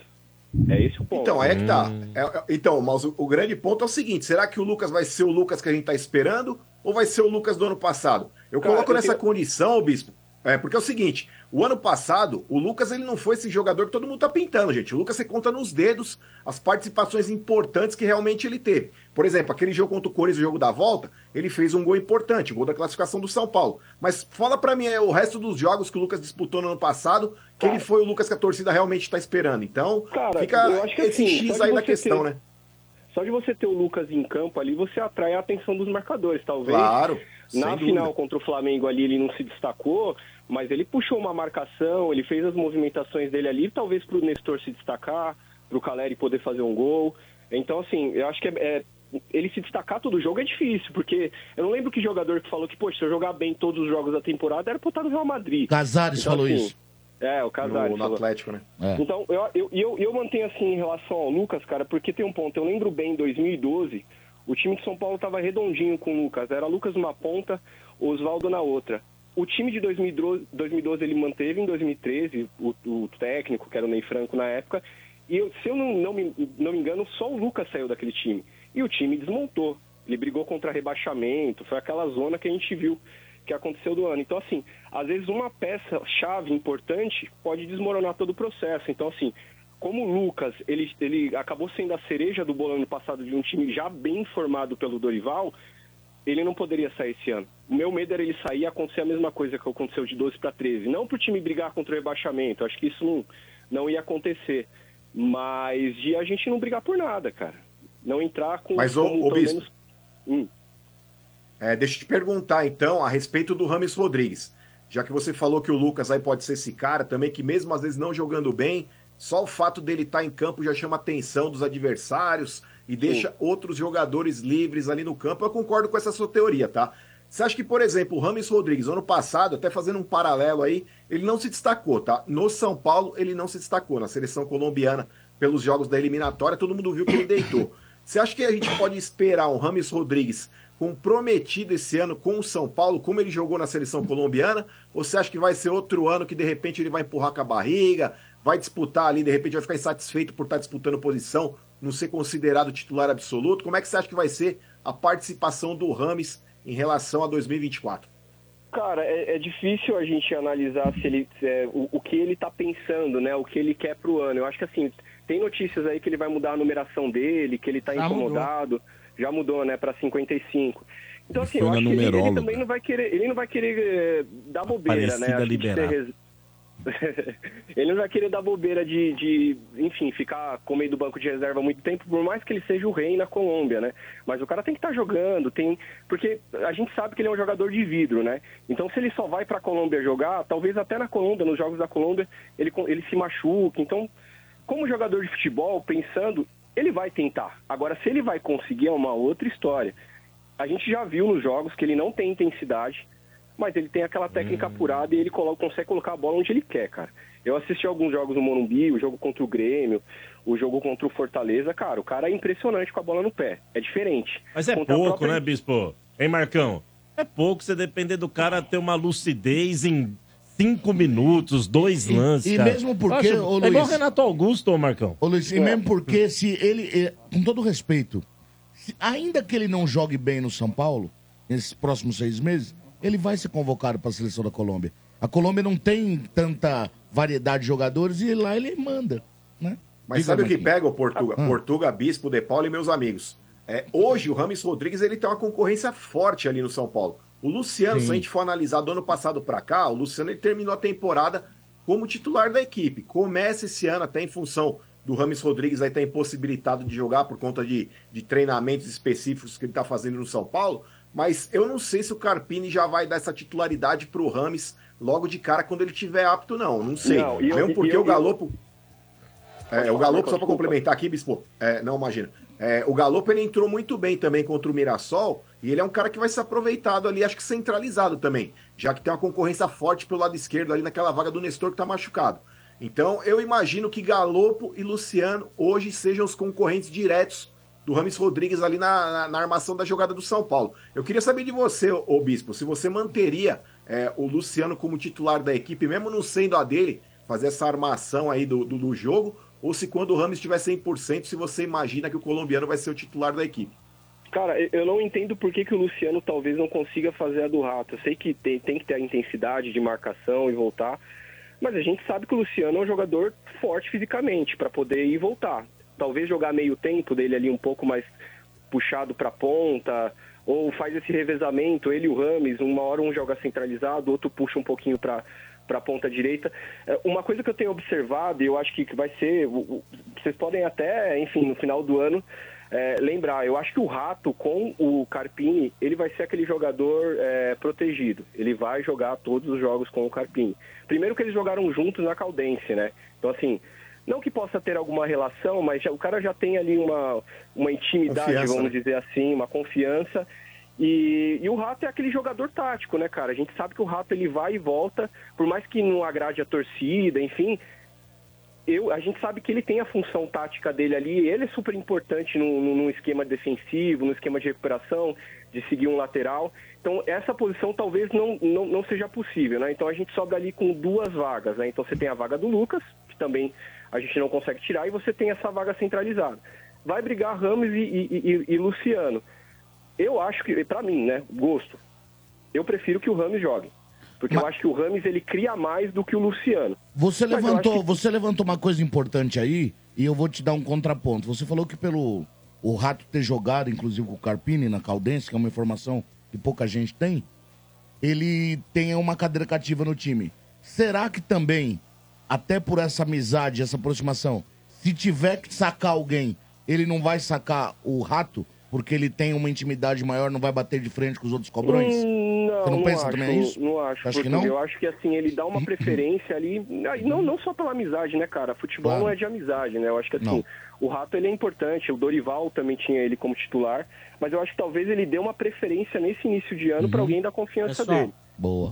É esse o ponto. Então, aí é que tá. É, é- então, mas o, o grande ponto é o seguinte: será que o Lucas vai ser o Lucas que a gente tá esperando ou vai ser o Lucas do ano passado? Eu Cara, coloco eu nessa tenho- condição, ô Bispo, é, porque é o seguinte: o ano passado, o Lucas ele não foi esse jogador que todo mundo tá pintando, gente. O Lucas você conta nos dedos as participações importantes que realmente ele teve. Por exemplo, aquele jogo contra o Corinthians, o jogo da volta, ele fez um gol importante, o gol da classificação do São Paulo. Mas fala pra mim é, o resto dos jogos que o Lucas disputou no ano passado, que ele foi o Lucas que a torcida realmente tá esperando. Então, Cara, fica eu acho que esse assim, X só aí de da você questão, ter- né? Só de você ter o Lucas em campo ali, você atrai a atenção dos marcadores, talvez. Claro, sem Na dúvida. final contra o Flamengo ali ele não se destacou, mas ele puxou uma marcação, ele fez as movimentações dele ali, talvez pro Nestor se destacar, pro Caleri poder fazer um gol. Então, assim, eu acho que é, é- ele se destacar todo jogo é difícil, porque eu não lembro que jogador que falou que, poxa, se eu jogar bem todos os jogos da temporada, era pra eu estar no Real Madrid. Casares Então, falou assim, isso. É, o Casares No, no falou. Atlético, né? É. Então, eu, eu, eu, eu mantenho assim em relação ao Lucas, cara, porque tem um ponto. Eu lembro bem, em dois mil e doze, o time de São Paulo estava redondinho com o Lucas. Era Lucas numa ponta, Oswaldo na outra. O time de dois mil e doze, dois mil e doze ele manteve em dois mil e treze, o, o técnico, que era o Ney Franco na época. E eu, se eu não, não, me, não me engano, só o Lucas saiu daquele time. E o time desmontou. Ele brigou contra rebaixamento, foi aquela zona que a gente viu que aconteceu do ano. Então, assim, às vezes uma peça-chave importante pode desmoronar todo o processo. Então, assim, como o Lucas, ele, ele acabou sendo a cereja do bolo ano passado de um time já bem formado pelo Dorival, ele não poderia sair esse ano. O meu medo era ele sair e acontecer a mesma coisa que aconteceu de doze para treze. Não para o time brigar contra o rebaixamento, acho que isso não, não ia acontecer. Mas de a gente não brigar por nada, cara. Não entrar com... Mas, ô, como, ô pelo Bispo, menos- Hum. É, deixa eu te perguntar, então, a respeito do Rames Rodrigues. Já que você falou que o Lucas aí pode ser esse cara também, que mesmo às vezes não jogando bem, só o fato dele estar em campo já chama a atenção dos adversários e deixa outros jogadores livres ali no campo. Eu concordo com essa sua teoria, tá? Você acha que, por exemplo, o Rames Rodrigues, ano passado, até fazendo um paralelo aí, ele não se destacou, tá? No São Paulo, ele não se destacou. Na seleção colombiana, pelos jogos da eliminatória, todo mundo viu que ele deitou. Você acha que a gente pode esperar um Rames Rodrigues comprometido esse ano com o São Paulo, como ele jogou na seleção colombiana? Ou você acha que vai ser outro ano que de repente ele vai empurrar com a barriga, vai disputar ali, de repente vai ficar insatisfeito por estar disputando posição, não ser considerado titular absoluto? Como é que você acha que vai ser a participação do Rames em relação a dois mil e vinte e quatro? Cara, é, é difícil a gente analisar se ele, é, o, o que ele tá pensando, né? O que ele quer pro ano. Eu acho que assim, tem notícias aí que ele vai mudar a numeração dele, que ele tá Já incomodado. Mudou. Já mudou, né, pra cinquenta e cinco. Então, assim, Foi eu na acho que ele, ele numeróloga. também não vai querer, ele não vai querer eh, dar bobeira, né? Aparecida Acho que liberada. ser res- ele não vai querer dar bobeira de, de, enfim, ficar com meio do banco de reserva há muito tempo, por mais que ele seja o rei na Colômbia, né? Mas o cara tem que estar jogando, tem... Porque a gente sabe que ele é um jogador de vidro, né? Então, se ele só vai pra Colômbia jogar, talvez até na Colômbia, nos jogos da Colômbia, ele, ele se machuque. Então, como jogador de futebol, pensando... ele vai tentar. Agora, se ele vai conseguir é uma outra história. A gente já viu nos jogos que ele não tem intensidade, mas ele tem aquela técnica Hum. apurada e ele colo- consegue colocar a bola onde ele quer, cara. Eu assisti alguns jogos no Morumbi, o jogo contra o Grêmio, o jogo contra o Fortaleza, cara, o cara é impressionante com a bola no pé. É diferente. Mas é Contra a pouco, própria- né, Bispo? Hein, Marcão? É pouco você depender do cara ter uma lucidez em cinco minutos, dois E- lances, e cara. mesmo porque, Eu acho- ô, É igual o Luiz- Renato Augusto, ô, Marcão. Ô, Luiz, e mesmo porque se ele, eh, com todo respeito, se- ainda que ele não jogue bem no São Paulo, nesses próximos seis meses, ele vai ser convocado para a seleção da Colômbia. A Colômbia não tem tanta variedade de jogadores e lá ele manda, né? Mas Diga, sabe o que Marquinhos. pega, o Portuga? Ah. Portuga, Bispo, De Paulo e meus amigos. É, hoje o Rames Rodrigues ele tem uma concorrência forte ali no São Paulo. O Luciano, Sim. se a gente for analisar do ano passado para cá, o Luciano ele terminou a temporada como titular da equipe. Começa esse ano até em função do Rames Rodrigues aí estar impossibilitado de jogar por conta de, de treinamentos específicos que ele está fazendo no São Paulo. Mas eu não sei se o Carpini já vai dar essa titularidade pro Rames logo de cara quando ele tiver apto, não. Não sei. Não, e eu- Mesmo porque e eu- o Galopo. É, o Galopo, só para Desculpa. complementar aqui, Bispo. É, não, imagina. É, o Galopo ele entrou muito bem também contra o Mirassol e ele é um cara que vai ser aproveitado ali, acho que centralizado também, já que tem uma concorrência forte pelo lado esquerdo ali naquela vaga do Nestor que tá machucado. Então eu imagino que Galopo e Luciano hoje sejam os concorrentes diretos do Rames Rodrigues ali na, na, na armação da jogada do São Paulo. Eu queria saber de você, ô Bispo, se você manteria é, o Luciano como titular da equipe, mesmo não sendo a dele, fazer essa armação aí do, do, do jogo, ou se quando o Rames estiver cem por cento, se você imagina que o colombiano vai ser o titular da equipe. Cara, eu- eu não entendo por que, que o Luciano talvez não consiga fazer a do Rato. Eu sei que tem, tem que ter a intensidade de marcação e voltar, mas a gente sabe que o Luciano é um jogador forte fisicamente para poder ir e voltar. Talvez jogar meio tempo dele ali um pouco mais puxado para ponta, ou faz esse revezamento, ele e o Rames, uma hora um joga centralizado, outro puxa um pouquinho para para a ponta direita. É, uma coisa que eu tenho observado, e eu acho que que vai ser, o- o- vocês podem até, enfim, no final do ano, é, lembrar, eu acho que o Rato com o Carpini, ele vai ser aquele jogador é, protegido. Ele vai jogar todos os jogos com o Carpini. Primeiro que eles jogaram juntos na Caldense, né? Então, assim, não que possa ter alguma relação, mas já- o cara já tem ali uma, uma intimidade, Confiança, vamos né? dizer assim, uma confiança. E, e o Rato é aquele jogador tático, né, cara? A gente sabe que o Rato ele vai e volta, por mais que não agrade a torcida, enfim, eu, a gente sabe que ele tem a função tática dele ali, ele é super importante no, no, no esquema defensivo, no esquema de recuperação, de seguir um lateral. Então, essa posição talvez não, não, não seja possível, né? Então, a gente sobra ali com duas vagas, né? Então, você tem a vaga do Lucas, que também a gente não consegue tirar, e você tem essa vaga centralizada. Vai brigar Rames e, e, e, e Luciano. Eu acho que, pra mim, né, gosto, eu prefiro que o Rames jogue. Porque eu acho que o Rames, ele cria mais do que o Luciano. Você Mas eu levantou, acho que- você levantou uma coisa importante aí e eu vou te dar um contraponto. Você falou que pelo o Rato ter jogado, inclusive com o Carpini na Caldense, que é uma informação que pouca gente tem, ele tem uma cadeira cativa no time. Será que também, até por essa amizade, essa aproximação, se tiver que sacar alguém, ele não vai sacar o Rato? Porque ele tem uma intimidade maior, não vai bater de frente com os outros cobrões? Hum, não, Você não, não pensa acho, também isso? Não acho. Acho que porque não? Eu acho que assim, ele dá uma preferência ali, não, não só pela amizade, né, cara? Futebol Claro. não é de amizade, né? Eu acho que assim, Não. o Rato ele é importante, o Dorival também tinha ele como titular, mas eu acho que talvez ele dê uma preferência nesse início de ano pra alguém da confiança Pessoal, dele. Boa.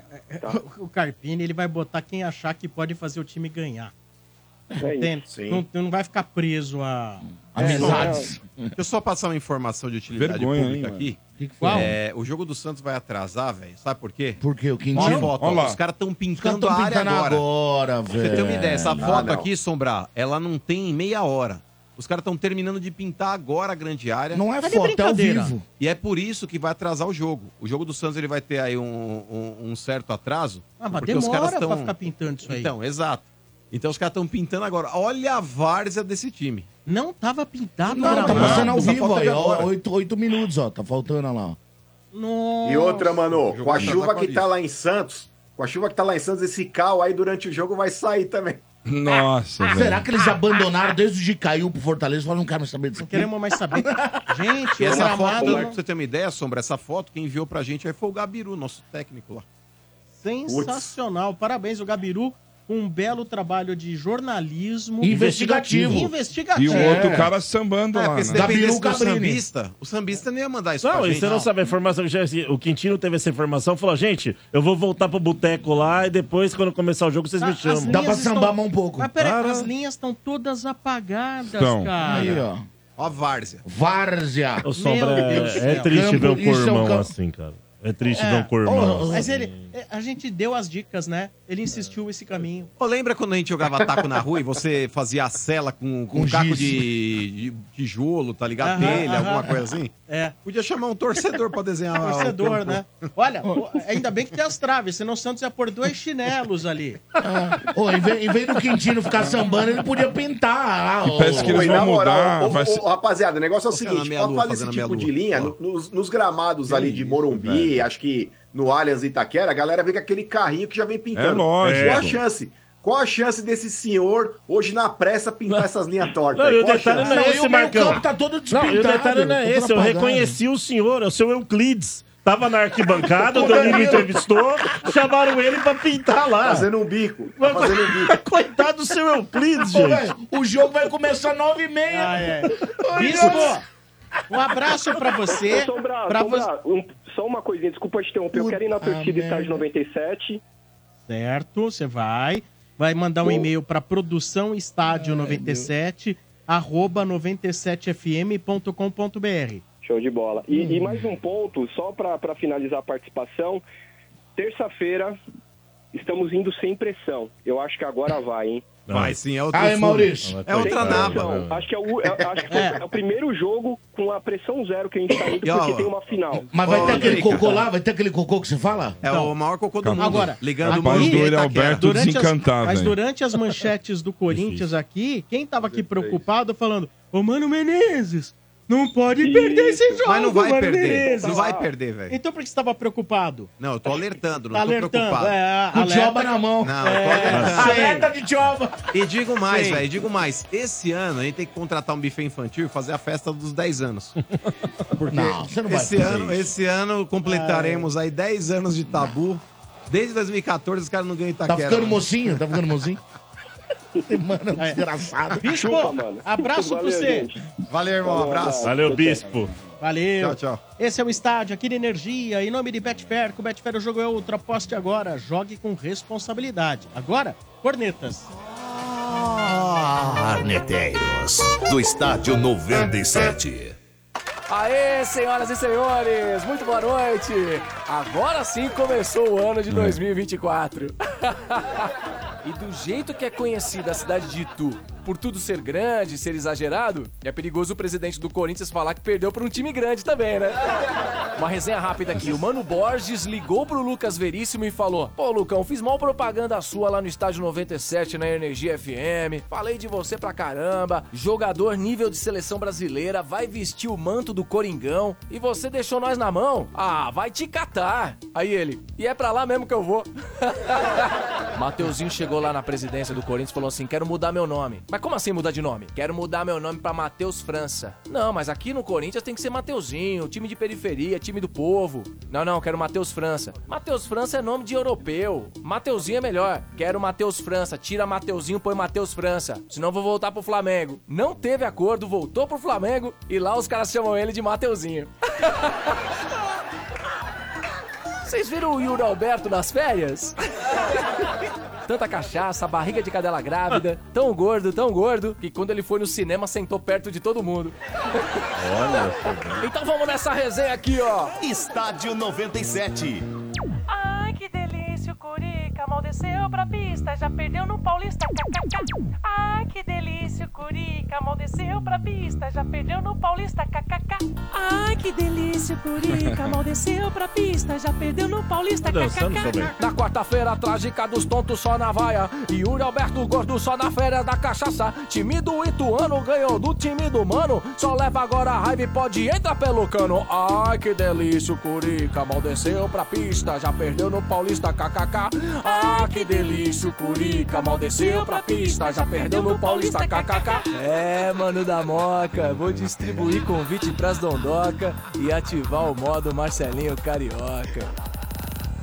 O Carpini, ele vai botar quem achar que pode fazer o time ganhar. É Entende? isso. Sim. Não, não vai ficar preso a Amizades. Deixa eu só passar uma informação de utilidade Vergonha, pública hein, aqui. Que que foi? É, o jogo do Santos vai atrasar, velho. Sabe por quê? Por quê? O Olha Quintino? a foto, Olha ó. lá. Os caras estão Os caras pintando tão a área pintando agora. agora, Pra você ter uma velho. ideia, essa Ah, foto não. aqui, Sombrar, ela não tem meia hora. Os caras estão terminando de pintar agora a grande área. Não é Tá de foto, é ao brincadeira. vivo. E é por isso que vai atrasar o jogo. O jogo do Santos ele vai ter aí um, um- um certo atraso. Ah, mas porque os demora caras tão- pra ficar pintando isso aí. Então, exato. Então os caras estão pintando agora. Olha a várzea desse time. Não tava pintado Não, tá gramado. passando ao Essa vivo foto é aí, de ó. agora. Oito, oito minutos, ó. Tá faltando olha lá. ó. Nossa. E outra, mano, jogo com a vai chuva atrasar que com tá isso. lá em Santos, com a chuva que tá lá em Santos, esse cal aí durante o jogo vai sair também. Nossa, velho. Será que eles abandonaram desde o de caiu pro Fortaleza e falaram, não quero mais saber disso Não aqui? queremos mais saber. Gente, E o essa foto, gramado pra não- você ter uma ideia, Sombra, essa foto quem enviou pra gente aí foi o Gabiru, nosso técnico lá. sensacional. Parabéns, o Gabiru. um belo trabalho de jornalismo Investigativo. investigativo. E o outro cara sambando É, lá, porque se né? dependesse do Cabrini. sambista, o sambista não ia mandar isso Não, pra e gente. você não sabe a informação que já... O Quintino teve essa informação, falou, gente, eu vou voltar pro boteco lá e depois, quando começar o jogo, vocês Ah, me as chamam. Dá pra linhas sambar estão- mais um pouco. Mas peraí, Cara. as linhas estão todas apagadas, Estão. cara. Aí, ó. Ó a várzea. Várzea. Ô, Sombra, Meu Deus é, do é céu. triste Campo- ver o isso é um cormão campo- assim, cara. É triste É. ver um cormão Oh, assim. Mas ele, é, a gente deu as dicas, né? Ele insistiu esse caminho. Ô, lembra quando a gente jogava taco na rua e você fazia a cela com, com Com um caco giz. de, de tijolo, tá ligado? Aham, Telha, aham. alguma coisa assim? É. Podia chamar um torcedor pra desenhar o Torcedor, campo. né? Olha, o- ainda bem que tem as traves, senão o Santos ia pôr dois chinelos ali. Ah, ô, em, vez, em vez do Quintino ficar sambando, ele podia pintar. E parece que eles Oi, vão na moral, mudar. ô, vai ô, ser- ô, rapaziada, o negócio é o Olha seguinte: na meia pra lua, fazer esse fazendo a tipo meia de lua. linha, Ó. no- nos, nos gramados ali de Morumbi, acho que no Allianz e Itaquera, a galera vê com aquele carrinho que já vem pintando. É lógico. Qual a chance? Qual a chance desse senhor, hoje na pressa, pintar essas linhas tortas? Não, e o Qual a detalhe chance? não é Não, e esse, o meio Marcão. campo tá todo Não, despintado. e o detalhe não é todo esse, eu apagado. reconheci o senhor, é o seu Euclides. Tava na arquibancada, o Danilo entrevistou, chamaram ele pra pintar lá. Fazendo um bico. Tá fazendo um bico. Coitado do seu Euclides, Ô, gente. velho, o jogo vai começar nove e meia. Ah, é. Bispo, um abraço pra você. Ô, Sombra, pra Sombra, você. um- só uma coisinha, desculpa te interromper. Eu quero ir na Puta torcida merda. estádio noventa e sete. Certo, você vai. Vai mandar um e-mail para produção estádio noventa e sete arroba noventa e sete f m ponto com ponto b r. Show de bola. E, Hum. e mais um ponto, só para finalizar a participação. Terça-feira, estamos indo sem pressão. Eu acho que agora vai, hein? Vai sim, é outro Aí, fundo. Maurício. É outra Sem naba. pressão. Acho que, é o, é- acho que foi- É. é o primeiro jogo com a pressão zero que a gente tá indo, E, ó, porque tem uma final. Mas vai Ô, ter aquele Drica. cocô lá? Vai ter aquele cocô que você fala? É o maior cocô do Capaz- mundo. Agora, ligando aqui- o Morumbi do e Ele Itaquera. Alberto Durante as, desencantado, mas hein? durante as manchetes do Corinthians aqui, quem tava aqui preocupado falando, ô Mano Menezes, não pode perder esse jogo, Mas não vai Mano perder. Menezes. Não vai perder, velho. Então por que você tava preocupado? Não, eu tô alertando, não Tá tô alertando, preocupado. é, Com o alerta- Tioba na mão. Não, eu tô É, alertando. Alerta de Tioba. E digo mais, Sei. velho, digo mais. Esse ano a gente tem que contratar um buffet infantil e fazer a festa dos dez anos. Porque Não, você não vai esse, fazer ano, isso. esse ano completaremos aí dez anos de tabu. Desde dois mil e quatorze os caras não ganham Tá Itaquera. ficando mocinho? Tá ficando mocinho? Mano, É. desgraçado. Bispo, Chupa, mano. abraço pra Valeu, você. gente. Valeu, irmão. Um abraço. Valeu, bispo. Valeu. Tchau, tchau. Esse é o estádio aqui de Energia, em nome de Betfair. Com Betfair o jogo é outro. Aposte agora, jogue com responsabilidade. Agora, cornetas. Arneteiros, do Estádio noventa e sete. Aê, senhoras e senhores, muito boa noite. Agora sim começou o ano de dois mil e vinte e quatro. E do jeito que é conhecida a cidade de Itu, por tudo ser grande, ser exagerado, é perigoso o presidente do Corinthians falar que perdeu para um time grande também, né? Uma resenha rápida aqui. O Mano Borges ligou pro Lucas Veríssimo e falou: pô, Lucão, fiz mal propaganda sua lá no Estádio noventa e sete, na Energia F M. Falei de você pra caramba. Jogador nível de seleção brasileira, vai vestir o manto do Coringão. E você deixou nós na mão? Ah, vai te catar. Aí ele: e é pra lá mesmo que eu vou. Mateuzinho chegou lá na presidência do Corinthians e falou assim: quero mudar meu nome. Mas como assim mudar de nome? Quero mudar meu nome pra Matheus França. Não, mas aqui no Corinthians tem que ser Mateuzinho, time de periferia, time do povo. Não, não, quero Matheus França. Matheus França é nome de europeu. Mateuzinho é melhor. Quero Matheus França. Tira Mateuzinho, põe Matheus França. Senão vou voltar pro Flamengo. Não teve acordo, voltou pro Flamengo e lá os caras chamam ele de Mateuzinho. Vocês viram o Yuri Alberto nas férias? Tanta cachaça, barriga de cadela grávida, tão gordo, tão gordo, que quando ele foi no cinema sentou perto de todo mundo. Olha. Então vamos nessa resenha aqui, ó. Estádio noventa e sete. Ai, que delícia, o Curica mal desceu pra pista, já perdeu no Paulista, kkk. Ai, que delícia, o Curica mal desceu pra pista, já perdeu no Paulista, kkk. Ai, que delícia, o Curica mal desceu pra pista, já perdeu no Paulista, kkk. Na quarta-feira, trágica dos tontos só na vaia. Yuri Alberto Gordo só na férias da cachaça. Time do Ituano ganhou do time do Mano. Só leva agora a raiva e pode entrar pelo cano. Ai, que delícia, o Curica mal desceu pra pista, já perdeu no Paulista, kkk. Ah, que delícia, o Curica mal desceu pra pista, já perdeu no Paulista, kkk. É, mano da Moca, vou distribuir convite pras dondoca e ativar o modo Marcelinho Carioca.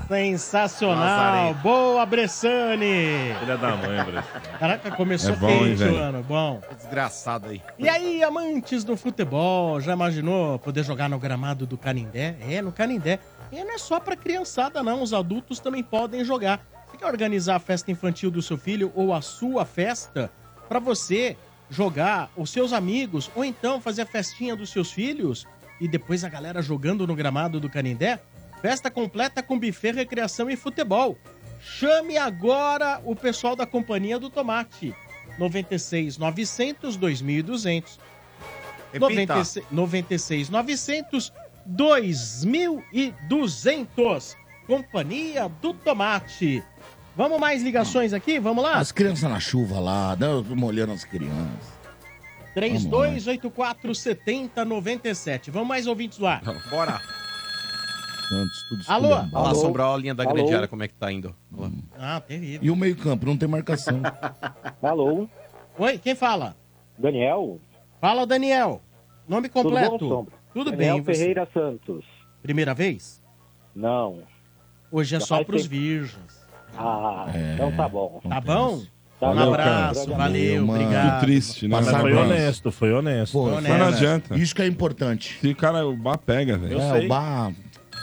Sensacional. Lazarento. Boa, Bressani. Filha da mãe, Bressani. Caraca, começou É bom, hein, quente o velho? ano. Bom. Desgraçado aí. E aí, amantes do futebol, já imaginou poder jogar no gramado do Canindé? É, no Canindé. E não é só pra criançada, não. Os adultos também podem jogar. Você quer organizar a festa infantil do seu filho ou a sua festa? Pra você jogar, os seus amigos, ou então fazer a festinha dos seus filhos e depois a galera jogando no gramado do Canindé? Festa completa com buffet, recreação e futebol. Chame agora o pessoal da Companhia do Tomate. noventa e seis, novecentos, dois mil e duzentos. Repita. noventa e seis, novecentos, dois mil e duzentos. Companhia do Tomate. Vamos mais ligações aqui? Vamos lá? As crianças na chuva lá, né? Eu tô molhando as crianças. três dois oito quatro, sete zero nove sete. Vamos mais ouvintes lá. Bora. Santos, tudo Alô? esculhambado. Olha lá, Sombra, olha a linha da Alô? grande área, como é que tá indo. Olha lá. Ah, terrível. E o meio campo, não tem marcação. Alô? Oi, quem fala? Daniel? Fala, Daniel. Nome completo. Tudo bom, Sombra? Tudo Daniel bem, você? Ferreira Santos. Primeira vez? Não. Hoje é Já só faz pros tempo. virgens. Ah, então tá bom. Tá bom? Tá Um bom. abraço, Grande valeu, amigo, mano. obrigado. Que triste, né? Passar Foi bem. honesto, foi honesto. Pô, Foi Mas não honesto. adianta. Isso que é importante. Se o cara, o bar pega, velho. Eu é, sei. o bar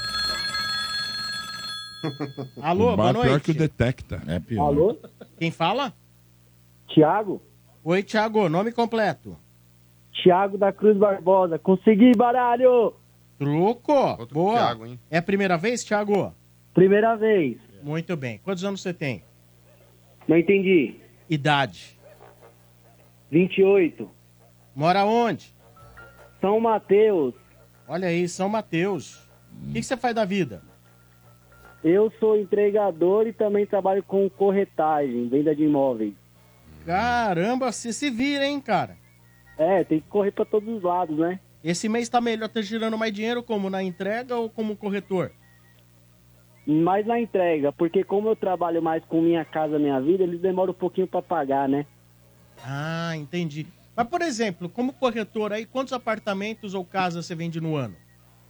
Alô, o bar boa é pior noite. que o detecta. é pior. Alô? Quem fala? Tiago? Oi, Thiago, nome completo. Tiago da Cruz Barbosa. Consegui, baralho! Truco. Outro Boa. Thiago, hein? É a primeira vez, Thiago? Primeira vez. Muito bem. Quantos anos você tem? Não entendi. Idade. vinte e oito. Mora onde? São Mateus. Olha aí, São Mateus. O que, que você faz da vida? Eu sou entregador e também trabalho com corretagem, venda de imóveis. Caramba, você se vira, hein, cara? É, tem que correr pra todos os lados, né? Esse mês tá melhor, tá girando mais dinheiro como na entrega ou como corretor? Mais na entrega, porque como eu trabalho mais com Minha Casa Minha Vida, eles demoram um pouquinho pra pagar, né? Ah, entendi. Mas, por exemplo, como corretor aí, quantos apartamentos ou casas você vende no ano?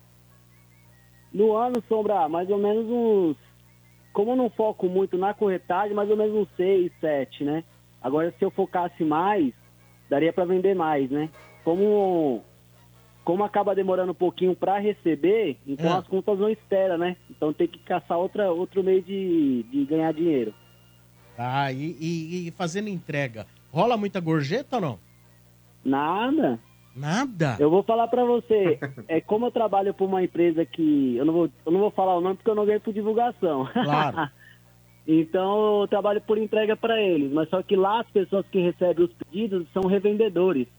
No ano, Sombra, mais ou menos uns... Como eu não foco muito na corretagem, mais ou menos uns seis, sete, né? Agora, se eu focasse mais, daria pra vender mais, né? Como, como acaba demorando um pouquinho pra receber, então É. as contas não esperam, né? Então tem que caçar outra, outro meio de, de ganhar dinheiro. Ah, e, e- e fazendo entrega, rola muita gorjeta ou não? Nada. Nada? Eu vou falar pra você, é como eu trabalho por uma empresa que... Eu não vou, eu não vou falar o nome porque eu não ganho por divulgação. Claro. Então eu trabalho por entrega pra eles, mas só que lá as pessoas que recebem os pedidos são revendedores.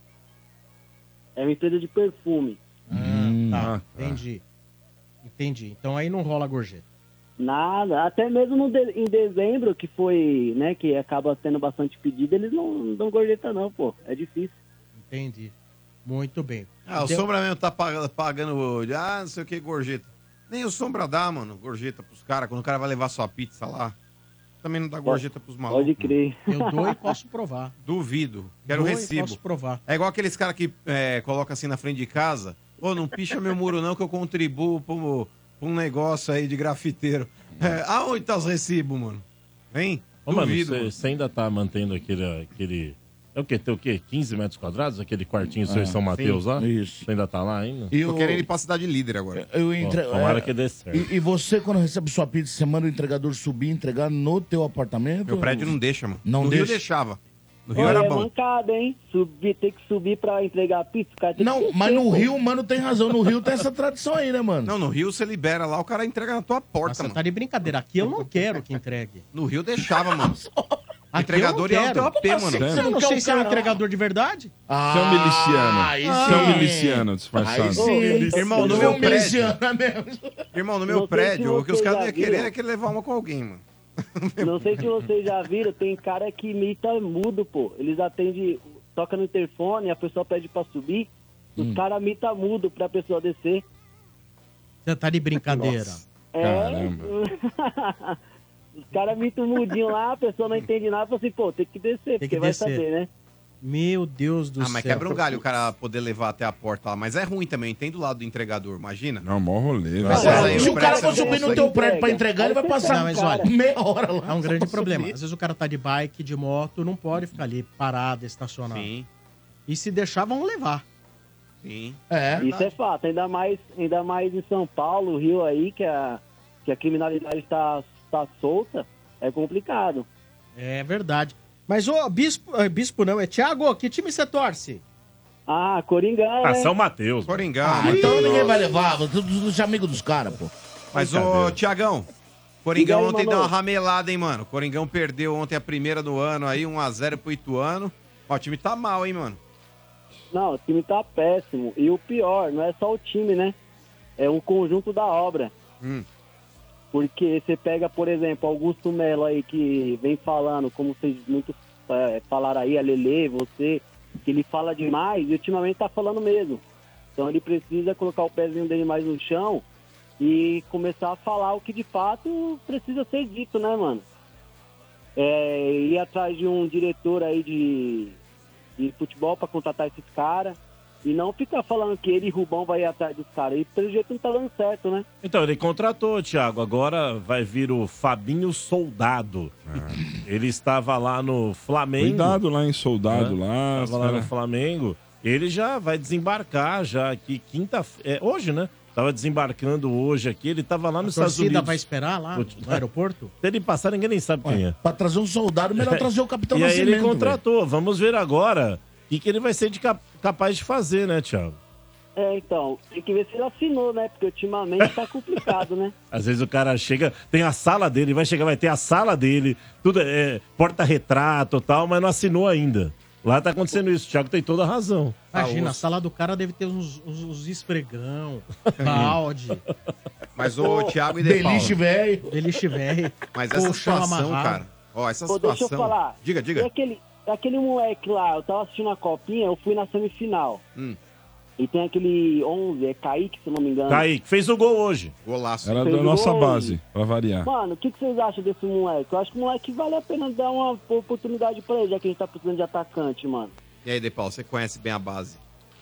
É uma empresa de perfume. Ah, tá, ah, tá. entendi. Entendi. Então aí não rola gorjeta. Nada, até mesmo no de- em dezembro, que foi, né, que acaba tendo bastante pedido, eles não, não dão gorjeta não, pô, é difícil. Entendi. Muito bem. Ah, o Deu- Sombra mesmo tá pagando, pagando, ah, não sei o que, gorjeta. Nem o Sombra dá, mano, gorjeta pros caras, quando o cara vai levar sua pizza lá. Também não dá gorjeta pros malucos. Pode crer. Eu dou e posso provar. Duvido. Quero o Dou e recibo. posso provar. É igual aqueles caras que é, colocam assim na frente de casa. Pô, não picha meu muro não que eu contribuo pra um, pra um negócio aí de grafiteiro. É, aonde tá os recibos, mano? Hein? Ô, mano, Duvido. você você ainda tá mantendo aquele... aquele... É o quê? Tem o quê? quinze metros quadrados? Aquele quartinho seu É, em São Mateus sim. lá? Isso. Você ainda tá lá ainda? E Tô o- querendo ir pra cidade líder agora. Eu entre... Pô, tomara é, que dê certo. E, e você, quando recebe sua pizza, você manda o entregador subir e entregar no teu apartamento? Meu prédio não deixa, mano. Não no deixa? Rio deixava. No Rio Olha, era é bom. mancada, hein? Subir, ter que subir pra entregar a pizza, cara. tem que Não, descer, mas no pô. Rio, mano, tem razão. No Rio tem essa tradição aí, né, mano? Não, no Rio você libera lá, o cara entrega na tua porta, Nossa, mano. tá de brincadeira. Aqui eu não quero que entregue. No Rio deixava, mano. Aqui Entregador eu ia não no teu quero. A P, mano. Você Você não, não sei quer se é um o cara- entregador de verdade? Ah, Você é um miliciano. aí Você é um sim. miliciano disfarçado. Aí sim. Irmão, no Eu meu sou prédio. miliciano mesmo. Irmão, no Não meu sei prédio, se o que os você caras já iam querer viu. é que levar uma com alguém, mano. Não sei se vocês já viram, tem cara que imita mudo, pô. Eles atendem, toca no interfone, a pessoa pede pra subir, os caras imitam mudo pra pessoa descer. Você tá de brincadeira. É. Caramba. Os caras mitam mudinho lá, a pessoa não entende nada, fala assim, pô, tem que descer, Tem porque que vai descer. saber, né? Meu Deus do Ah, céu. mas quebra um galho o cara poder levar até a porta lá. Mas é ruim também, tem do lado do entregador, imagina. Não, mó rolê. Mas Mas, aí se o o cara prédio for você não subir no consegue. teu prédio pra entregar, ele vai passar Não, mas olha, meia hora lá. É um grande Só problema. subir. Às vezes o cara tá de bike, de moto, não pode ficar ali parado, estacionado. Sim. E se deixar, vão levar. Sim. É. Isso é fato, ainda mais, ainda mais em São Paulo, Rio aí, que a, que a criminalidade está tá solta, é complicado. É verdade. Mas, ô, Bispo, eh, Bispo não, é Thiago, que time você torce? Ah, Coringão, Ah, né? São Mateus. Coringão. Ah, então ninguém vai levar. Todos os amigos dos caras, pô. Mas, ô, Tiagão, Coringão Diga aí, ontem deu Manu. uma ramelada, hein, mano? Coringão perdeu ontem a primeira do ano aí, um a zero pro Ituano. Ó, o time tá mal, hein, mano? Não, o time tá péssimo. E o pior, não é só o time, né? É um conjunto da obra. Hum. Porque você pega, por exemplo, Augusto Melo aí, que vem falando, como vocês muito é, falaram aí, a Lele, você, que ele fala demais e ultimamente tá falando mesmo. Então ele precisa colocar o pezinho dele mais no chão e começar a falar o que de fato precisa ser dito, né, mano? É, ir atrás de um diretor aí de, de futebol para contratar esses caras e não ficar falando que ele e Rubão vai ir atrás dos caras. E pelo jeito não tá dando certo, né? Então, ele contratou, Thiago. Agora vai vir o Fabinho Soldado. Ele estava lá no Flamengo. Cuidado lá em Soldado, lá. Estava lá cara. no Flamengo. Ele já vai desembarcar já aqui quinta... É, hoje, né? Tava desembarcando hoje aqui. Ele tava lá nos A Estados torcida Unidos. vai esperar lá no aeroporto? Se ele passar, ninguém nem sabe quem é. Pra trazer um soldado, melhor trazer o Capitão E aí Nascimento. ele contratou. Vamos ver agora o que, que ele vai ser de cap- capaz de fazer, né, Thiago? É, então, tem que ver se ele assinou, né? Porque ultimamente tá complicado, né? Às vezes o cara chega, tem a sala dele, vai chegar, vai ter a sala dele, tudo é porta-retrato e tal, mas não assinou ainda. Lá tá acontecendo isso, o Thiago tem toda a razão. Imagina, a sala do cara deve ter uns, uns, uns esfregão, balde. Mas o Thiago e De Paulo. Beliche velho. Beliche velho. Mas essa colchão situação, amarrado. cara. Ó, essa Pô, deixa eu situação. falar. Diga, E diga. aquele, aquele moleque lá, eu tava assistindo a copinha, eu fui na semifinal. Hum. E tem aquele onze, é Kaique, se eu não me engano. Kaique, fez o gol hoje. Golaço. Era Fez da nossa gol. base, pra variar. Mano, o que, que vocês acham desse moleque? Eu acho que o moleque vale a pena dar uma oportunidade pra ele, já que a gente tá precisando de atacante, mano. E aí, De Paulo, você conhece bem a base?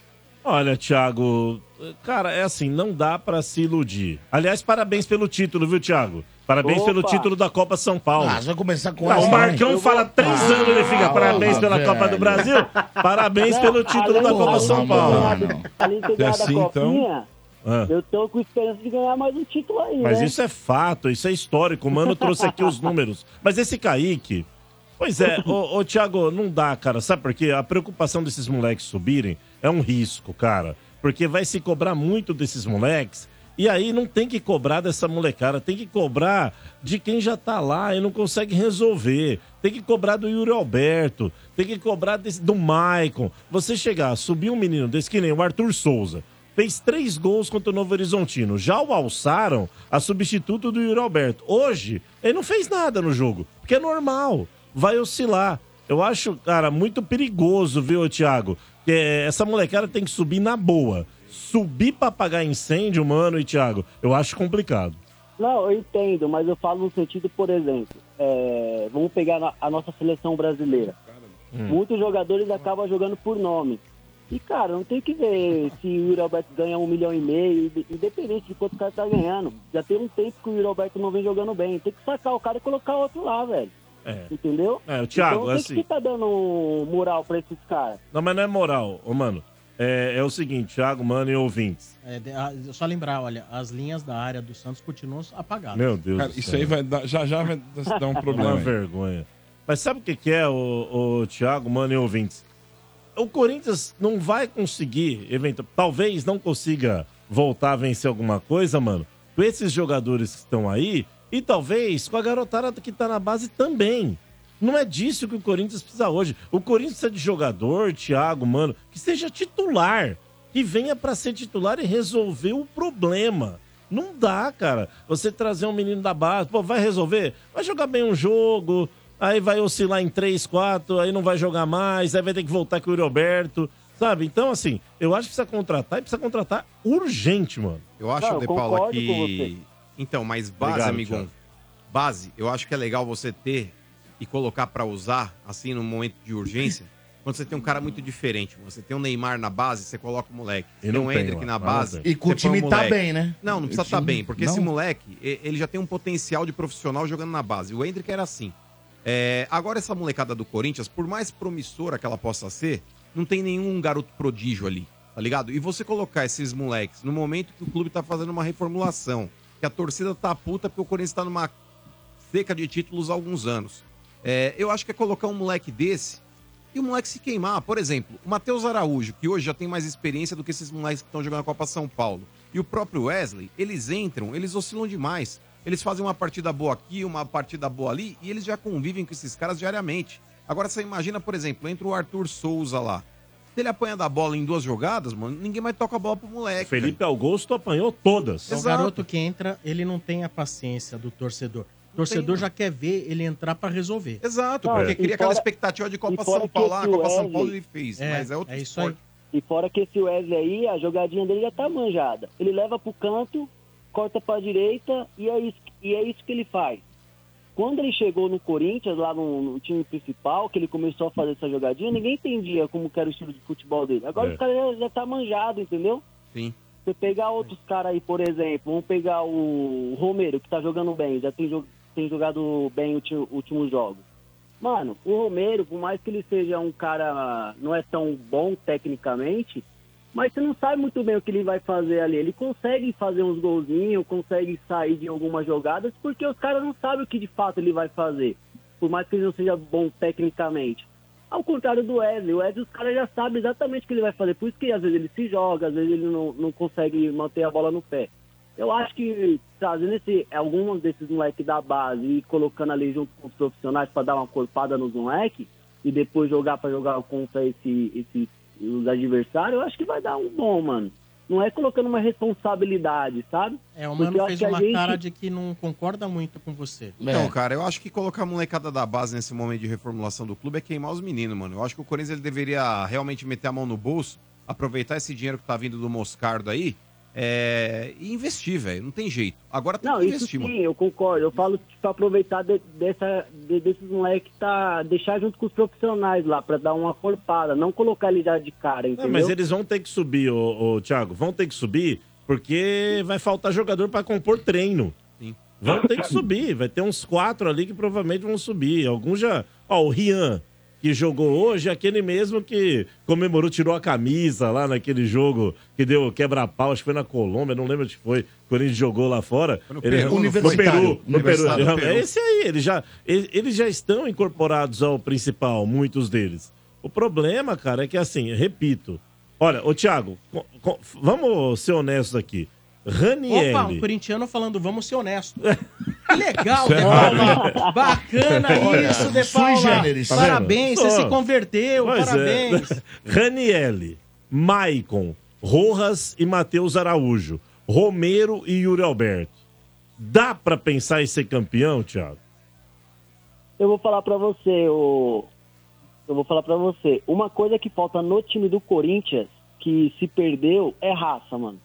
Olha, Thiago, cara, é assim, não dá pra se iludir. Aliás, parabéns pelo título, viu, Thiago? Parabéns Opa. pelo título da Copa São Paulo. Ah, você vai começar com Ah, essa, o Marcão hein? fala três Ah, anos, ele fica parabéns pela velho. Copa do Brasil. Parabéns Não, pelo título além da do- Copa São não, Paulo. não, não. Além de ter Se é ganhado assim, a então- copinha, Ah. eu tô com esperança de ganhar mais um título aí, Mas né? isso é fato, isso é histórico. O Mano trouxe aqui os números. Mas esse Kaique. Pois é, ô, ô Thiago, não dá, cara. Sabe por quê? A preocupação desses moleques subirem é um risco, cara. Porque vai se cobrar muito desses moleques. E aí não tem que cobrar dessa molecada, tem que cobrar de quem já tá lá e não consegue resolver. Tem que cobrar do Yuri Alberto, tem que cobrar desse, do Maicon. Você chegar, subir um menino desse que nem o Arthur Souza. Fez três gols contra o Novo Horizontino. Já o alçaram a substituto do Yuri Alberto. Hoje, ele não fez nada no jogo, porque é normal, vai oscilar. Eu acho, cara, muito perigoso, viu, Thiago? Que é, essa molecada tem que subir na boa. Subir pra apagar incêndio, mano, e Thiago, eu acho complicado. Não, eu entendo, mas eu falo no sentido, por exemplo, é, vamos pegar na- a nossa seleção brasileira. Hum. Muitos jogadores acabam jogando por nome. E, cara, não tem que ver se o Yuri Alberto ganha um milhão e meio, independente de quanto o cara tá ganhando. Já tem um tempo que o Yuri Alberto não vem jogando bem. Tem que sacar o cara e colocar outro lá, velho. É. Entendeu? É, o Thiago, então, tem assim- que ficar dando moral pra esses caras. Não, mas não é moral, ô, mano. É, é o seguinte, Thiago, mano e ouvintes. É, de- ah, só lembrar, olha, as linhas da área do Santos continuam apagadas. Meu Deus Cara, do isso céu. aí vai dar, já já vai dar um Uma problema. aí. vergonha. Mas sabe o que, que é, o, o Thiago, mano e ouvintes? O Corinthians não vai conseguir, eventu- talvez não consiga voltar a vencer alguma coisa, mano, com esses jogadores que estão aí e talvez com a garotada que tá na base também. Não é disso que o Corinthians precisa hoje. O Corinthians precisa de jogador, Thiago, mano, que seja titular, que venha pra ser titular e resolver o problema. Não dá, cara. Você trazer um menino da base, pô, vai resolver? Vai jogar bem um jogo, aí vai oscilar em três, quatro, aí não vai jogar mais, aí vai ter que voltar com o Yuri Alberto, sabe? Então, assim, eu acho que precisa contratar e precisa contratar urgente, mano. Eu acho, Não, eu De Paula, concordo com que. Então, mas base, Obrigado, amigão. Thiago. Base, eu acho que é legal você ter e colocar pra usar, assim, no momento de urgência. quando você tem um cara muito diferente. Você tem um Neymar na base, você coloca o moleque. Você E tem não um tem, Endrick ó. na Não base. tem. E com o você põe time tá moleque. bem, né? Não, não precisa O estar time- bem, porque não. esse moleque, e- ele já tem um potencial de profissional jogando na base. O Endrick era assim. É, agora, essa molecada do Corinthians, por mais promissora que ela possa ser, não tem nenhum garoto prodígio ali, tá ligado? E você colocar esses moleques no momento que o clube tá fazendo uma reformulação, que a torcida tá puta porque o Corinthians tá numa seca de títulos há alguns anos. É, eu acho que é colocar um moleque desse e o moleque se queimar. Por exemplo, o Matheus Araújo, que hoje já tem mais experiência do que esses moleques que estão jogando a Copa São Paulo, e o próprio Wesley, eles entram, eles oscilam demais. Eles fazem uma partida boa aqui, uma partida boa ali, e eles já convivem com esses caras diariamente. Agora você imagina, por exemplo, entra o Arthur Souza lá. Se ele apanha da bola em duas jogadas, mano, ninguém mais toca a bola pro moleque. Felipe Augusto apanhou todas. É o garoto que entra, ele não tem a paciência do torcedor. O torcedor já quer ver ele entrar pra resolver. Exato, porque cria aquela expectativa de Copa São Paulo. Ah, a Copa São Paulo ele fez, É, mas é outro é isso esporte. E fora que esse Wesley aí, a jogadinha dele já tá manjada. Ele leva pro canto, corta pra direita e é isso, e é isso que ele faz. Quando ele chegou no Corinthians, lá no, no time principal, que ele começou a fazer essa jogadinha, ninguém entendia como que era o estilo de futebol dele. Agora É. os caras já, já tá manjado, entendeu? Sim. Você pegar outros caras aí, por exemplo, vamos pegar o Romero, que tá jogando bem, já tem, jo- tem jogado bem os ulti- últimos jogos. Mano, o Romero, por mais que ele seja um cara, não é tão bom tecnicamente, mas você não sabe muito bem o que ele vai fazer ali. Ele consegue fazer uns golzinhos, consegue sair de algumas jogadas, porque os caras não sabem o que de fato ele vai fazer, por mais que ele não seja bom tecnicamente. Ao contrário do Wesley, o Wesley os caras já sabem exatamente o que ele vai fazer, por isso que às vezes ele se joga, às vezes ele não, não consegue manter a bola no pé. Eu acho que trazendo esse, alguns desses moleques da base e colocando ali junto com os profissionais para dar uma corpada nos moleques e depois jogar para jogar contra esse, esse, os adversários, eu acho que vai dar um bom, mano. Não é colocando uma responsabilidade, sabe? É, o Porque Mano eu fez acho que a uma gente- cara de que não concorda muito com você. Então, cara, eu acho que colocar a molecada da base nesse momento de reformulação do clube é queimar os meninos, mano. Eu acho que o Corinthians ele deveria realmente meter a mão no bolso, aproveitar esse dinheiro que tá vindo do Moscardo aí é, e investir, velho. Não tem jeito. Agora tem Não, que isso investir, sim, mano. eu concordo. Eu falo para aproveitar de- dessa, de- desses moleques, tá, deixar junto com os profissionais lá, para dar uma corpada, não colocar ele já de cara, entendeu? Não, mas eles vão ter que subir, ô, ô, Thiago, vão ter que subir porque vai faltar jogador pra compor treino. Sim. Vão ter que subir, vai ter uns quatro ali que provavelmente vão subir. Alguns já... Ó, o Rian, que jogou hoje, é aquele mesmo que comemorou, tirou a camisa lá naquele jogo que deu quebra-pau, acho que foi na Colômbia, não lembro onde foi. O Corinthians jogou lá fora. no Ele- Peru, no Universitário. Peru. No Peru. Universitário do Peru. É esse aí, eles já, eles, eles já estão incorporados ao principal, muitos deles. O problema, cara, é que assim, repito. Olha, ô Thiago, co- co- vamos ser honestos aqui. Ranieri. Opa, um corintiano falando, vamos ser honestos. Que legal, Isso é De raro, Paula. Bacana Olha, isso, De sui Paula. generis, tá vendo? Parabéns, você Pô. se converteu, Pois é. parabéns. Ranieri, Maicon, Rojas e Matheus Araújo, Romero e Yuri Alberto. Dá pra pensar em ser campeão, Thiago? Eu vou falar pra você, o... eu vou falar pra você. Uma coisa que falta no time do Corinthians, que se perdeu, é raça, mano.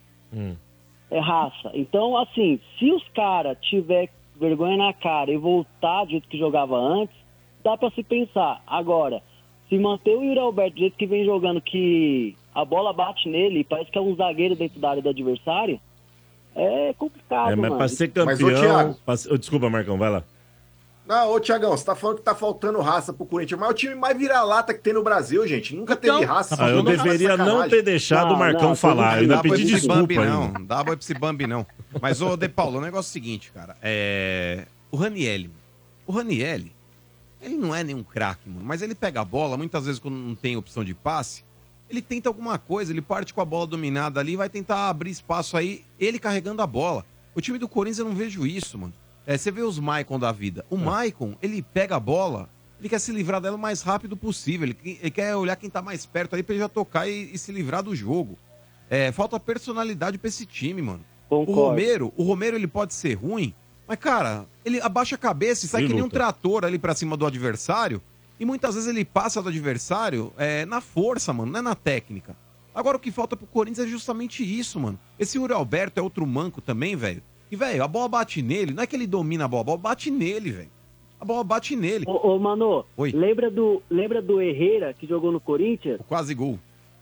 É raça. Então, assim, se os caras tiver vergonha na cara e voltar do jeito que jogava antes, dá pra se pensar. Agora, se manter o Yuri Alberto do jeito que vem jogando, que a bola bate nele e parece que é um zagueiro dentro da área do adversário, é complicado, É, mas mano. pra ser Mas, ô, campeão. Thiago. pra ser- ô, Desculpa, Marcão, vai lá. Não, ô Tiagão, você tá falando que tá faltando raça pro Corinthians, mas é o time mais vira-lata que tem no Brasil, gente. Nunca Então, teve raça. Ah, eu Não, deveria não sacanagem. ter deixado o Marcão falar. Eu ainda dá boi pedi pra esse desculpa. Bambi, não. ainda. Não dá boi pra esse Bambi, não. Mas, ô, De Paulo, o negócio é o seguinte, cara. É... O Ranieri, o Ranieri, ele não é nenhum craque, mano. Mas ele pega a bola, muitas vezes quando não tem opção de passe, ele tenta alguma coisa, ele parte com a bola dominada ali, vai tentar abrir espaço aí, ele carregando a bola. O time do Corinthians eu não vejo isso, mano. É, você vê os Maicon da vida. O Maicon, ele pega a bola, ele quer se livrar dela o mais rápido possível. Ele, ele quer olhar quem tá mais perto aí pra ele já tocar e, e se livrar do jogo. É, falta personalidade pra esse time, mano. Concordo. O Romero, o Romero ele pode ser ruim, mas, cara, ele abaixa a cabeça e sai Ele que nem um luta. trator ali pra cima do adversário. E muitas vezes ele passa do adversário é, na força, mano, não é na técnica. Agora o que falta pro Corinthians é justamente isso, mano. Esse Yuri Alberto é outro manco também, velho. E, velho, a bola bate nele, não é que ele domina a bola, a bola bate nele, velho. A a bola bate nele. Ô, ô Mano, Oi. lembra do, lembra do Herrera que jogou no Corinthians? Quase gol.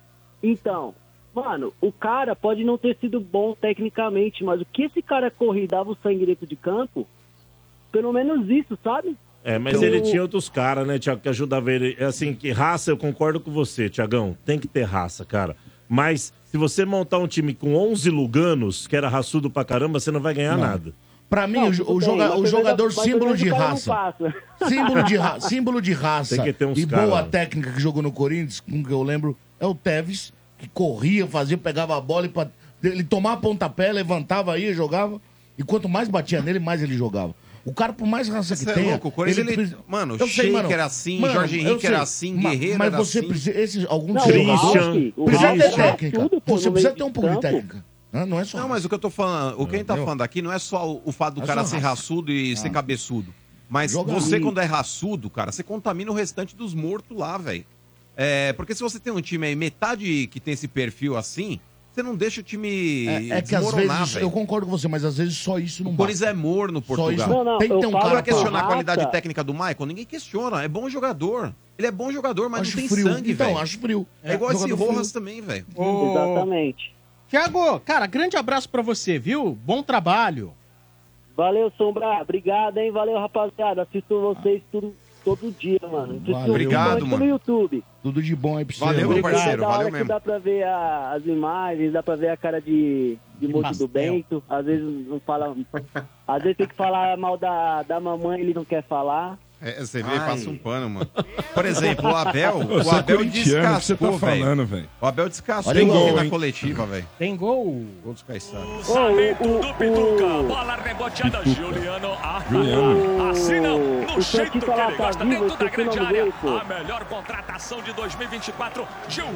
Então, mano, o cara pode não ter sido bom tecnicamente, mas o que esse cara corria e dava o sangue dentro de campo, pelo menos isso, sabe? É, mas Então, ele tinha outros caras, né, Thiago, que ajudavam ele. É assim, que raça, eu concordo com você, Thiagão. Tem que ter raça, cara. Mas se você montar um time com onze luganos, que era raçudo pra caramba, você não vai ganhar Não. nada. Pra mim, Não, o, tudo o bem, joga- mas o pelo jogador menos- mas símbolo pelo de menos o cara não raça. passa. Símbolo de, ra símbolo de raça Tem que ter uns e cara boa lá. técnica que jogou no Corinthians, um que eu lembro, é o Tevez, que corria, fazia, pegava a bola e pra, ele tomava pontapé, levantava aí, jogava. E quanto mais batia nele, mais ele jogava. O cara, por mais raça que Você é tenha... louco, o Corinthians, ele- precisa- mano, Eu sei, Sheik era assim, Jorge eu Henrique sei, era assim, ma- Guerreiro Mas era você assim. precisa... Esses, alguns Não, o jogadores Ralf, o precisa Ralf ter era técnica. tudo, pô, Você no precisa meio ter um de pouco de campo. técnica. Não, não é só Não, mas o que eu tô falando, o que a gente tá Entendeu? falando aqui não é só o, o fato do É cara só ser raça. raçudo e ser Ah. cabeçudo. Mas Joga você, ali. quando é raçudo, cara, você contamina o restante dos mortos lá, velho. É, porque se você tem um time aí, metade que tem esse perfil assim, você não deixa o time É, é que às desmoronar, vezes, velho. eu concordo com você, mas às vezes só isso não O basta. Corinthians é morno, Só Portugal. isso não- Não, não, Tem que ter eu um falo cara pra questionar a raça. qualidade técnica do Michael. Ninguém questiona. É bom jogador. Ele é bom jogador, mas Acho não tem frio. sangue, Então, velho. acho frio. É igual É, esse jogador Rojas frio. também, velho. Ô, Exatamente. Thiago, cara, grande abraço pra você, viu? Bom trabalho. Valeu, Sombra. Obrigado, hein? Valeu, rapaziada. Assisto vocês tudo, todo dia, mano. Assisto Valeu. principalmente Obrigado, mano. no YouTube. Tudo de bom aí pra você. Valeu, mano. meu parceiro. Da hora Valeu que mesmo. dá pra ver a- as imagens, dá pra ver a cara de, de moço pastel. do Bento. Às vezes não fala. Às vezes tem que falar mal da, da mamãe, ele não quer falar. É, você vê, Ai. passa um pano, mano. Por exemplo, o Abel, Ô, o você é Abel corintiano, o que você tá descascou, falando, velho. velho? O Abel descascou Olha o gol, na hein? coletiva, velho. Tem gol. Gol dos Caiçaras. o, do Pituca, bola reboteada, Juliano. Ah, Juliano. assim não, O- no o jeito que Santista lá ele tá gosta, vivo, dentro da esqueci o grande nome área. dele, pô. A melhor contratação de dois mil e vinte e quatro,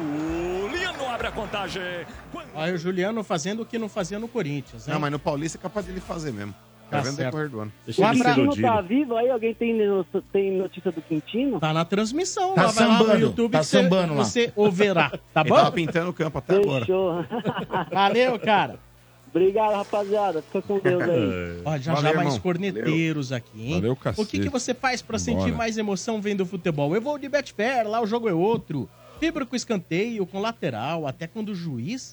Juliano abre a contagem. Olha o Juliano fazendo o que não fazia no Corinthians, hein? Não, mas no Paulista é capaz dele fazer mesmo. Tá Tá vendo no certo. decorrer do ano. O Quintino tá vivo aí? Alguém tem, no- tem notícia do Quintino? Tá na transmissão. Tá lá, vai lá no sambando, YouTube tá que você- sambando lá. você ouverá, tá Ele bom? tava pintando o campo até agora. Fechou. Valeu, cara. Obrigado, rapaziada. Fica com Deus aí. Ó, já Valeu, já mais irmão. corneteiros aqui, hein? Valeu, O que, cacete. que você faz pra Vambora. sentir mais emoção vendo futebol? Eu vou de Betfair, lá o jogo é outro. Fibra com escanteio, com lateral, até quando o juiz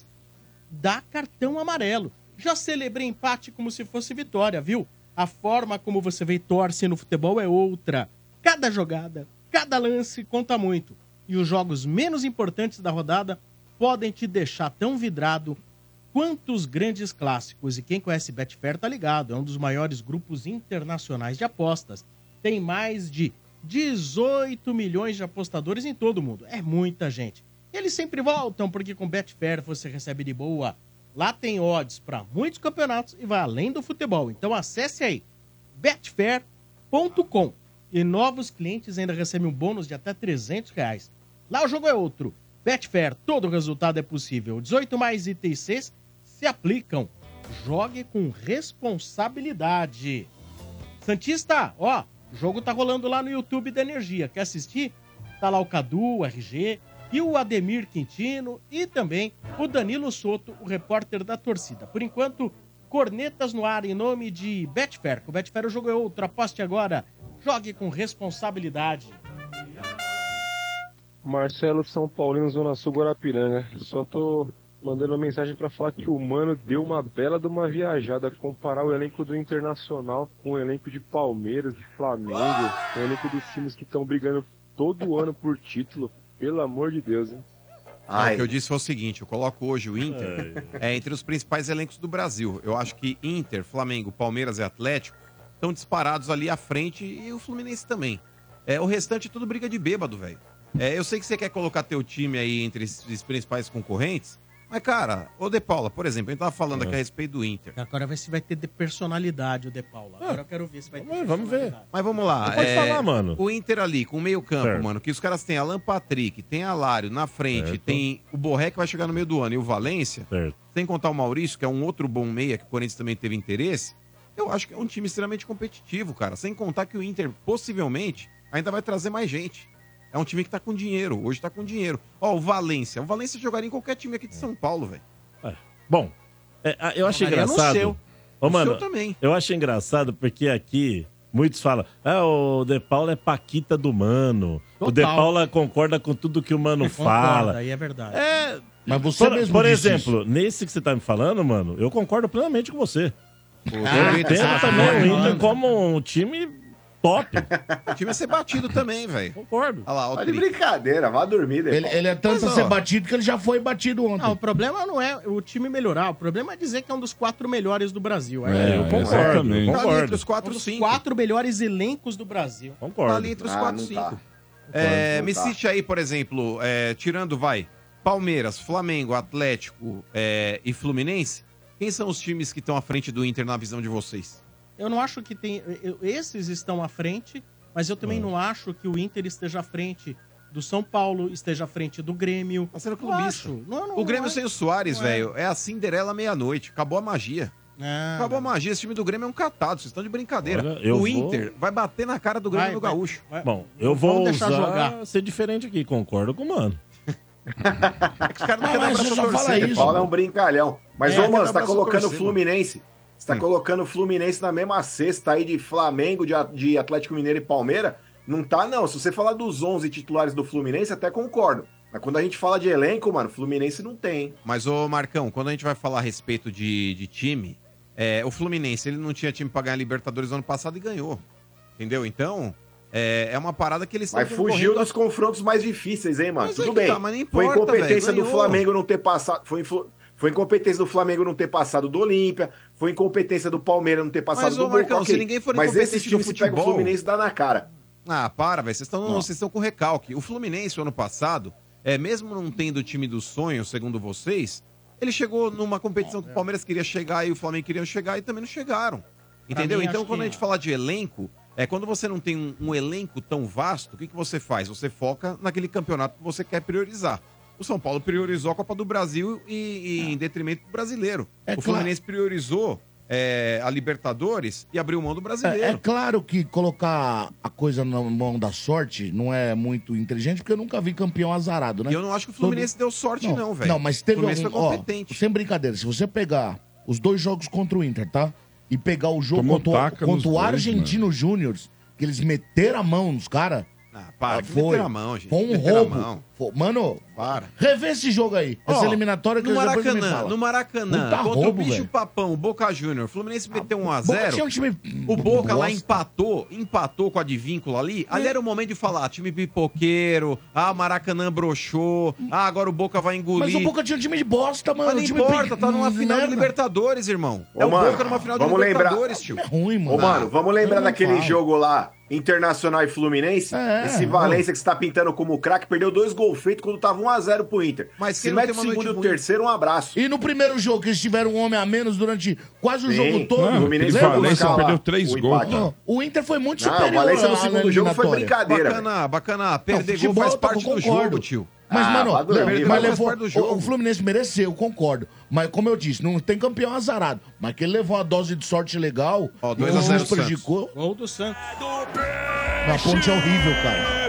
dá cartão amarelo. Já celebrei empate como se fosse vitória, viu? A forma como você vê e torce no futebol é outra. Cada jogada, cada lance conta muito. E os jogos menos importantes da rodada podem te deixar tão vidrado quanto os grandes clássicos. E quem conhece Betfair tá ligado, é um dos maiores grupos internacionais de apostas. Tem mais de dezoito milhões de apostadores em todo o mundo. É muita gente. E eles sempre voltam, porque com Betfair você recebe de boa. Lá tem odds para muitos campeonatos e vai além do futebol. Então acesse aí, betfair ponto com. E novos clientes ainda recebem um bônus de até trezentos reais. Lá o jogo é outro. Betfair, todo resultado é possível. dezoito mais I T Cs se aplicam. Jogue com responsabilidade. Santista, ó, o jogo tá rolando lá no YouTube da Energia. Quer assistir? Tá lá o Cadu, o R G e o Ademir Quintino e também o Danilo Soto, o repórter da torcida. Por enquanto, cornetas no ar em nome de Betfair. Com Betfair o jogo é outro. Aposte agora. Jogue com responsabilidade. Marcelo São Paulino, Zona Sul, Guarapiranga. Só tô mandando uma mensagem pra falar que o Mano deu uma bela de uma viajada. Comparar o elenco do Internacional com o elenco de Palmeiras, de Flamengo, o elenco dos times que estão brigando todo ano por título. Pelo amor de Deus, hein? Ah, o que eu disse foi o seguinte, eu coloco hoje o Inter é, entre os principais elencos do Brasil. Eu acho que Inter, Flamengo, Palmeiras e Atlético estão disparados ali à frente e o Fluminense também. É, o restante é tudo briga de bêbado, velho. É, eu sei que você quer colocar teu time aí entre esses principais concorrentes, mas, cara, o De Paula, por exemplo, a gente tava falando aqui a respeito do Inter. Agora vai ver se vai ter de personalidade o De Paula. Agora eu quero ver se vai ter. Vamos ver. Mas vamos lá. Pode falar, mano. O Inter ali, com o meio campo, Certo. mano, que os caras têm Alan Patrick, tem Alário na frente, Certo. tem o Borré que vai chegar no meio do ano e o Valência, Certo. sem contar o Maurício, que é um outro bom meia que o Corinthians também teve interesse, eu acho que é um time extremamente competitivo, cara. Sem contar que o Inter, possivelmente, ainda vai trazer mais gente. É um time que tá com dinheiro, hoje tá com dinheiro. Ó, o Valência. O Valência jogaria em qualquer time aqui de São Paulo, velho. Bom, é, a- eu acho Jogaria no engraçado. seu. Ô, No mano, seu também. eu acho engraçado porque aqui Muitos falam, ah, o De Paula é Paquita do Mano. Total. O De Paula concorda com tudo que o Mano fala. Concorda, aí é verdade. É, Mas você por, mesmo por disse exemplo, nesse que você tá me falando, mano, eu concordo plenamente com você. Ah, eu entendo ah, também o ah, Inter como um time top. O time ia ser batido também, velho. Concordo. Olha lá, ó, Tá de brincadeira, vá dormir depois. Ele, ele é tanto Mas, a ser ó, batido que ele já foi batido ontem. Não, o problema não é o time melhorar, o problema é dizer que é um dos quatro melhores do Brasil. Aí É, eu eu concordo. exatamente. Tá ali Concordo. entre os quatro, Um dos cinco. quatro melhores elencos do Brasil. Concordo. Tá ali entre os Ah, quatro, não cinco. tá. É, Não me tá. cite aí, por exemplo, é, tirando, vai, Palmeiras, Flamengo, Atlético é, e Fluminense, quem são os times que estão à frente do Inter na visão de vocês? Eu não acho que tem. eu- esses estão à frente, mas eu também não acho que o Inter esteja à frente do São Paulo, esteja à frente do Grêmio. Tá sendo Não clubista. acho. Não, não, O Grêmio não é. sem o Soares, não é. velho, é a Cinderela meia-noite. Acabou a magia. Ah, Acabou a magia. Esse time do Grêmio é um catado. Vocês estão de brincadeira. Olha, eu o vou- Inter vai bater na cara do Grêmio Vai, no vai, Gaúcho. vai. Bom, eu Vamos vou deixar usar, jogar. ser diferente aqui, concordo com o Mano. É que os caras não Ah, querem mas abraçar você a só fala torcida. isso. Paulo é um brincalhão. Mas, É, ô, mano, cada você tá abraço colocando o torcida. Fluminense. Você tá Hum. colocando o Fluminense na mesma cesta aí de Flamengo, de, A- de Atlético Mineiro e Palmeiras. Não tá, não. Se você falar dos onze titulares do Fluminense, até concordo. Mas quando a gente fala de elenco, mano, Fluminense não tem. Mas, ô Marcão, quando a gente vai falar a respeito de, de time, é, o Fluminense, ele não tinha time pra ganhar Libertadores ano passado e ganhou. Entendeu? Então, é, é uma parada que eles estão Mas fugiu dos confrontos mais difíceis, hein, mano? Mas Tudo aí que bem. tá, mas não foi importa, incompetência velho, do ganhou. Flamengo não ter passado. Foi, influ- foi incompetência do Flamengo não ter passado do Olímpia. Foi incompetência do Palmeiras não ter passado Mas, do ô, Marcão, Boca, ok. se ninguém for Mas incompetente esse time, no se pega o futebol- Fluminense, dá na cara. Ah, para, velho. Vocês estão Não. vocês estão com recalque. O Fluminense, o ano passado, é, mesmo não tendo o time dos sonhos, segundo vocês, ele chegou numa competição que o Palmeiras queria chegar e o Flamengo queria chegar e também não chegaram. Entendeu? mim, Então, acho quando que- a gente fala de elenco, é quando você não tem um, um elenco tão vasto, o que, que você faz? Você foca naquele campeonato que você quer priorizar. O São Paulo priorizou a Copa do Brasil e, e em detrimento do brasileiro. É o Fluminense priorizou é, a Libertadores e abriu mão do brasileiro. É, é claro que colocar a coisa na mão da sorte não é muito inteligente, porque eu nunca vi campeão azarado, né? E eu não acho que o Fluminense deu sorte, não, velho. Não, mas teve O Fluminense um, foi ó, competente. sem brincadeira, se você pegar os dois jogos contra o Inter, tá? E pegar o jogo Tomou contra, o- taca nos contra o dois, Argentino Júnior, que eles meteram a mão nos caras. Ah, para, que foi. meteram a mão, gente. Foi um Meteram a roubo. mão. Foi- Mano, Para. revê esse jogo aí. Essa Ó, eliminatória que no depois você me Maracanã, fala. no Maracanã, Puta contra roubo, o Bicho velho. Papão, o Boca Júnior, o Fluminense meteu um a Boca zero. tinha um time O Boca lá bosta. empatou, empatou com a Advíncula ali. Ali era o momento de falar, time pipoqueiro, ah, Maracanã broxou, ah, agora o Boca vai engolir. Mas o Boca tinha um time de bosta, mano. Mas não um time importa, pre- tá numa final de merda. Libertadores, irmão. Ô, É o mano, Boca numa final de vamos lembrar- Libertadores, tio. É ruim, mano. Ô, mano, vamos lembrar Eu não daquele falo. jogo lá, Internacional e Fluminense? É, Esse é. Valência que você tá pintando como craque, perdeu dois gols feitos quando tava um a zero pro Inter. Mas Se quem não mete tem o uma segundo noite e o ruim? terceiro, um abraço. E no primeiro jogo, que eles tiveram um homem a menos durante quase o Sim. jogo todo. Não, o Fluminense lembra? foi Valência buscar lá perdeu três o gols. empate. Não, o Inter foi muito Não, superior. o Valência no lá na segundo jogo foi eliminatória. brincadeira. velho. Bacana, bacana. Perder futebol gol faz eu parte do concordo. jogo, tio. Mas, Ah, mano, vai dormir, le- vai. mas Faz levou, parte do jogo. o, o Fluminense mereceu, concordo. Mas, como eu disse, não tem campeão azarado. Mas que ele levou uma dose de sorte legal. Ó, e dois a não zero nos prejudicou. Gol do Santos. A ponte é horrível, cara.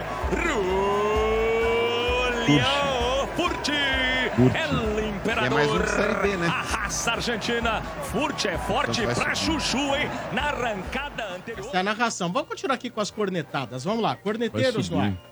Julio Furti, el E imperador. é mais um de Série B, né? A raça argentina. Furti é forte Então vai pra subir. Chuchu, hein? Na arrancada anterior. Essa é a narração. Vamos continuar aqui com as cornetadas. Vamos lá, Vai corneteiros no subir. ar.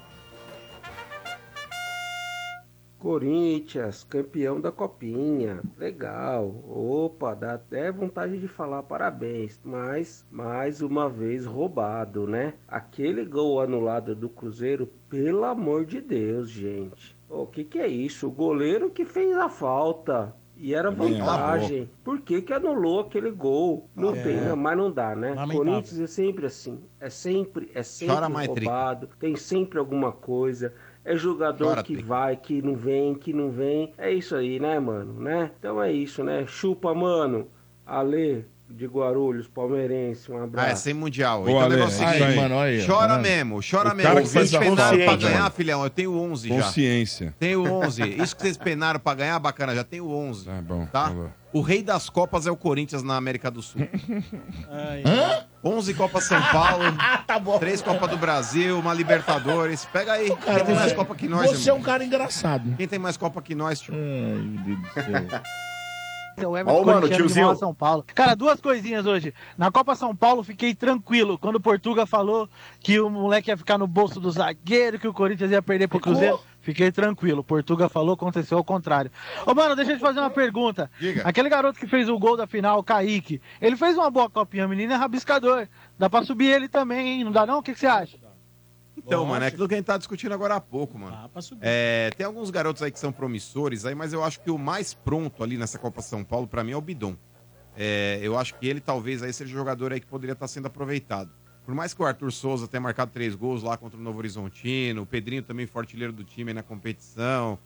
Corinthians, campeão da Copinha. Legal. Opa, dá até vontade de falar parabéns. Mas, mais uma vez, roubado, né? Aquele gol anulado do Cruzeiro, pelo amor de Deus, gente. O que que é isso? O goleiro que fez a falta. E era Também é. vantagem. Por que que anulou aquele gol? Não É. tem, não, mas não dá, né? Lamentável. Corinthians é sempre assim. É sempre, é sempre Chora mais, Trica. roubado. Tem sempre alguma coisa. É jogador Chora, que Trica. vai, que não vem, que não vem. É isso aí, né, mano? Né? Então é isso, né? Chupa, mano. Ale de Guarulhos, palmeirense, um Ah, é abraço. sem mundial. Ô, Então o Ale, negócio é o Aí, seguinte. mano, olha aí. Chora tá vendo? mesmo, chora O mesmo. cara que faz Vocês a penaram pra consciência, ganhar, mano. filhão. Eu tenho onze já. Consciência. Tenho onze. Isso que vocês penaram pra ganhar, bacana, já tenho onze. Tá bom. Tá? falou. O rei das Copas é o Corinthians na América do Sul. Ai, Hã? onze Copas São Paulo, Tá bom. três Copas do Brasil, uma Libertadores. Pega aí. Cara, Quem tem mais você, Copa que nós, você é irmão? um cara engraçado. Quem tem mais Copa que nós, tio? Ai, meu Deus do céu. É o Ó, Everton o mano, Corintiano de tiozinho. Bola São Paulo. Cara, duas coisinhas hoje. Na Copa São Paulo, fiquei tranquilo. Quando o Portuga falou que o moleque ia ficar no bolso do zagueiro, que o Corinthians ia perder pro Cruzeiro, fiquei tranquilo. Portuga falou, aconteceu ao contrário. Ô, mano, deixa eu te fazer uma pergunta. Diga. Aquele garoto que fez o gol da final, o Kaique, ele fez uma boa copinha, menino é rabiscador. Dá pra subir ele também, hein? Não dá não? O que, que você acha? Então, Lógico. mano, é aquilo que a gente tá discutindo agora há pouco, mano. É, tem alguns garotos aí que são promissores aí, mas eu acho que o mais pronto ali nessa Copa São Paulo, pra mim, é o Bidon. É, eu acho que ele talvez aí seja o jogador aí que poderia estar sendo aproveitado. Por mais que o Arthur Souza tenha marcado três gols lá contra o Novo Horizontino, o Pedrinho também foi artilheiro do time aí na competição.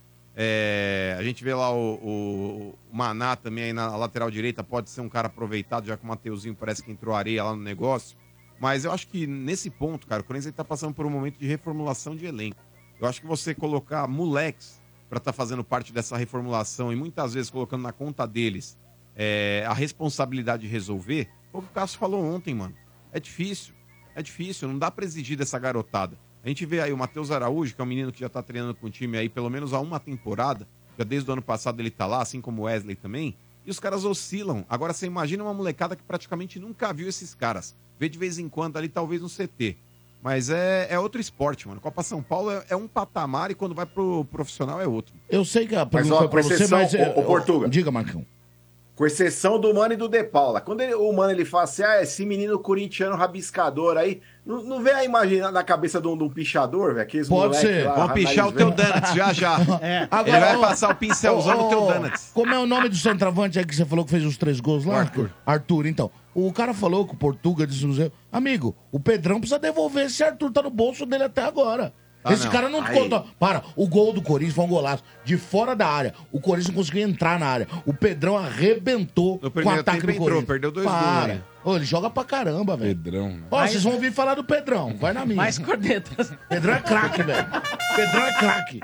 É, a gente vê lá o, o, o Maná também aí na lateral direita, pode ser um cara aproveitado, já que o Mateuzinho parece que entrou areia lá no negócio. Mas eu acho que nesse ponto, cara, o Corinthians está passando por um momento de reformulação de elenco. Eu acho que você colocar moleques para estar tá fazendo parte dessa reformulação e muitas vezes colocando na conta deles é, a responsabilidade de resolver, foi o que o Cássio falou ontem, mano. É difícil, é difícil, não dá para exigir dessa garotada. A gente vê aí o Matheus Araújo, que é um menino que já tá treinando com o time aí pelo menos há uma temporada, já desde o ano passado ele tá lá, assim como o Wesley também, e os caras oscilam. Agora você imagina uma molecada que praticamente nunca viu esses caras. Vê de vez em quando ali, talvez no C T. Mas é, é outro esporte, mano. Copa São Paulo é, é um patamar e quando vai pro profissional é outro. Eu sei que a Mas, pergunta ó, foi pra com você, exceção, mas... é- ô, ô, Portuga. Diga, Marcão. Com exceção do Mano e do De Paula. Quando ele- o Mano ele fala assim, ah, esse menino corintiano rabiscador aí, não, não vem a imaginar na cabeça de um, de um pichador, velho? Aqueles Pode moleque ser. lá, Vamos pichar o nariz teu velho. Donuts já já. É. Ele vai passar o pincelzão no teu ô, Donuts. Como é o nome do centroavante aí que você falou que fez os três gols lá? Arthur. Arthur, então. O cara falou que o Portuga disse no Zé, amigo, o Pedrão precisa devolver esse Arthur, tá no bolso dele até agora. Ah, Esse não. cara não Aí. conta. Para, o gol do Corinthians foi um golaço. De fora da área. O Corinthians não conseguiu entrar na área. O Pedrão arrebentou No com o primeiro ataque tempo do entrou, Corinthians. perdeu dois Para. gols, né? Ô, ele joga pra caramba, velho. Pedrão, né? Ó, vocês vão ouvir falar do Pedrão. Vai na minha. Mais cornetas. Pedrão é craque, velho. Pedrão é craque.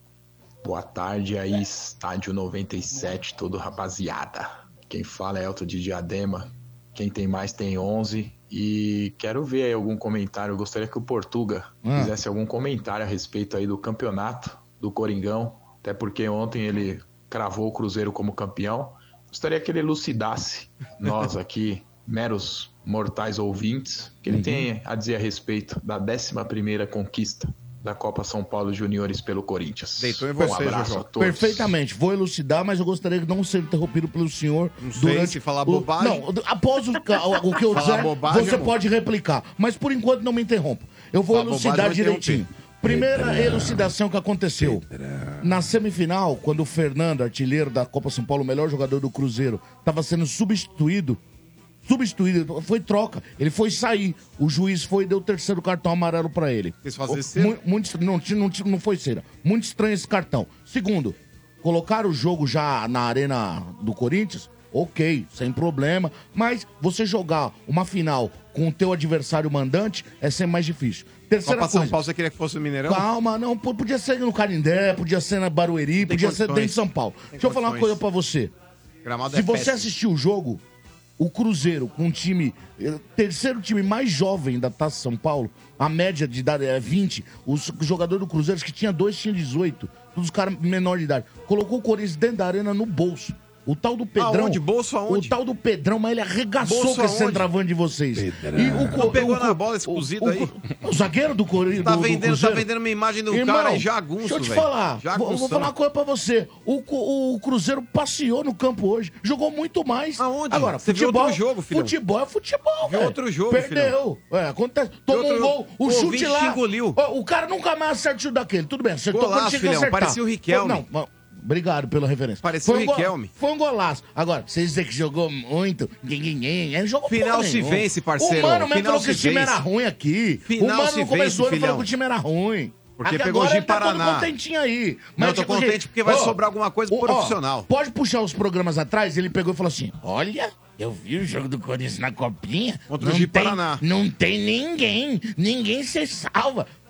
Boa tarde aí, Estádio noventa e sete, todo rapaziada. Quem fala é Elton de Diadema. Quem tem mais tem onze. E quero ver aí algum comentário. Eu gostaria que o Portuga Ah. fizesse algum comentário a respeito aí do campeonato do Coringão. Até porque ontem ele cravou o Cruzeiro como campeão. Gostaria que ele elucidasse nós aqui, meros mortais ouvintes, que ele Uhum. tem a dizer a respeito da décima primeira conquista da Copa São Paulo Juniores pelo Corinthians. Deitou em um você, abraço Jojo. a todos. Perfeitamente. Vou elucidar, mas eu gostaria de não ser interrompido pelo senhor Não sei, durante se falar o- bobagem. Não, após o, ca- o que eu Falar disser, bobagem, você amor. pode replicar. Mas por enquanto não me interrompa. Eu vou Falar elucidar bobagem, eu vou direitinho. Primeira elucidação que aconteceu. Na semifinal, quando o Fernando, artilheiro da Copa São Paulo, o melhor jogador do Cruzeiro, estava sendo substituído. Substituído, foi troca. Ele foi sair. O juiz foi e deu o terceiro cartão amarelo pra ele. Quis fazer O- cera? mu- muito estranho, não, tinha- não, tinha- não foi cera. Muito estranho esse cartão. Segundo, colocar o jogo já na arena do Corinthians, ok, sem problema. Mas você jogar uma final com o teu adversário mandante é sempre mais difícil. Terceira Copa São coisa. Paulo, você queria que fosse o Mineirão? Calma, não, p- podia ser no Canindé, podia ser na Barueri, Tem podia ser condições. dentro de São Paulo. Tem Deixa eu falar uma condições. coisa pra você. Gramado Se é você péssimo. assistiu o jogo, o Cruzeiro, com um time, eh, terceiro time mais jovem da Taça São Paulo, a média de idade é vinte, os jogadores do Cruzeiro que tinha dois tinham dezoito, todos os caras menor de idade. Colocou o Corinthians dentro da arena no bolso. O tal do Pedrão. Aonde? Bolso aonde? O tal do Pedrão, mas ele arregaçou Bolso com esse aonde? centroavante de vocês. E o, co- Não pegou o co- na bola esse cozido o- aí? O, o zagueiro do Corinthians. Tá do- do vendendo, tá Cruzeiro. vendendo uma imagem do Irmão, cara aí, jagunço, deixa eu te velho. falar. Vou, vou Jagunção. falar uma coisa pra você. O, cu- o Cruzeiro passeou no campo hoje. Jogou muito mais. Aonde? Agora, Você viu futebol, outro jogo, filhão? Futebol é futebol, Viu velho. outro jogo, Perdeu. É, acontece. Tomou outro um gol. O jogo. chute Ouvinte lá. te engoliu. Ó, o cara nunca mais acerta o chute daquele. Tudo bem, acertou Golaço, quando tinha que filhão. acertar. Parecia o Riquelme. Foi- Não, não. Obrigado pela referência. Parecia Foi o um go- Riquelme. Foi um golaço. Agora, vocês dizem que jogou muito, ninguém, é jogou Final porra se nenhuma. vence, parceiro. O Mano mesmo Final falou que se esse time vence. era ruim aqui. Final o Mano se no começo do vence, ano falou filhão. que o time era ruim. Porque Aqui pegou o agora Gim ele tá todo Paraná. contentinho aí. Não, eu tô tipo, contente porque vai ó, sobrar alguma coisa ó, profissional. Pode puxar os programas atrás, ele pegou e falou assim, olha, eu vi o jogo do Corinthians na Copinha. Contra o não Gim tem, Paraná. Não tem ninguém, ninguém se salva.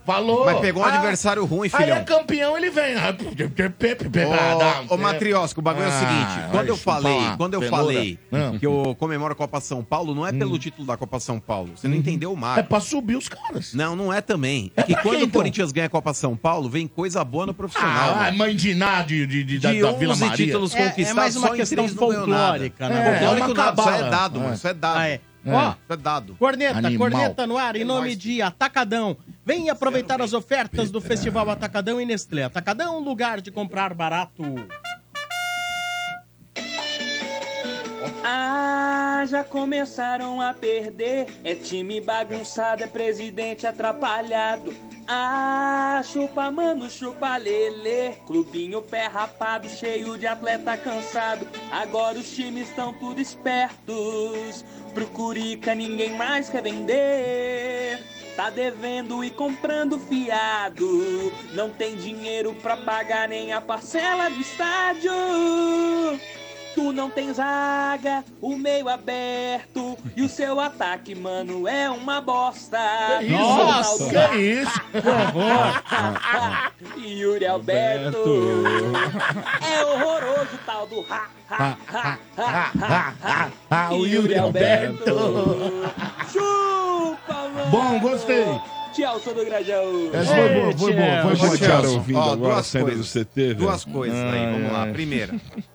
Falou. Mas pegou um Ah, adversário ruim, Aí filhão. é campeão, ele vem. Ah, Ô, ô Matriosca, o bagulho é o seguinte, quando eu falei, quando eu falei que eu comemoro a Copa São Paulo, não é pelo título da Copa São Paulo. Você não entendeu o Marco. É pra subir os caras. Não, não é também. É que pra quando quê, o então? Corinthians ganha a Copa São Paulo, vem coisa boa no profissional. Ah, mano. mãe de Iná de, de, de, da, De da Vila onze Maria. títulos É- é conquistados, mais uma só em questão três não ganhou nada. folclórica, né? É, Folclórico folclórico nada, isso é cabala. dado, É. mano. Isso é dado. Ah, é. É. Ó, Isso é dado. Corneta, Animal. corneta no ar, em É nome nóis. de Atacadão. Vem aproveitar as ofertas do Festival Atacadão e Nestlé. Atacadão, lugar de comprar barato. Ah, já começaram a perder. É time bagunçado, é presidente atrapalhado. Ah, chupa mano, chupa lelê. Clubinho pé rapado, cheio de atleta cansado. Agora os times estão tudo espertos. Pro Curica ninguém mais quer vender. Tá devendo e comprando fiado. Não tem dinheiro pra pagar nem a parcela do estádio. Tu não tem zaga, o meio aberto. E o seu ataque, mano, é uma bosta. Que isso? Nossa, que isso? Yuri Alberto. É horroroso o tal do ha, ha, ha, ha, ha, ha. Ah, o Yuri Alberto. Chupa, mano. Bom, gostei. Tchau, do Grajão. Essa foi boa, foi boa, foi boa. Cara, ouvindo Ó, agora a duas saída do coisas. C T, velho. Duas coisas aí, Ai, vamos lá. ai. Primeira.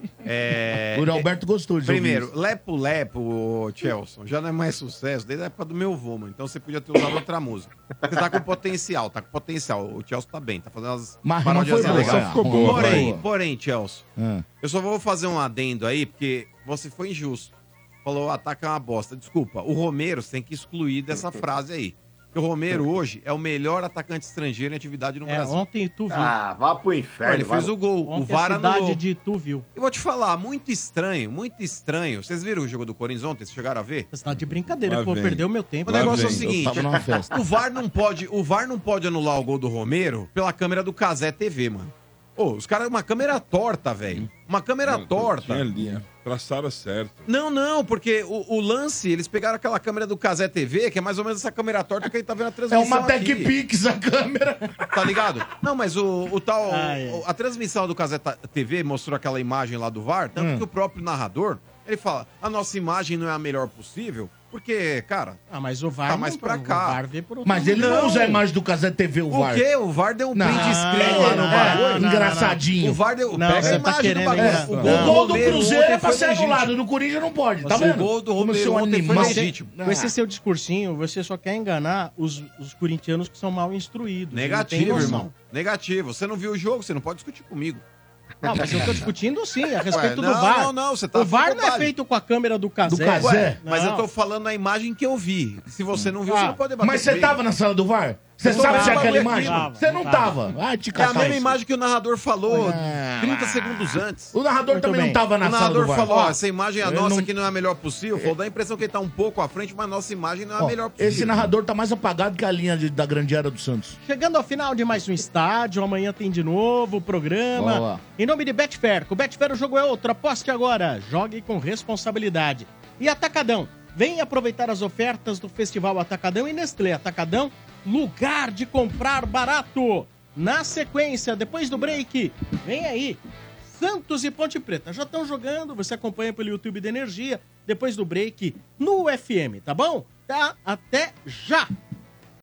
É... O Yuri Alberto gostou de Primeiro, ouvir Lepo Lepo, ô, Chelson, já não é mais sucesso desde a época do meu vô, mano. Então você podia ter usado outra música. Porque tá com potencial, tá com potencial. O Chelsea tá bem, tá fazendo umas Mas paródias não foi boa, legais. ficou boa, Porém, boa. porém, Chelsea, Ah. eu só vou fazer um adendo aí, porque você foi injusto. Falou, ataque é uma bosta. Desculpa, o Romero você tem que excluir dessa frase aí. Porque o Romero hoje é o melhor atacante estrangeiro em atividade no É, Brasil. ontem tu viu. Ah, vá pro inferno. Ele fez vai. o gol. Ontem o VAR a cidade anulou. de Tu viu. Eu vou te falar, muito estranho, muito estranho. Vocês viram o jogo do Corinthians ontem? Vocês chegaram a ver? Você tá de brincadeira, Lá pô, vem. perdeu meu tempo. O negócio é o vem. seguinte, Eu tava numa festa. o VAR não pode, o VAR não pode anular o gol do Romero pela câmera do Cazé T V, mano. Ô, os caras, uma câmera torta, velho. Uma câmera torta. Tinha linha. Traçaram certo. Não, não, porque o, o lance, eles pegaram aquela câmera do Cazé T V, que é mais ou menos essa câmera torta que a gente tá vendo a É transmissão uma aqui. TechPix a câmera. Tá ligado? Não, mas o, o tal. Ah, é. o- a transmissão do Cazé T V mostrou aquela imagem lá do VAR, tanto Hum. que o próprio narrador, ele fala: a nossa imagem não é a melhor possível, porque, cara. Ah, mas o VAR Tá não- mais pra o cá. VAR vê por outro Mas ele não, Não. usa a imagem do Casé T V, o O VAR. quê? O VAR deu um Não. print screen lá no É, bagulho. engraçadinho. O VAR deu. Não, pega você a tá imagem querendo do bagulho. engraçar. O O gol, gol do Romero Cruzeiro ontem é pra foi ser legítimo. anulado, do Corinthians não pode, tá O vendo? gol do Como Romero seu ontem foi animal. legítimo. Com esse seu discursinho, você só quer enganar os, os corintianos que são mal instruídos. Não tem Negativo, noção. irmão. Negativo. Você não viu o jogo, você não pode discutir comigo. Não, mas eu tô discutindo sim, a respeito Ué, do não, VAR. não, não, você tá o VAR falando não é bobagem. feito com a câmera do Cazé. Do Cazé? Ué, mas Não. eu tô falando a imagem que eu vi. Se você não viu, Ah, você não pode debater Mas você comigo. tava na sala do VAR? Você Eu tô sabe vendo se é o aquela bagulho imagem? aqui, Você não tava. Vai te É a catar mesma isso. imagem que o narrador falou Ah, trinta ah. segundos antes. O narrador Muito também bem. não tava na O sala do narrador VAR. falou, ó, Ó, essa imagem é a ele nossa não- que não é a melhor possível. Falou, dá a impressão que ele tá um pouco à frente, mas nossa imagem não é a ó, melhor possível. esse narrador tá mais apagado que a linha de- da grande área do Santos. Chegando ao final de mais um estádio, amanhã tem de novo o programa. Boa. Em nome de Betfair, com o Betfair o jogo é outro, aposte agora, jogue com responsabilidade. E Atacadão, vem aproveitar as ofertas do Festival Atacadão e Nestlé. Atacadão, lugar de comprar barato. Na sequência, depois do break, vem aí, Santos e Ponte Preta. Já estão jogando, você acompanha pelo YouTube da Energia, depois do break no U F M, tá bom? Tá, até já!